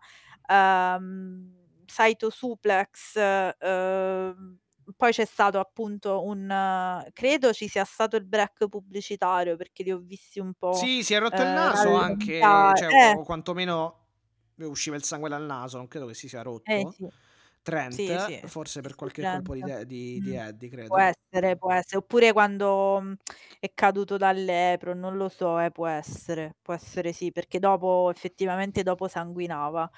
Ehm, Saito Suplex, ehm, poi c'è stato appunto un eh, credo ci sia stato il break pubblicitario perché li ho visti un po' Sì, si è rotto il eh, naso anche, rallentare. cioè, Eh, o quantomeno usciva il sangue dal naso, non credo che si sia eh rotto. sì, sì, Trent, sì, forse sì, per sì, qualche colpo di, Trent. de- di, di Mm. Eddie, Può credo. essere, può essere. Oppure quando mh, è caduto dall'Epro, non lo so, eh, può essere, può essere sì, perché dopo, effettivamente dopo sanguinava.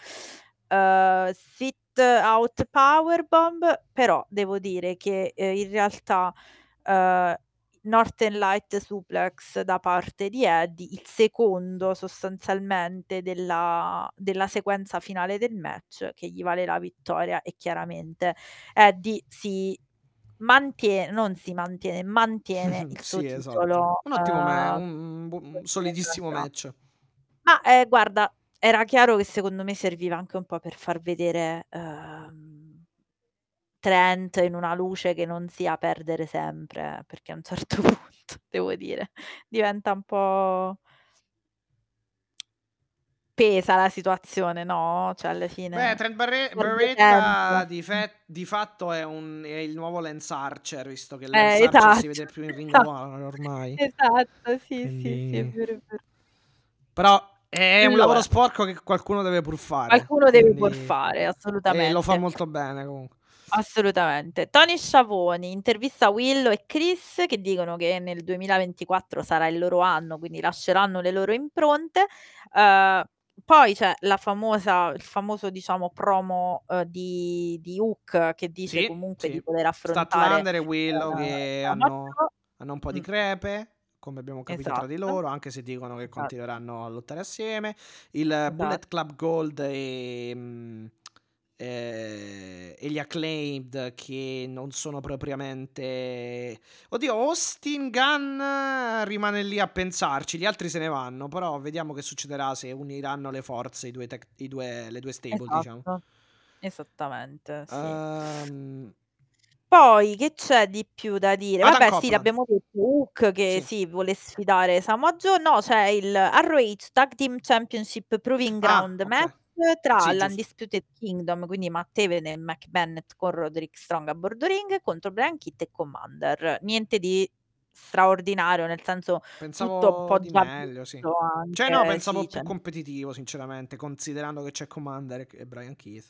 Eh, sit out powerbomb, però devo dire che eh, in realtà eh, Northern Light Suplex da parte di Eddie, il secondo sostanzialmente della, della sequenza finale del match, che gli vale la vittoria e chiaramente Eddie si mantiene, non si mantiene, mantiene il suo Sì, esatto. titolo. Un ottimo me- Uh, un, bu- un solidissimo match. ma eh, guarda, era chiaro che secondo me serviva anche un po' per far vedere ehm, Trent in una luce che non sia perdere sempre, perché a un certo punto, devo dire, diventa un po' pesa la situazione, no? Cioè alla Beh, fine Trent Barre- perde sempre. Barretta di, fe- di fatto è, un- è il nuovo Lance Archer, visto che Lance Eh, Archer si esatto, vede più in ring esatto, ormai. esatto, sì, sì, sì, è Quindi... vero, è vero. Però è un lavoro Allora, sporco che qualcuno deve pur fare. qualcuno deve pur Quindi... fare, E lo fa assolutamente. molto bene comunque. Assolutamente. Tony Schiavoni intervista Willow e Chris che dicono che nel duemilaventiquattro sarà il loro anno, quindi lasceranno le loro impronte. Eh, poi c'è la famosa, il famoso, diciamo, promo eh, di, di Hook che dice Sì, comunque di sì. poter affrontare Statlander e Willow eh, che Samoa hanno, Joe. hanno un po' di Mm, crepe, come abbiamo capito tra di esatto, loro, anche se dicono che esatto, continueranno a lottare assieme. Il esatto. Bullet Club Gold e, mm, eh, e gli Acclaimed che non sono propriamente... Oddio, Austin Gunn rimane lì a pensarci, gli altri se ne vanno, però vediamo che succederà se uniranno le forze, i due tec- i due- le due stable, diciamo. Esatto, esattamente, sì. Ehm, Poi che c'è di più da dire? Adam Vabbè, sì, Copeland, l'abbiamo detto, Hook che sì. sì, vuole sfidare Samoa Joe. No, c'è il R O H Tag Team Championship Proving Ah, Ground ok. match tra Sì, giusto. l'Undisputed Kingdom, quindi Matt Taven e Mac Bennett con Roderick Strong a bordo ring contro Brian Kitt e Commander. Niente di straordinario, nel senso tutto un Pensavo po' di già meglio, sì. visto Cioè, no, anche, pensavo sì, più cioè competitivo, sinceramente, considerando che c'è Commander e Brian Keith.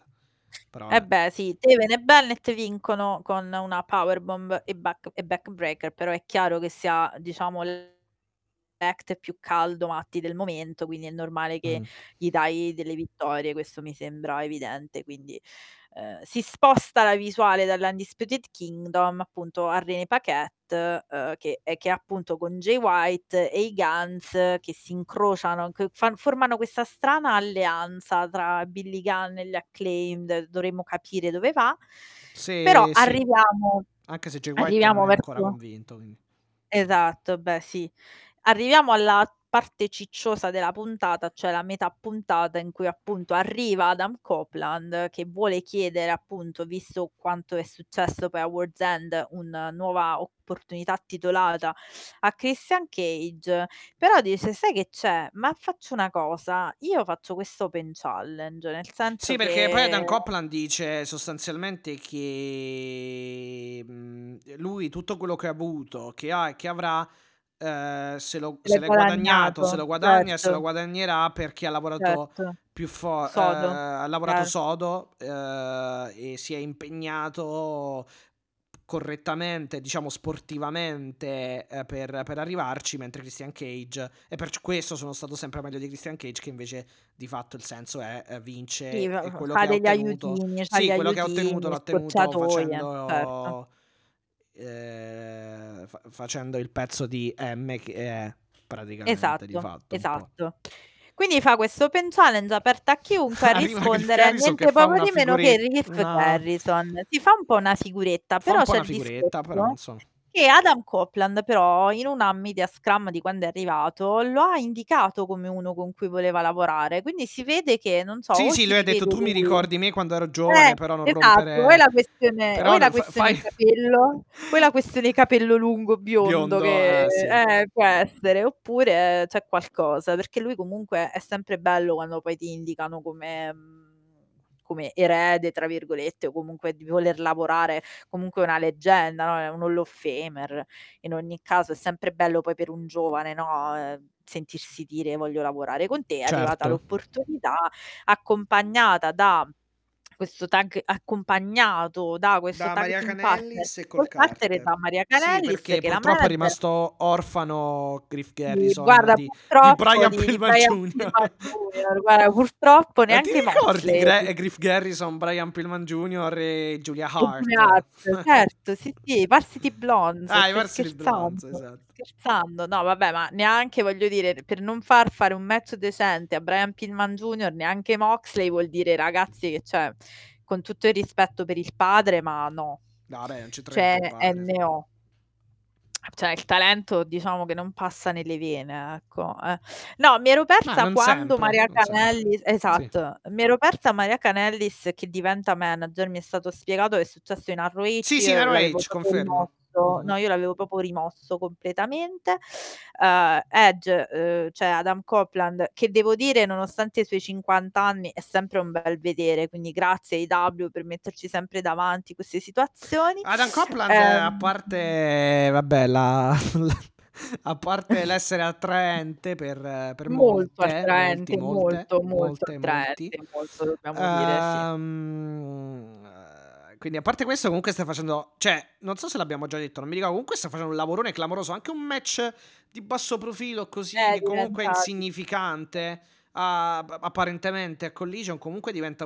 Però Eh vabbè. beh sì, Taven e Bennett vincono con una powerbomb e back e backbreaker, però è chiaro che sia, diciamo, l'act più caldo Matti del momento, quindi è normale che Mh. gli dai delle vittorie, questo mi sembra evidente. Quindi, ehm, si sposta la visuale dall'Undisputed Kingdom appunto a René Paquette, uhm, che e che appunto con Jay White e i Guns che si incrociano, che fan formano questa strana alleanza tra Billy Gunn e gli Acclaimed, dovremmo capire dove va. Però Sì, sì. arriviamo Anche se Jay White non arriviamo è ancora verso convinto, quindi. esatto, beh sì. Arriviamo alla parte cicciosa della puntata, cioè la metà puntata in cui appunto arriva Adam Copeland che vuole chiedere appunto, visto quanto è successo poi a World's End, una nuova opportunità titolata a Christian Cage, però dice: "Sai che c'è? Ma faccio una cosa, io faccio questo open challenge", nel senso Sì, perché poi che Adam Copeland dice sostanzialmente che, mhmm, lui tutto quello che ha avuto, che ha e che avrà, ehm, se lo se l'è se l'è guadagnato, se guadagnato, lo guadagna e se lo certo, guadagnerà perché ha lavorato certo. più fo ehm, Sodo, ha lavorato chiaro. sodo, ehm, e si è impegnato correttamente, diciamo sportivamente, ehm, per per arrivarci, mentre Christian Cage e per c questo sono stato sempre meglio di Christian Cage, che invece di fatto il senso è, ehm, Sì, vince e fa quello fa che ha degli ottenuto aiutini, c'ha gli sì, quello che ha ottenuto aiutini, l'ha ottenuto scorciatoie, certo. facendo ehm, fa facendo il pezzo di M che è praticamente di Esatto, fatto un po'. esatto. Quindi fa questo open challenge aperto a chiunque, a Arriva Griff rispondere Garrison che niente fa poco una di meno che figure Riff una Garrison. Si fa un po' una figuretta, fa un però po' c'è una il figuretta, però discorso insomma. che Adam Copeland però in una media scrum di quando è arrivato, lo ha indicato come uno con cui voleva lavorare, quindi si vede che, non so, Sì, o sì, si lui ha detto: rivede "Tu mi lui ricordi me quando ero eh, giovane, però non esatto, o è rompere la questione o però è la no fa questione fai capello o è la questione capello lungo biondo biondo, che eh sì. eh, può essere, oppure c'è qualcosa, perché lui comunque è sempre bello quando poi ti indicano come mhmm, come "erede" tra virgolette, o comunque di voler lavorare comunque una leggenda, no, è un Hall of Famer. In ogni caso è sempre bello poi per un giovane, no, ehm, sentirsi dire: "Voglio lavorare con te". È arrivata Certo. l'opportunità accompagnata da questo tag accompagnato da questo Da tag Maria team partner Kanellis e col col partner Carter. da Maria Sì, Kanellis perché che è la purtroppo è manager rimasto orfano Griff di Garrison guarda di di purtroppo Brian di di Pillman Brian Junior Pillman Junior, guarda purtroppo Ma ti neanche ricordi Moxley Gre Griff Garrison, Brian Pillman Junior e Julia e Julia Hart? Hart, certo, sì, sì, i Varsity Blondes, Ah, i stai Varsity scherzando? Blondes, esatto. Scherzando? No vabbè, ma neanche voglio dire, per non far fare un match decente a Brian Pillman Junior neanche Moxley, vuol dire ragazzi che cioè, con tutto il rispetto per il padre, ma no. No, vabbè, non c'entra niente Cioè il padre, sì. N O. Cioè il talento diciamo che non passa nelle vene, ecco, eh. No, mi ero Ma persa non quando sempre, Maria non sempre. Kanellis Sì. esatto, mi ero persa Maria Kanellis che diventa manager, mi è stato spiegato che è successo in R O H, Sì, sì, in io l'avevo R O H, proprio confermo. rimosso Mh-mh. no, io l'avevo proprio rimosso completamente. Uhm, Edge, uhm, cioè Adam Copeland, che devo dire nonostante i suoi cinquanta anni è sempre un bel vedere, quindi grazie A E W per metterci sempre davanti queste situazioni. Adam Copeland, a Ehm parte vabbè la la a parte l'essere attraente per per Molto molte, molti, attraente, molte, molto, molto molte, molti, attraente, molto dobbiamo dire, sì. uhm, quindi a parte questo comunque sta facendo cioè, non so se l'abbiamo già detto, non mi ricordo, comunque sta facendo un lavorone clamoroso, anche un match di basso profilo così, Eh, che comunque è diventati insignificante, a apparentemente a Collision, comunque diventa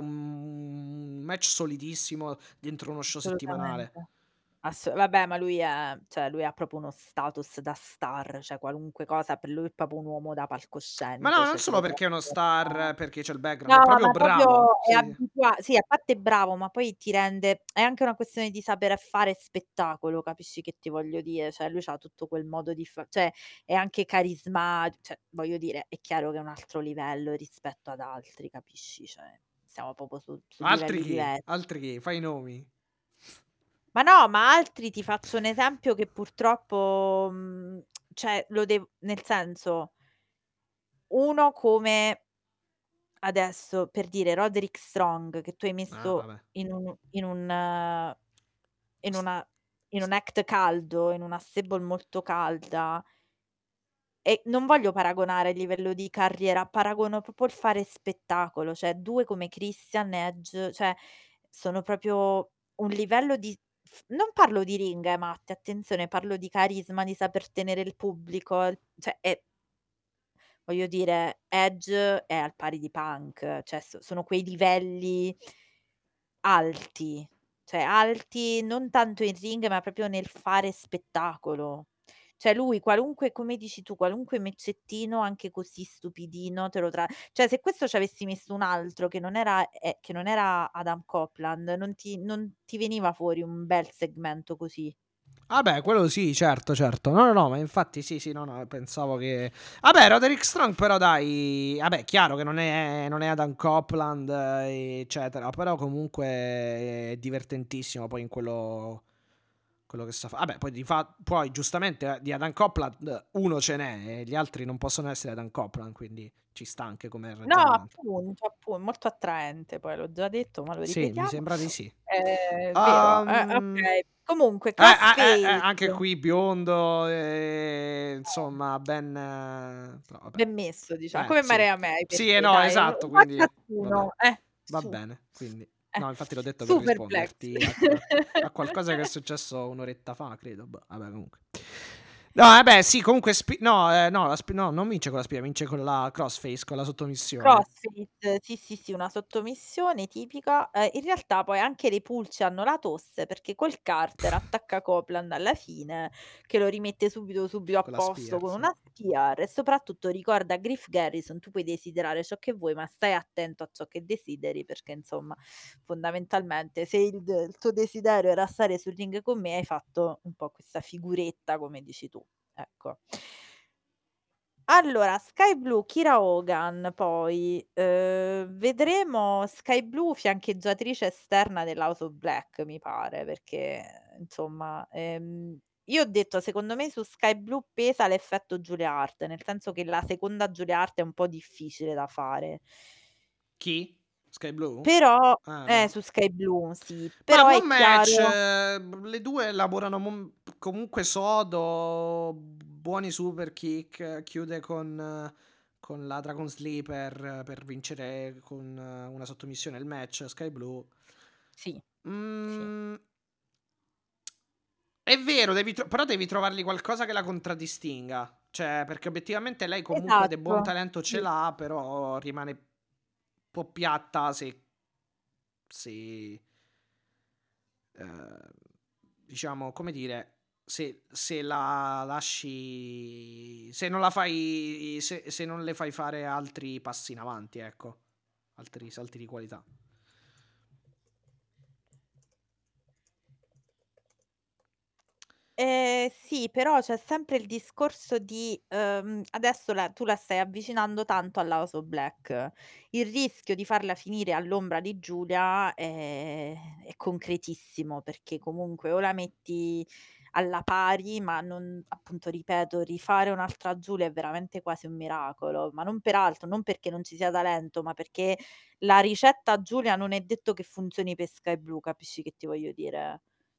un match solidissimo dentro uno show settimanale. assolutamente. Asso vabbè, ma lui è cioè lui ha proprio uno status da star, cioè qualunque cosa per lui è proprio un uomo da Ma palcoscenico, no, non cioè se solo lo perché è uno prende star, perché c'è il background, no, è proprio ma bravo. proprio è Sì. abitua sì, a parte è bravo, ma poi ti rende è anche una questione di saper fare spettacolo, capisci che ti voglio dire? Cioè lui c'ha tutto quel modo di fa cioè è anche carisma cioè voglio dire, è chiaro che è un altro livello rispetto ad altri, capisci? Cioè siamo proprio su su Altri livelli chi? diversi. Altri chi? Fai i nomi. Ma no, ma altri ti faccio un esempio che purtroppo, mhmm, cioè lo dev nel senso, uno come adesso, per dire Roderick Strong, che tu hai Ah, messo vabbè. in un in un eh, in S una in s un act caldo, in una stable molto calda e non voglio paragonare a livello di carriera, paragono proprio il fare spettacolo, cioè due come Christian Edge, cioè sono proprio un livello di f non parlo di ring, eh, Matte, attenzione, parlo di carisma, di saper tenere il pubblico, il cioè è voglio dire, Edge è al pari di Punk, cioè so sono quei livelli alti, cioè alti non tanto in ring, ma proprio nel fare spettacolo. Cioè lui qualunque come dici tu, qualunque meccettino anche così stupidino te lo tra cioè se questo ci avessi messo un altro che non era e che non era Adam Copeland, non ti non ti veniva fuori un bel segmento così. Vabbè, quello sì, certo, certo. No, no, no, ma infatti sì, sì, no, no, pensavo che... Vabbè, Roderick Strong però dai... Vabbè, chiaro che non è, non è Adam Copeland, eh, eccetera, però comunque è divertentissimo poi in quello, quello che sta facendo. Vabbè, poi, di fa- poi giustamente eh, di Adam Copeland uno ce n'è e gli altri non possono essere Adam Copeland, quindi ci sta anche come No, ragionamento. appunto, appu molto attraente poi, l'ho già detto, ma lo Sì, mi ripetiamo. sembra di sì. Ehm, vero, eh, Um, okay. Comunque Eh, eh, eh, eh, Crossface. anche qui biondo, eh, insomma, ben... eh, però vabbè. Ben messo diciamo, Eh, come sì. Maria May per Sì e te no, dai, un esatto, po' a quindi vabbè, ciascuno, eh, va su, bene, quindi... eh. No, infatti l'ho detto per Superplex. risponderti a, a- a qualcosa che è successo un'oretta fa, credo. Boh, vabbè, comunque. No, vabbè, sì, comunque... spi- no, eh, no, la spi- no, non vince con la spia, vince con la crossface, con la sottomissione. CrossFit, sì, sì, sì, una sottomissione tipica. Ehm, in realtà poi anche le pulci hanno la tosse perché col Carter attacca Copeland alla fine, che lo rimette subito, subito a Con la posto spear, con sì. una spear e soprattutto ricorda a Griff Garrison: "Tu puoi desiderare ciò che vuoi, ma stai attento a ciò che desideri perché insomma, fondamentalmente se il d il tuo desiderio era stare sul ring con me, hai fatto un po' questa figuretta come dici tu." Ecco. Allora, Sky Blue, Kira Hogan poi, uhm, vedremo Sky Blue fiancheggiatrice esterna dell'House of Black mi pare, perché insomma, ehm, io ho detto secondo me su Sky Blue pesa l'effetto Julia Hart, nel senso che la seconda Julia Hart è un po' difficile da fare. Chi? Sky Blue? Però Ah, eh, beh. su Sky Blue sì, Ma però buon è match, chiaro eh, le due lavorano mom- comunque sodo, buoni super kick, chiude con, eh, con la Dragon Sleeper eh, per vincere con eh, una sottomissione il match, Sky Blue. sì, sì, Mm, è vero, devi tro- però devi trovargli qualcosa che la contraddistinga, cioè perché obiettivamente lei comunque del buon esatto, talento ce sì. l'ha, però rimane un po' piatta se... se eh, diciamo, come dire, se, se la lasci, se non la fai, se, se non le fai fare altri passi in avanti, ecco, altri salti di qualità. Ehm, sì, però c'è sempre il discorso di, uhm, adesso la tu la stai avvicinando tanto all'House of Black. Il rischio di farla finire all'ombra di Giulia è è concretissimo, perché comunque o la metti alla pari, ma non appunto ripeto, rifare un'altra Giulia è veramente quasi un miracolo, ma non per altro, non perché non ci sia talento, ma perché la ricetta Giulia non è detto che funzioni per Sky Blue, capisci che ti voglio dire?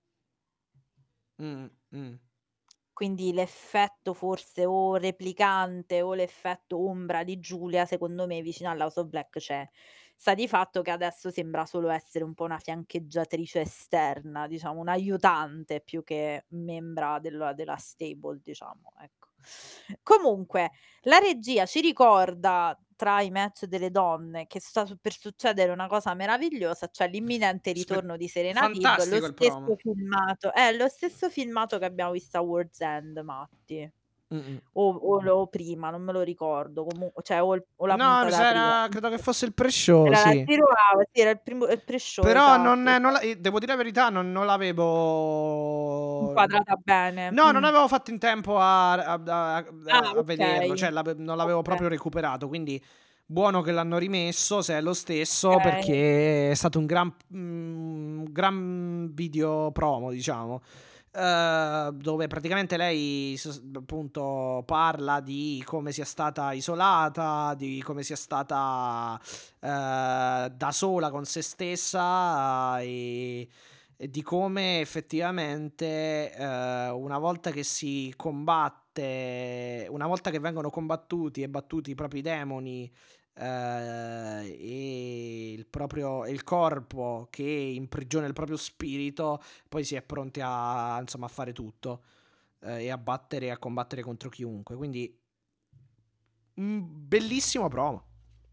Mm, mm. Quindi l'effetto forse o replicante o l'effetto ombra di Giulia, secondo me vicino all'House of Black c'è. Sta di fatto che adesso sembra solo essere un po' una fiancheggiatrice esterna, diciamo, un aiutante più che membra della della stable, diciamo, ecco. Comunque, la regia ci ricorda, tra i match delle donne, che sta su per succedere una cosa meravigliosa, cioè l'imminente Spe- ritorno di Serena Deeb, lo fantastico il stesso promo. filmato è lo stesso filmato che abbiamo visto a World's End, Matti. Mm, mm. O o lo prima, non me lo ricordo, comu cioè o il o la No, mi puntata prima. sa, credo che fosse il pre-show, Era la sì. Zero Hour, sì, era il primo il pre-show, Però non, esatto, non la- esatto. eh, devo dire la verità, non, non l'avevo... Inquadrata bene. No, non Mh. avevo fatto in tempo a, a- a- Ah, a vederlo, okay. cioè l'ave- non l'avevo Okay, proprio recuperato, quindi buono che l'hanno rimesso, se è lo stesso, okay. perché è stato un gran, mm, gran video promo, diciamo, eh, dove praticamente lei s- appunto parla di come sia stata isolata, di come sia stata eh, da sola con se stessa e e di come effettivamente eh, una volta che si combatte, una volta che vengono combattuti e battuti i propri demoni eh, e il proprio e il corpo che imprigiona il proprio spirito, poi si è pronti a, insomma, a fare tutto, eh, e a battere e a combattere contro chiunque. Quindi un bellissimo promo.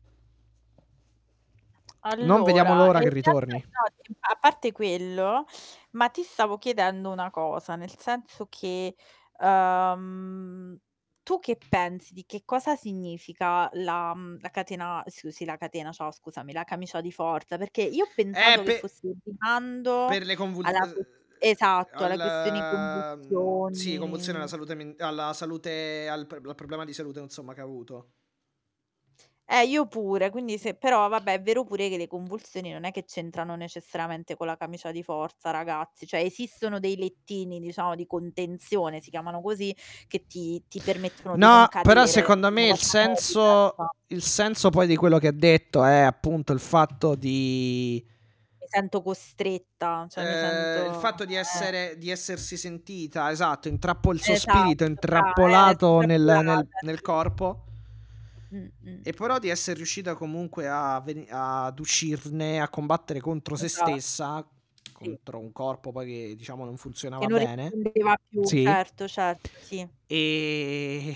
Non vediamo Allora, l'ora in che realtà ritorni. no, a parte quello, ma ti stavo chiedendo una cosa, nel senso che, uhm, tu che pensi di che cosa significa la mhmm, la catena scusi, la catena, ciao scusami, la camicia di forza? Perché io ho Eh, pensato che pe- fosse un rimando per le convulsioni, alla que esatto, alla questione al sì, convulsione alla convulsioni. salute men- alla salute al, pro- al problema di salute, insomma, che ha avuto. Eh, io pure, quindi se però vabbè è vero pure che le convulsioni non è che c'entrano necessariamente con la camicia di forza ragazzi, cioè esistono dei lettini diciamo di contenzione, si chiamano così, che ti ti permettono di non No, però cadere, è secondo me una il cosa medica senso, insomma. il senso poi di quello che ha detto è appunto il fatto di, Mi sento costretta, cioè mi eh, il sento fatto di eh, essere, di essersi sentita, esatto, intrappo il suo spirito esatto, bra eh, intrappolato nel, nel- intrappolata. nel corpo, Mh, mh, e però di essere riuscita comunque a veni- ad uscirne, a combattere contro se esatto, stessa, sì. contro un corpo poi che diciamo non Che funzionava non bene. rispondeva più, Sì. certo, certo, sì. E,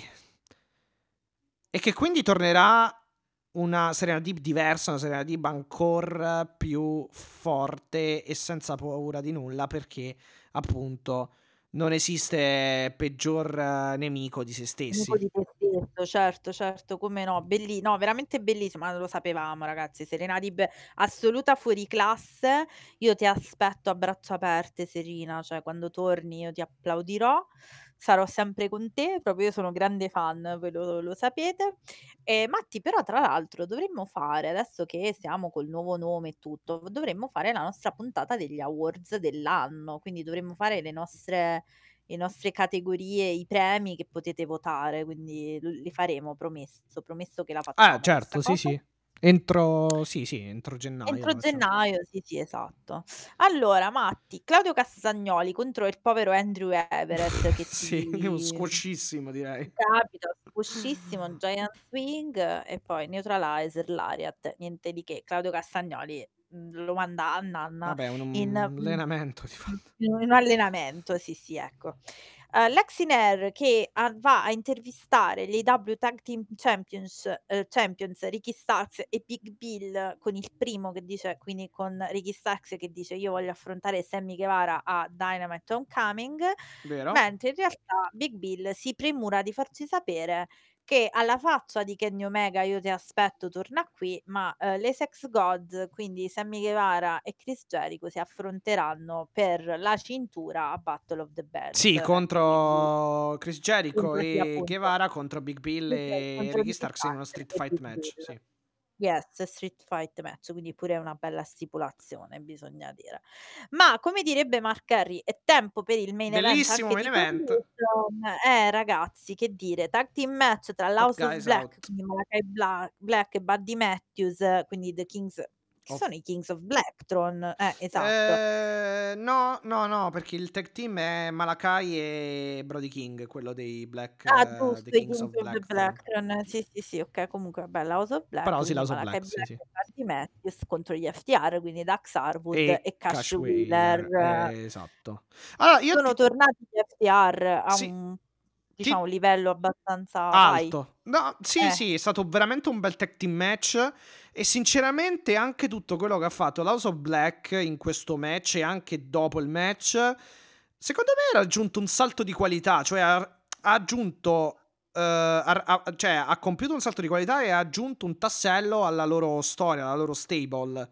e che quindi tornerà una Serena Deeb diversa, una Serena Deeb ancora più forte e senza paura di nulla, perché appunto non esiste peggior eh, nemico di se Nemico stessi. di te stesso, certo, certo, come no, belli no, veramente bellissimo, ma lo sapevamo ragazzi, Serena Dib assoluta fuoriclasse. Io ti aspetto a braccia aperte Serena, cioè quando torni io ti applaudirò, sarò sempre con te, proprio io sono grande fan, voi lo lo sapete. Ehm, Matti, però tra l'altro dovremmo fare, adesso che siamo col nuovo nome e tutto, dovremmo fare la nostra puntata degli awards dell'anno, quindi dovremmo fare le nostre le nostre categorie, i premi che potete votare, quindi l li faremo, promesso, promesso che la Ah, facciamo questa certo, sì, cosa. sì. Entro, sì, sì, entro gennaio la Entro facciamo. gennaio, sì, sì, esatto. Allora Matti, Claudio Castagnoli contro il povero Andrew Everett che Sì, un ti squoscissimo direi. capita, squoscissimo, Giant Swing e poi Neutralizer, Lariat, niente di che. Claudio Castagnoli, mhmm, lo manda a nanna Vabbè, un, in un mhmm, allenamento di fatto. in un allenamento, sì, sì, ecco. Uhm, l'ex in Air che a va a intervistare gli A E W Tag Team Champions uhm, Champions Ricky Starks e Big Bill con il primo che dice quindi con Ricky Starks che dice: "Io voglio affrontare Sammy Guevara a Dynamite Homecoming", Vero? mentre in realtà Big Bill si premura di farci sapere che alla faccia di Kenny Omega "Io ti aspetto, torna qui", ma, uhm, le Sex Gods, quindi Sammy Guevara e Chris Jericho, si affronteranno per la cintura a Battle of the Belts, Sì, ecco quindi contro Chris Jericho contro chi e appunto Guevara contro Big Bill e contro Ricky Ricky Starks in uno Starks street e fight Big match, Bill. sì. Yes, street fight match, quindi pure una bella stipulazione bisogna dire. Ma come direbbe Mark Henry, è tempo per il main event Bellissimo anche main di event. Collision. Eh ragazzi, che dire, tag team match tra Top l'House of Guys Black, out quindi Malakai Bla Black e Buddy Matthews, quindi The Kings chi of... sono i Kings of Blacktron? Eh, esatto. Eh, no, no, no, perché il tag team è Malakai e Brody King, quello dei Black, Ah, eh, The giusto, i Kings Kings of of the Blackthorn. Blackthorn. Sì, sì, sì, okay, comunque vabbè, la House of Black, Però sì, quindi l'House of Malakai Black, sì, Black sì. e Buddy Matthews contro gli F T R, quindi Dax Harwood E e Cash Cash Wheeler. Wheeler, eh, esatto. Allora, io Sono ti... tornati gli F T R a Sì, un, diciamo, ti livello abbastanza vai. alto. No, sì, Eh, sì, è stato veramente un bel tag team match e sinceramente anche tutto quello che ha fatto l'House of Black in questo match e anche dopo il match, secondo me ha raggiunto un salto di qualità, cioè ha, ha aggiunto, eh, ha, ha- cioè ha compiuto un salto di qualità e ha aggiunto un tassello alla loro storia, alla loro stable.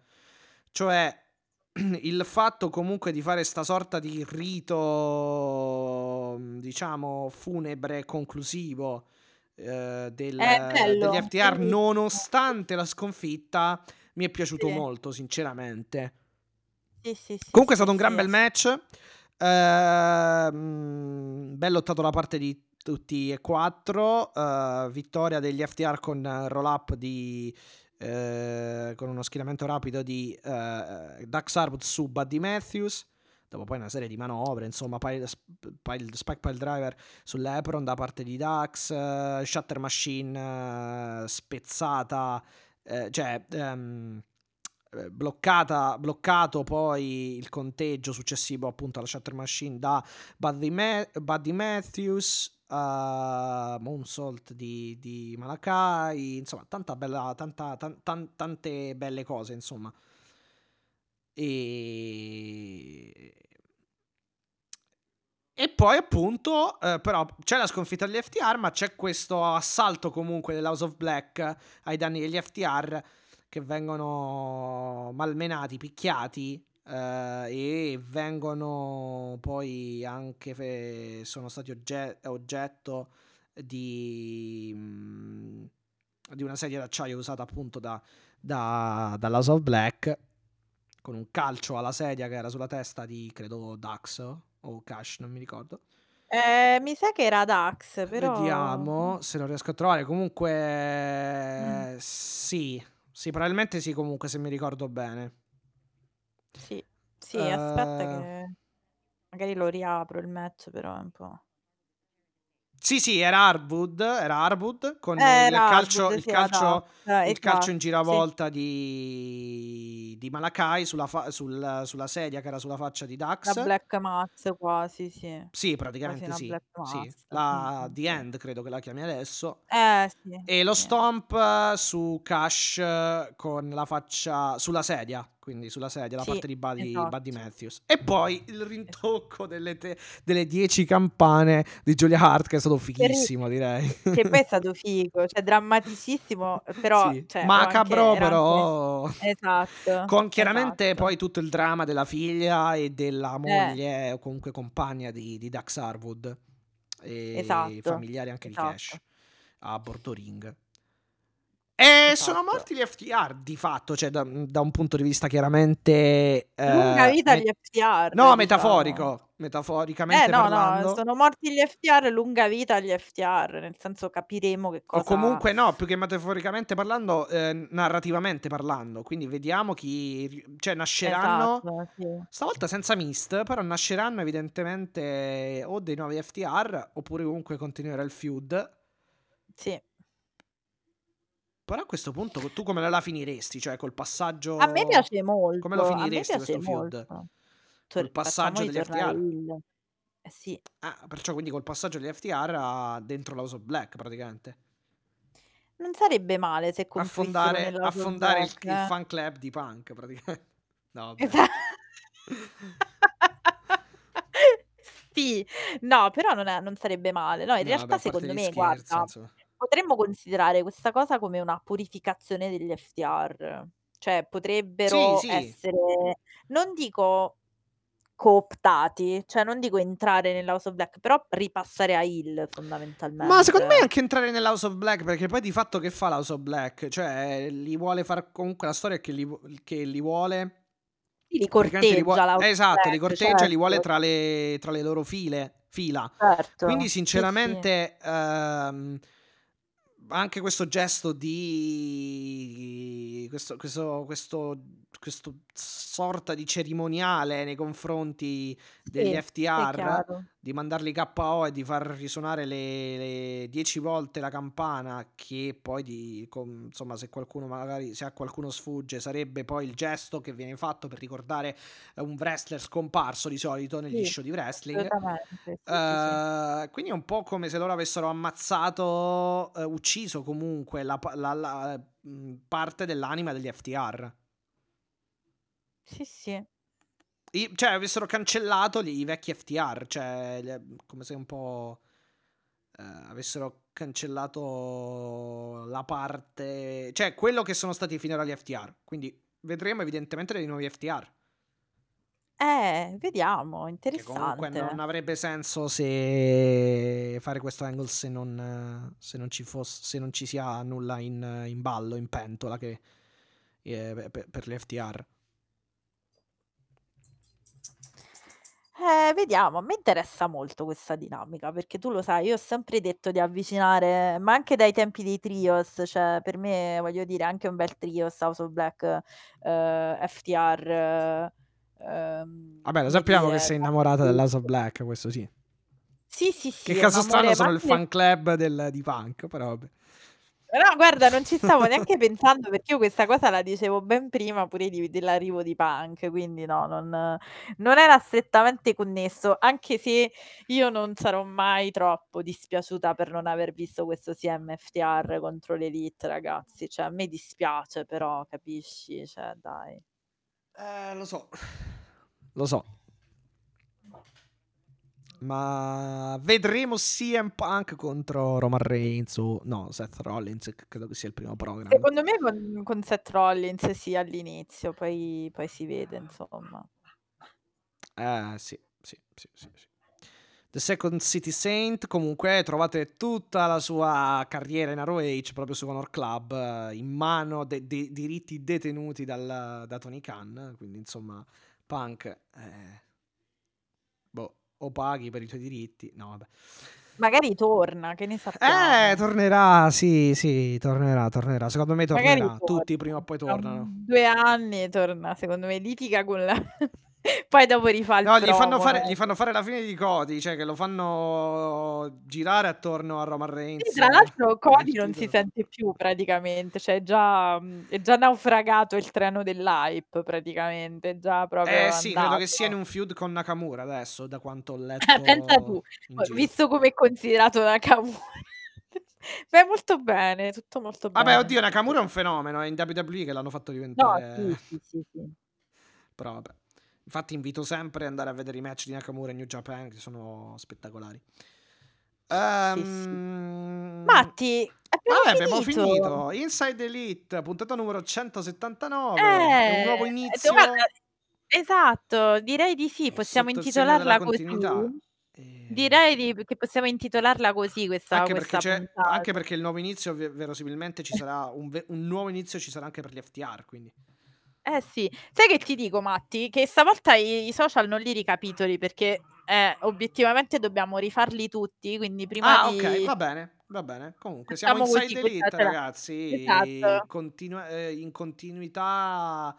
Cioè il fatto comunque di fare sta sorta di rito, diciamo, funebre conclusivo, eh, è del- degli bello, F T R, bellissimo. nonostante la sconfitta, mi è piaciuto Sì, molto, sinceramente. sì, sì, sì, Comunque è sì, stato un gran sì, bel ass match. Ehm, ben lottato da parte di tutti e quattro. Eh, vittoria degli F T R con eh, roll up di eh, con uno schienamento rapido di eh, Dax Harwood su Buddy Matthews. dopo poi una serie di manovre, insomma, pile, pile, Spike Pile Driver sull'Apron da parte di Dax, uh, Shutter Machine uh, spezzata, uh, cioè um, bloccata, bloccato poi il conteggio successivo appunto alla Shutter Machine da Buddy, Ma- Buddy Matthews, uh, Moonsault di, di Malakai, insomma tanta bella, tanta, tan, tan, tante belle cose, insomma. E e poi appunto eh, però c'è la sconfitta degli F T R, ma c'è questo assalto comunque dell'House of Black ai danni degli F T R, che vengono malmenati, picchiati, eh, e vengono poi anche fe- sono stati ogge- oggetto di, mh, di una sedia d'acciaio usata appunto da, da, dall'House of Black, con un calcio alla sedia che era sulla testa di, credo, Dax o Cash, non mi ricordo. Eh, mi sa che era Dax, però... Vediamo se lo riesco a trovare. Comunque Mm. sì, sì, probabilmente sì, comunque, se mi ricordo bene. Sì, sì, aspetta Eh, che magari lo riapro il match, però è un po'... Sì, sì, era Harwood, era Harwood con Eh, il era calcio, Harwood, il sì, era calcio, Dax, il calcio in esatto, sì. giravolta di, di Malakai sulla, fa- sul- sulla sedia che era sulla faccia di La Dax. Black Mass quasi, sì. Sì, Quasi praticamente una sì, Black sì. Mass. La Mm, The sì. End credo che la chiami adesso. Eh, sì, E lo sì. stomp eh, su Cash eh, con la faccia sulla sedia, quindi sulla sedia, la Sì, parte di Buddy, esatto. Buddy Matthews. E poi il rintocco delle, te- delle dieci campane di Julia Hart, che è stato Per- fighissimo, direi. Che poi è stato figo, cioè drammaticissimo, però Sì, cioè, ero anche, macabro, era anche... però Esatto, con chiaramente esatto. poi tutto il dramma della figlia e della Eh, moglie o comunque compagna di, di Dax Harwood e esatto, familiari anche di esatto, Cash a bordo ring. E sono esatto. morti gli F T R di fatto, cioè da, da un punto di vista chiaramente Lunga eh, vita agli met- F T R, no, diciamo. metaforico, Eh, metaforicamente no, no, parlando. sono morti gli F T R, lunga vita agli F T R, nel senso capiremo che O cosa... comunque no, più che metaforicamente parlando, eh, narrativamente parlando. Quindi vediamo chi... ri- Cioè nasceranno, Esatto, sì. stavolta senza Mist, però nasceranno evidentemente o dei nuovi F T R oppure comunque continuerà il feud. Sì. Però a questo punto tu come la finiresti? Cioè col passaggio... A me piace Come lo molto, a me finiresti piace questo feud? molto. Col Tor- passaggio facciamoli degli tornare F T R? Hill. Eh sì. Ah, perciò quindi col passaggio degli F T R a- dentro l'House of Black praticamente. Non sarebbe male se confluissero Affondare, nella House of affondare il, Black, il eh. fan club di Punk praticamente. No, vabbè. Esa Sì, no, però non è non sarebbe male. No, in No, vabbè, realtà a parte secondo gli me, scherzi, guarda, insomma. potremmo considerare questa cosa come una purificazione degli F T R. Cioè Sì, potrebbero sì. essere, non dico cooptati, cioè non dico entrare nell'House of Black, però ripassare a Hill Ma secondo me fondamentalmente. anche entrare nell'House of Black, perché poi di fatto che fa l'House of Black? Cioè, li vuole far comunque la storia è che li, vu- che li vuole... Sì, li Praticamente li vuole... corteggia l'House of Esatto, li Black, corteggia e li vuole certo, tra le, tra le loro file, fila. Quindi certo. Sì, sì. sinceramente... ehm, anche questo gesto di questo, questo, questo, questo sorta di cerimoniale nei confronti degli Sì, sì, F T R, chiaro. di mandarli K O e di far risuonare le, le dieci volte la campana, che poi di, com- insomma, se qualcuno magari se a qualcuno sfugge, sarebbe poi il gesto che viene fatto per ricordare eh, un wrestler scomparso di solito negli Sì, show di wrestling. assolutamente. Sì, sì, sì. Uh, quindi è un po' come se loro avessero ammazzato, uh, ucciso comunque la, pa- la- la, mh, parte dell'anima degli F T R. Sì, sì. I- cioè avessero cancellato gli- i vecchi F T R, cioè gli- come se un po' uh, avessero cancellato la parte, cioè quello che sono stati finora gli F T R. Quindi vedremo evidentemente dei nuovi F T R. Eh, vediamo, Che comunque non interessante. avrebbe senso se fare questo angle se non, se non ci fosse, se non ci sia nulla in, in ballo, in pentola che, eh, per, per gli F T R. Eh, vediamo, a me interessa molto questa dinamica, perché tu lo sai, io ho sempre detto di avvicinare, ma anche dai tempi dei trios, cioè per me, voglio dire, anche un bel trios, House of Black, eh, F T R, ehm, Vabbè, lo come sappiamo che dire, sei da innamorata dell'House of tutto. Black, questo sì. Sì, sì, Che sì, è un caso strano amore, ma sono il anche le fan club del- di Punk, però vabbè. no, guarda, non ci stavo neanche pensando perché io questa cosa la dicevo ben prima pure di dell'arrivo di Punk, quindi no, non non era strettamente connesso, anche se io non sarò mai troppo dispiaciuta per non aver visto questo C M F T R contro l'Elite, ragazzi. Cioè, a me dispiace però, capisci? Cioè, dai. Eh, lo so. Lo so. Ma vedremo C M Punk contro Roman Reigns o no, Seth Rollins, che credo che sia il primo programma. Secondo me con con Seth Rollins sì all'inizio, poi poi si vede, insomma. Eh, sì, sì, sì, sì, sì. The Second City Saint, comunque trovate tutta la sua carriera in R O H proprio su Honor Club, eh, in mano dei de- diritti detenuti dal- da Tony Khan, quindi insomma Punk, eh, boh, o paghi per i tuoi diritti, no vabbè. Magari torna, che ne Eh, sappiamo. tornerà, sì, sì, tornerà, tornerà, secondo me Magari tornerà, tutti prima o torna. poi Tra tornano. due anni torna, secondo me, litiga con la poi dopo rifà il No, gli fanno promo, fare, gli no? fanno fare la fine di Cody, cioè che lo fanno girare attorno a Roman Sì, Reigns tra eh, l'altro per Cody il non si titolo. sente più praticamente, cioè è già mhmm, è già naufragato il treno dell'hype praticamente, è già proprio Eh sì, credo che andato. sia in un feud con Nakamura adesso, da quanto ho Pensa tu, letto in o giro. visto come è considerato Nakamura. Beh, molto bene, tutto molto Vabbè, bene. oddio, Nakamura è un fenomeno, è in W W E che l'hanno fatto No, diventare... sì, sì, sì, sì. Però vabbè. Infatti invito sempre ad andare a vedere i match di Nakamura in New Japan, che sono spettacolari. Sì, sì. Ehm, Matti, abbiamo Vabbè, abbiamo finito. finito. Inside Elite, puntata numero centosettantanove. È un Eh, nuovo d guarda inizio esatto, direi di sì, possiamo sotto il segno della intitolarla così. continuità. E- Direi di che possiamo intitolarla così questa Anche perché questa c'è, puntata. anche perché il nuovo inizio, ve- verosimilmente, ci sarà un, ve- un nuovo inizio ci sarà anche per gli F T R, quindi. Eh sì. Sai che ti dico, Matti? Che stavolta i i social non li ricapitoli perché, eh, obiettivamente dobbiamo rifarli tutti, quindi prima Ah, ok, di va bene, va bene. Comunque, siamo facciamo così Inside questa Elite, ce la ragazzi. esatto. Continua- eh, in continuità.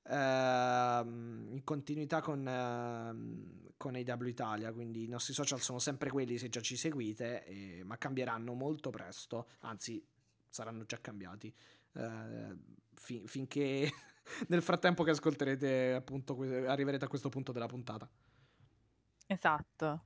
ehm, in continuità con, ehm, con A W Italia. Quindi i nostri social sono sempre quelli se già ci seguite, eh, ma cambieranno molto presto. Anzi, saranno già cambiati. eh, fin- finché nel frattempo che ascolterete, appunto, que- arriverete a questo punto della puntata. Esatto.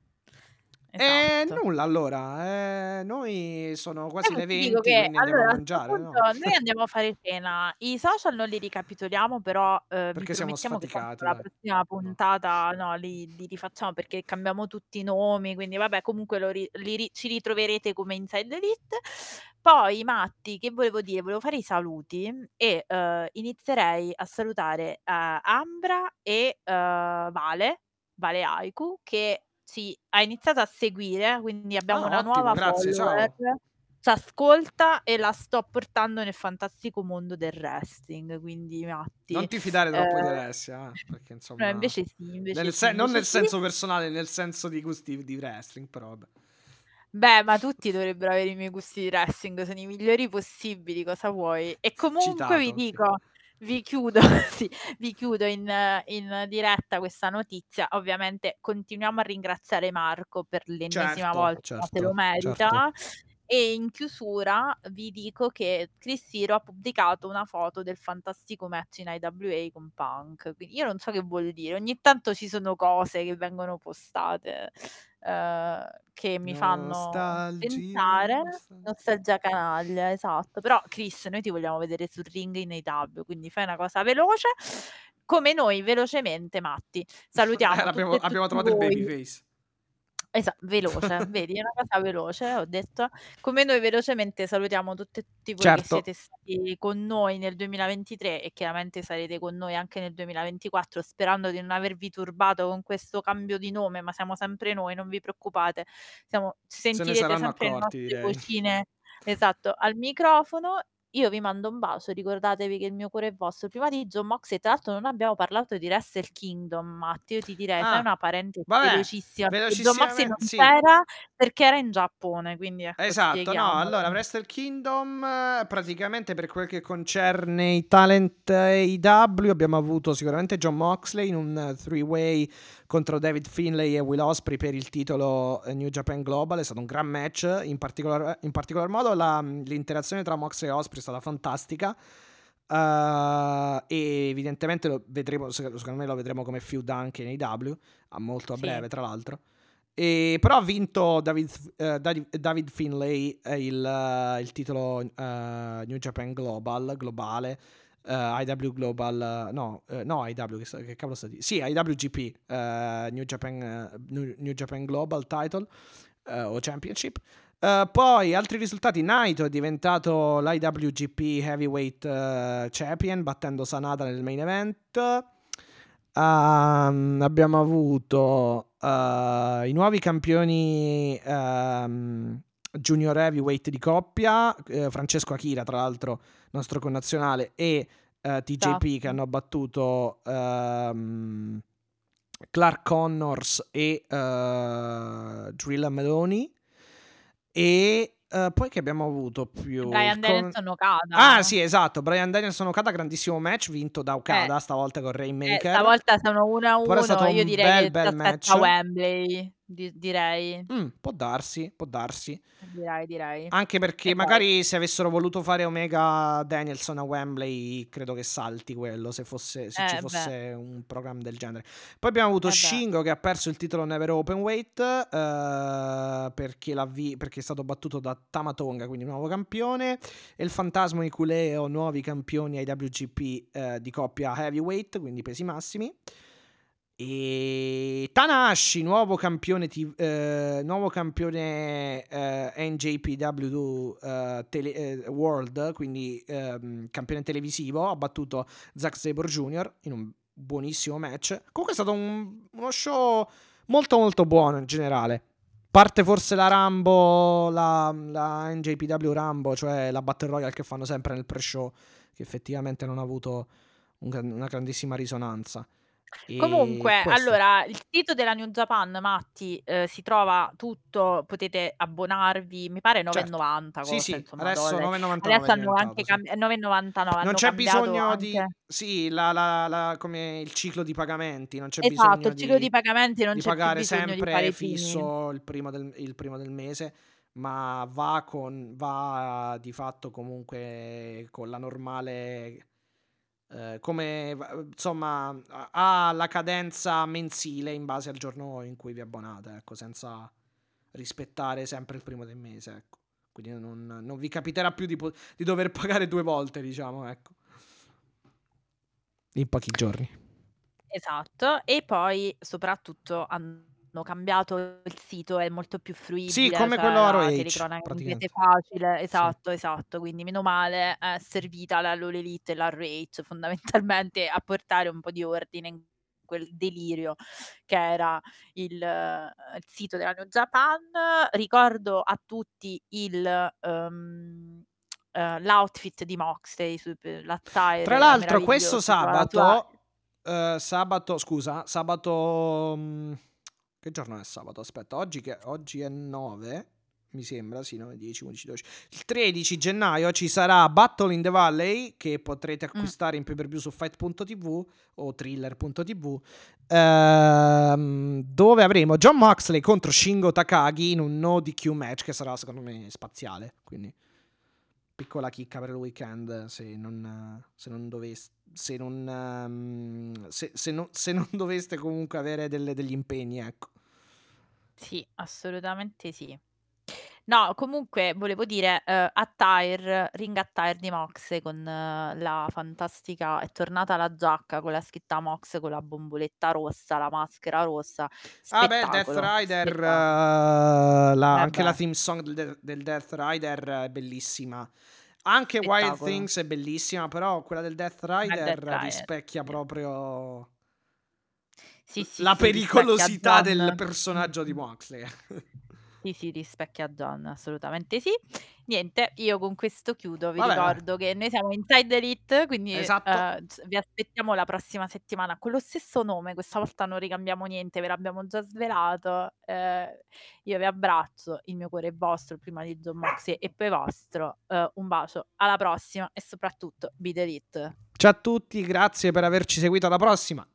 E Esatto. nulla, allora, eh, noi sono quasi Eh, le ti dico venti, che quindi andiamo a allora a 'sto mangiare, punto no? noi andiamo a fare cena. I social non li ricapitoliamo, però, ehm, vi Perché siamo promettiamo che tanto sfaticati, la dai. prossima No. puntata, no, li li rifacciamo perché cambiamo tutti i nomi, quindi vabbè comunque lo ri li ri ci ritroverete come Inside Elite. Poi Matti, che volevo dire, volevo fare i saluti e, uhm, inizierei a salutare, uhm, Ambra e, uhm, Vale, Vale Aiku, che ci ha iniziato a seguire, quindi abbiamo Ah, una ottimo, nuova grazie, follower. ciao. C'ascolta e la sto portando nel fantastico mondo del wrestling, quindi Non Matti, ti fidare troppo di ehm Alessia, eh, perché no insomma, invece sì, invece nel sì, sen- non invece nel sì. senso personale, nel senso di gusti di wrestling, però vabbè. Beh, ma tutti dovrebbero avere i miei gusti di wrestling, sono i migliori possibili, cosa vuoi? E comunque vi Citato, sì. dico, vi chiudo sì, vi chiudo in in diretta questa notizia. Ovviamente continuiamo a ringraziare Marco per l'ennesima Certo, volta, ma se lo certo, certo. merita. E in chiusura vi dico che Chris Hero ha pubblicato una foto del fantastico match in I W A con Punk. Quindi io non so che vuol dire, ogni tanto ci sono cose che vengono postate, ehm, che mi fanno Nostalgia, pensare nostalgia. nostalgia canaglia, esatto. Però Chris, noi ti vogliamo vedere sul ring in A E W, quindi fai una cosa veloce, come noi velocemente matti. Eh, Salutiamo tutte abbiamo, e abbiamo tutti trovato il voi. babyface. Esa veloce, vedi, è una cosa veloce, ho detto. Come noi velocemente salutiamo tutte e tutti voi che Certo. siete stati con noi nel duemilaventitré e chiaramente sarete con noi anche nel duemilaventiquattro, sperando di non avervi turbato con questo cambio di nome, ma siamo sempre noi, non vi preoccupate. Siamo Se ne sentirete saranno sempre le accorti, nostre direi. vocine esatto, al microfono io vi mando un bacio, ricordatevi che il mio cuore è vostro. Prima di Jon Moxley, tra l'altro non abbiamo parlato di Wrestle Kingdom, Matti, io ti direi fai Ah, una parentesi vabbè, velocissima, perché Jon Moxley non velocissimamente, sì. c'era perché era in Giappone, quindi ecco, Esatto, no, allora spieghiamolo. Wrestle Kingdom, eh, praticamente per quel che concerne i talent A E W abbiamo avuto sicuramente Jon Moxley in un eh, three-way contro David Finlay e Will Ospreay per il titolo eh, New Japan Global. È stato un gran match, in particolar, in particolar modo la- l'interazione tra Moxley e Ospreay è stata fantastica. Uh, e evidentemente lo vedremo, secondo secondo me lo vedremo come feud anche in A E W, a molto a Sì. breve tra l'altro. E però ha vinto David, eh, David, David Finlay eh, il, eh, il titolo eh, New Japan Global, globale, eh, I W Global, eh, no, eh, no I W, che, sta- che cavolo sta di? Sì, I W G P, eh, New, Japan, eh, New, New Japan Global Title eh, o Championship. Eh, poi altri risultati: Naito è diventato l'I W G P Heavyweight eh, Champion battendo Sanada nel main event. Um, abbiamo avuto uh, i nuovi campioni um, junior heavyweight di coppia, eh, Francesco Akira tra l'altro nostro connazionale, e uh, T J P Esatto. che hanno battuto um, Clark Connors e uh, Drilla Meloni. E uh, poi che abbiamo avuto più Brian il con- Danielson Okada, Ah no? sì, esatto, Brian Danielson Okada, grandissimo match vinto da Eh, Okada stavolta con eh, Rainmaker. stavolta sono uno a Però è stato uno, io un direi bel che si bel aspetta match. Wembley, di- direi, Mm, può darsi, può darsi. direi, direi. Anche perché E poi, magari se avessero voluto fare Omega Danielson a Wembley, credo che salti quello se, fosse, se ci eh beh, fosse un programma del genere. Poi abbiamo avuto eh beh, Shingo che ha perso il titolo Never Openweight eh, perché, l'ha vi- perché è stato battuto da Tamatonga, quindi nuovo campione. E il Fantasma Iculeo, nuovi campioni I W G P eh, di coppia Heavyweight, quindi pesi massimi. E Tanahashi, nuovo campione, T- eh, nuovo campione eh, N J P W eh, tele- eh, World, quindi ehm, campione televisivo, ha battuto Zack Sabre Junior in un buonissimo match. Comunque è stato un- uno show molto molto buono in generale. Parte forse la Rambo, la, la N J P W Rambo, cioè la Battle Royale che fanno sempre nel pre-show, che effettivamente non ha avuto un gran- una grandissima risonanza. E Comunque, questo. allora, il sito della New Japan, Matti, eh, si trova tutto, potete abbonarvi, mi pare Certo. nove e novanta, Sì, costa, sì, insomma, adesso dollari. nove e novantanove è Adesso hanno anche diventato, sì. cambiato, nove e novantanove, Non hanno c'è cambiato bisogno di... anche... Sì, la, la- la- come il ciclo di pagamenti, non c'è Esatto, bisogno il ciclo di di, pagamenti non di c'è più pagare bisogno di fare sempre i primi. fisso il primo del, il primo del mese, ma va con va di fatto comunque con la normale... eh, come va- insomma ha la cadenza mensile in base al giorno in cui vi abbonate, ecco, senza rispettare sempre il primo del mese, ecco. Quindi non, non vi capiterà più di, po- di dover pagare due volte, diciamo, ecco, in pochi giorni. Esatto, e poi soprattutto hanno cambiato il sito, è molto più Sì, fruibile, come cioè quello la R O H, telecronaca in rete praticamente. facile, Sì. esatto, esatto, quindi meno male è servita la All Elite e la R O H fondamentalmente a portare un po' di ordine in quel delirio che era il, il sito della New Japan. Ricordo a tutti il... Um, uh, l'outfit di Moxley, su- l'attire Tra era l'altro, questo meraviglioso, c'aveva la sua... sabato, eh, sabato, scusa, sabato, mh, che giorno è sabato? Aspetta, oggi, che, oggi è nove, mi sembra, sì, nove, dieci, undici, dodici. Il tredici gennaio ci sarà Battle in the Valley, che potrete acquistare in pay-per-view su fight punto tv o thriller punto tv, ehm, dove avremo Jon Moxley contro Shingo Takagi in un no D Q match, che sarà secondo me spaziale, quindi... piccola chicca per il weekend se non, se non doveste se non, um, se, se, non, se non doveste comunque avere delle, degli impegni, ecco. Sì, assolutamente sì. No, comunque volevo dire, eh, attire, ring attire di Mox con eh, la fantastica, è tornata la giacca con la scritta Mox con la bomboletta rossa, la maschera rossa, Ah beh, il Death spettacolo, Rider, spettacolo. uh, la, Eh anche la beh, theme song del, del Death Rider è bellissima. Anche Wild spettacolo. Things è bellissima, però quella del Death Ma il Death Rider Rider, rispecchia sì. proprio Sì, sì, la sì, rispecchia pericolosità del John. personaggio di Mm, mm. Moxley. Sì, sì, rispecchia John, assolutamente sì. Niente, io con questo chiudo. Vi Vabbè, vai. ricordo che noi siamo Inside Elite, quindi Esatto. eh, c- vi aspettiamo la prossima settimana con lo stesso nome. Questa volta non ricambiamo niente, ve l'abbiamo già svelato. Eh, io vi abbraccio, il mio cuore è vostro, prima di John Moxley e poi vostro. Eh, un bacio, alla prossima e soprattutto, Beat Elite. Ciao a tutti, grazie per averci seguito, alla prossima.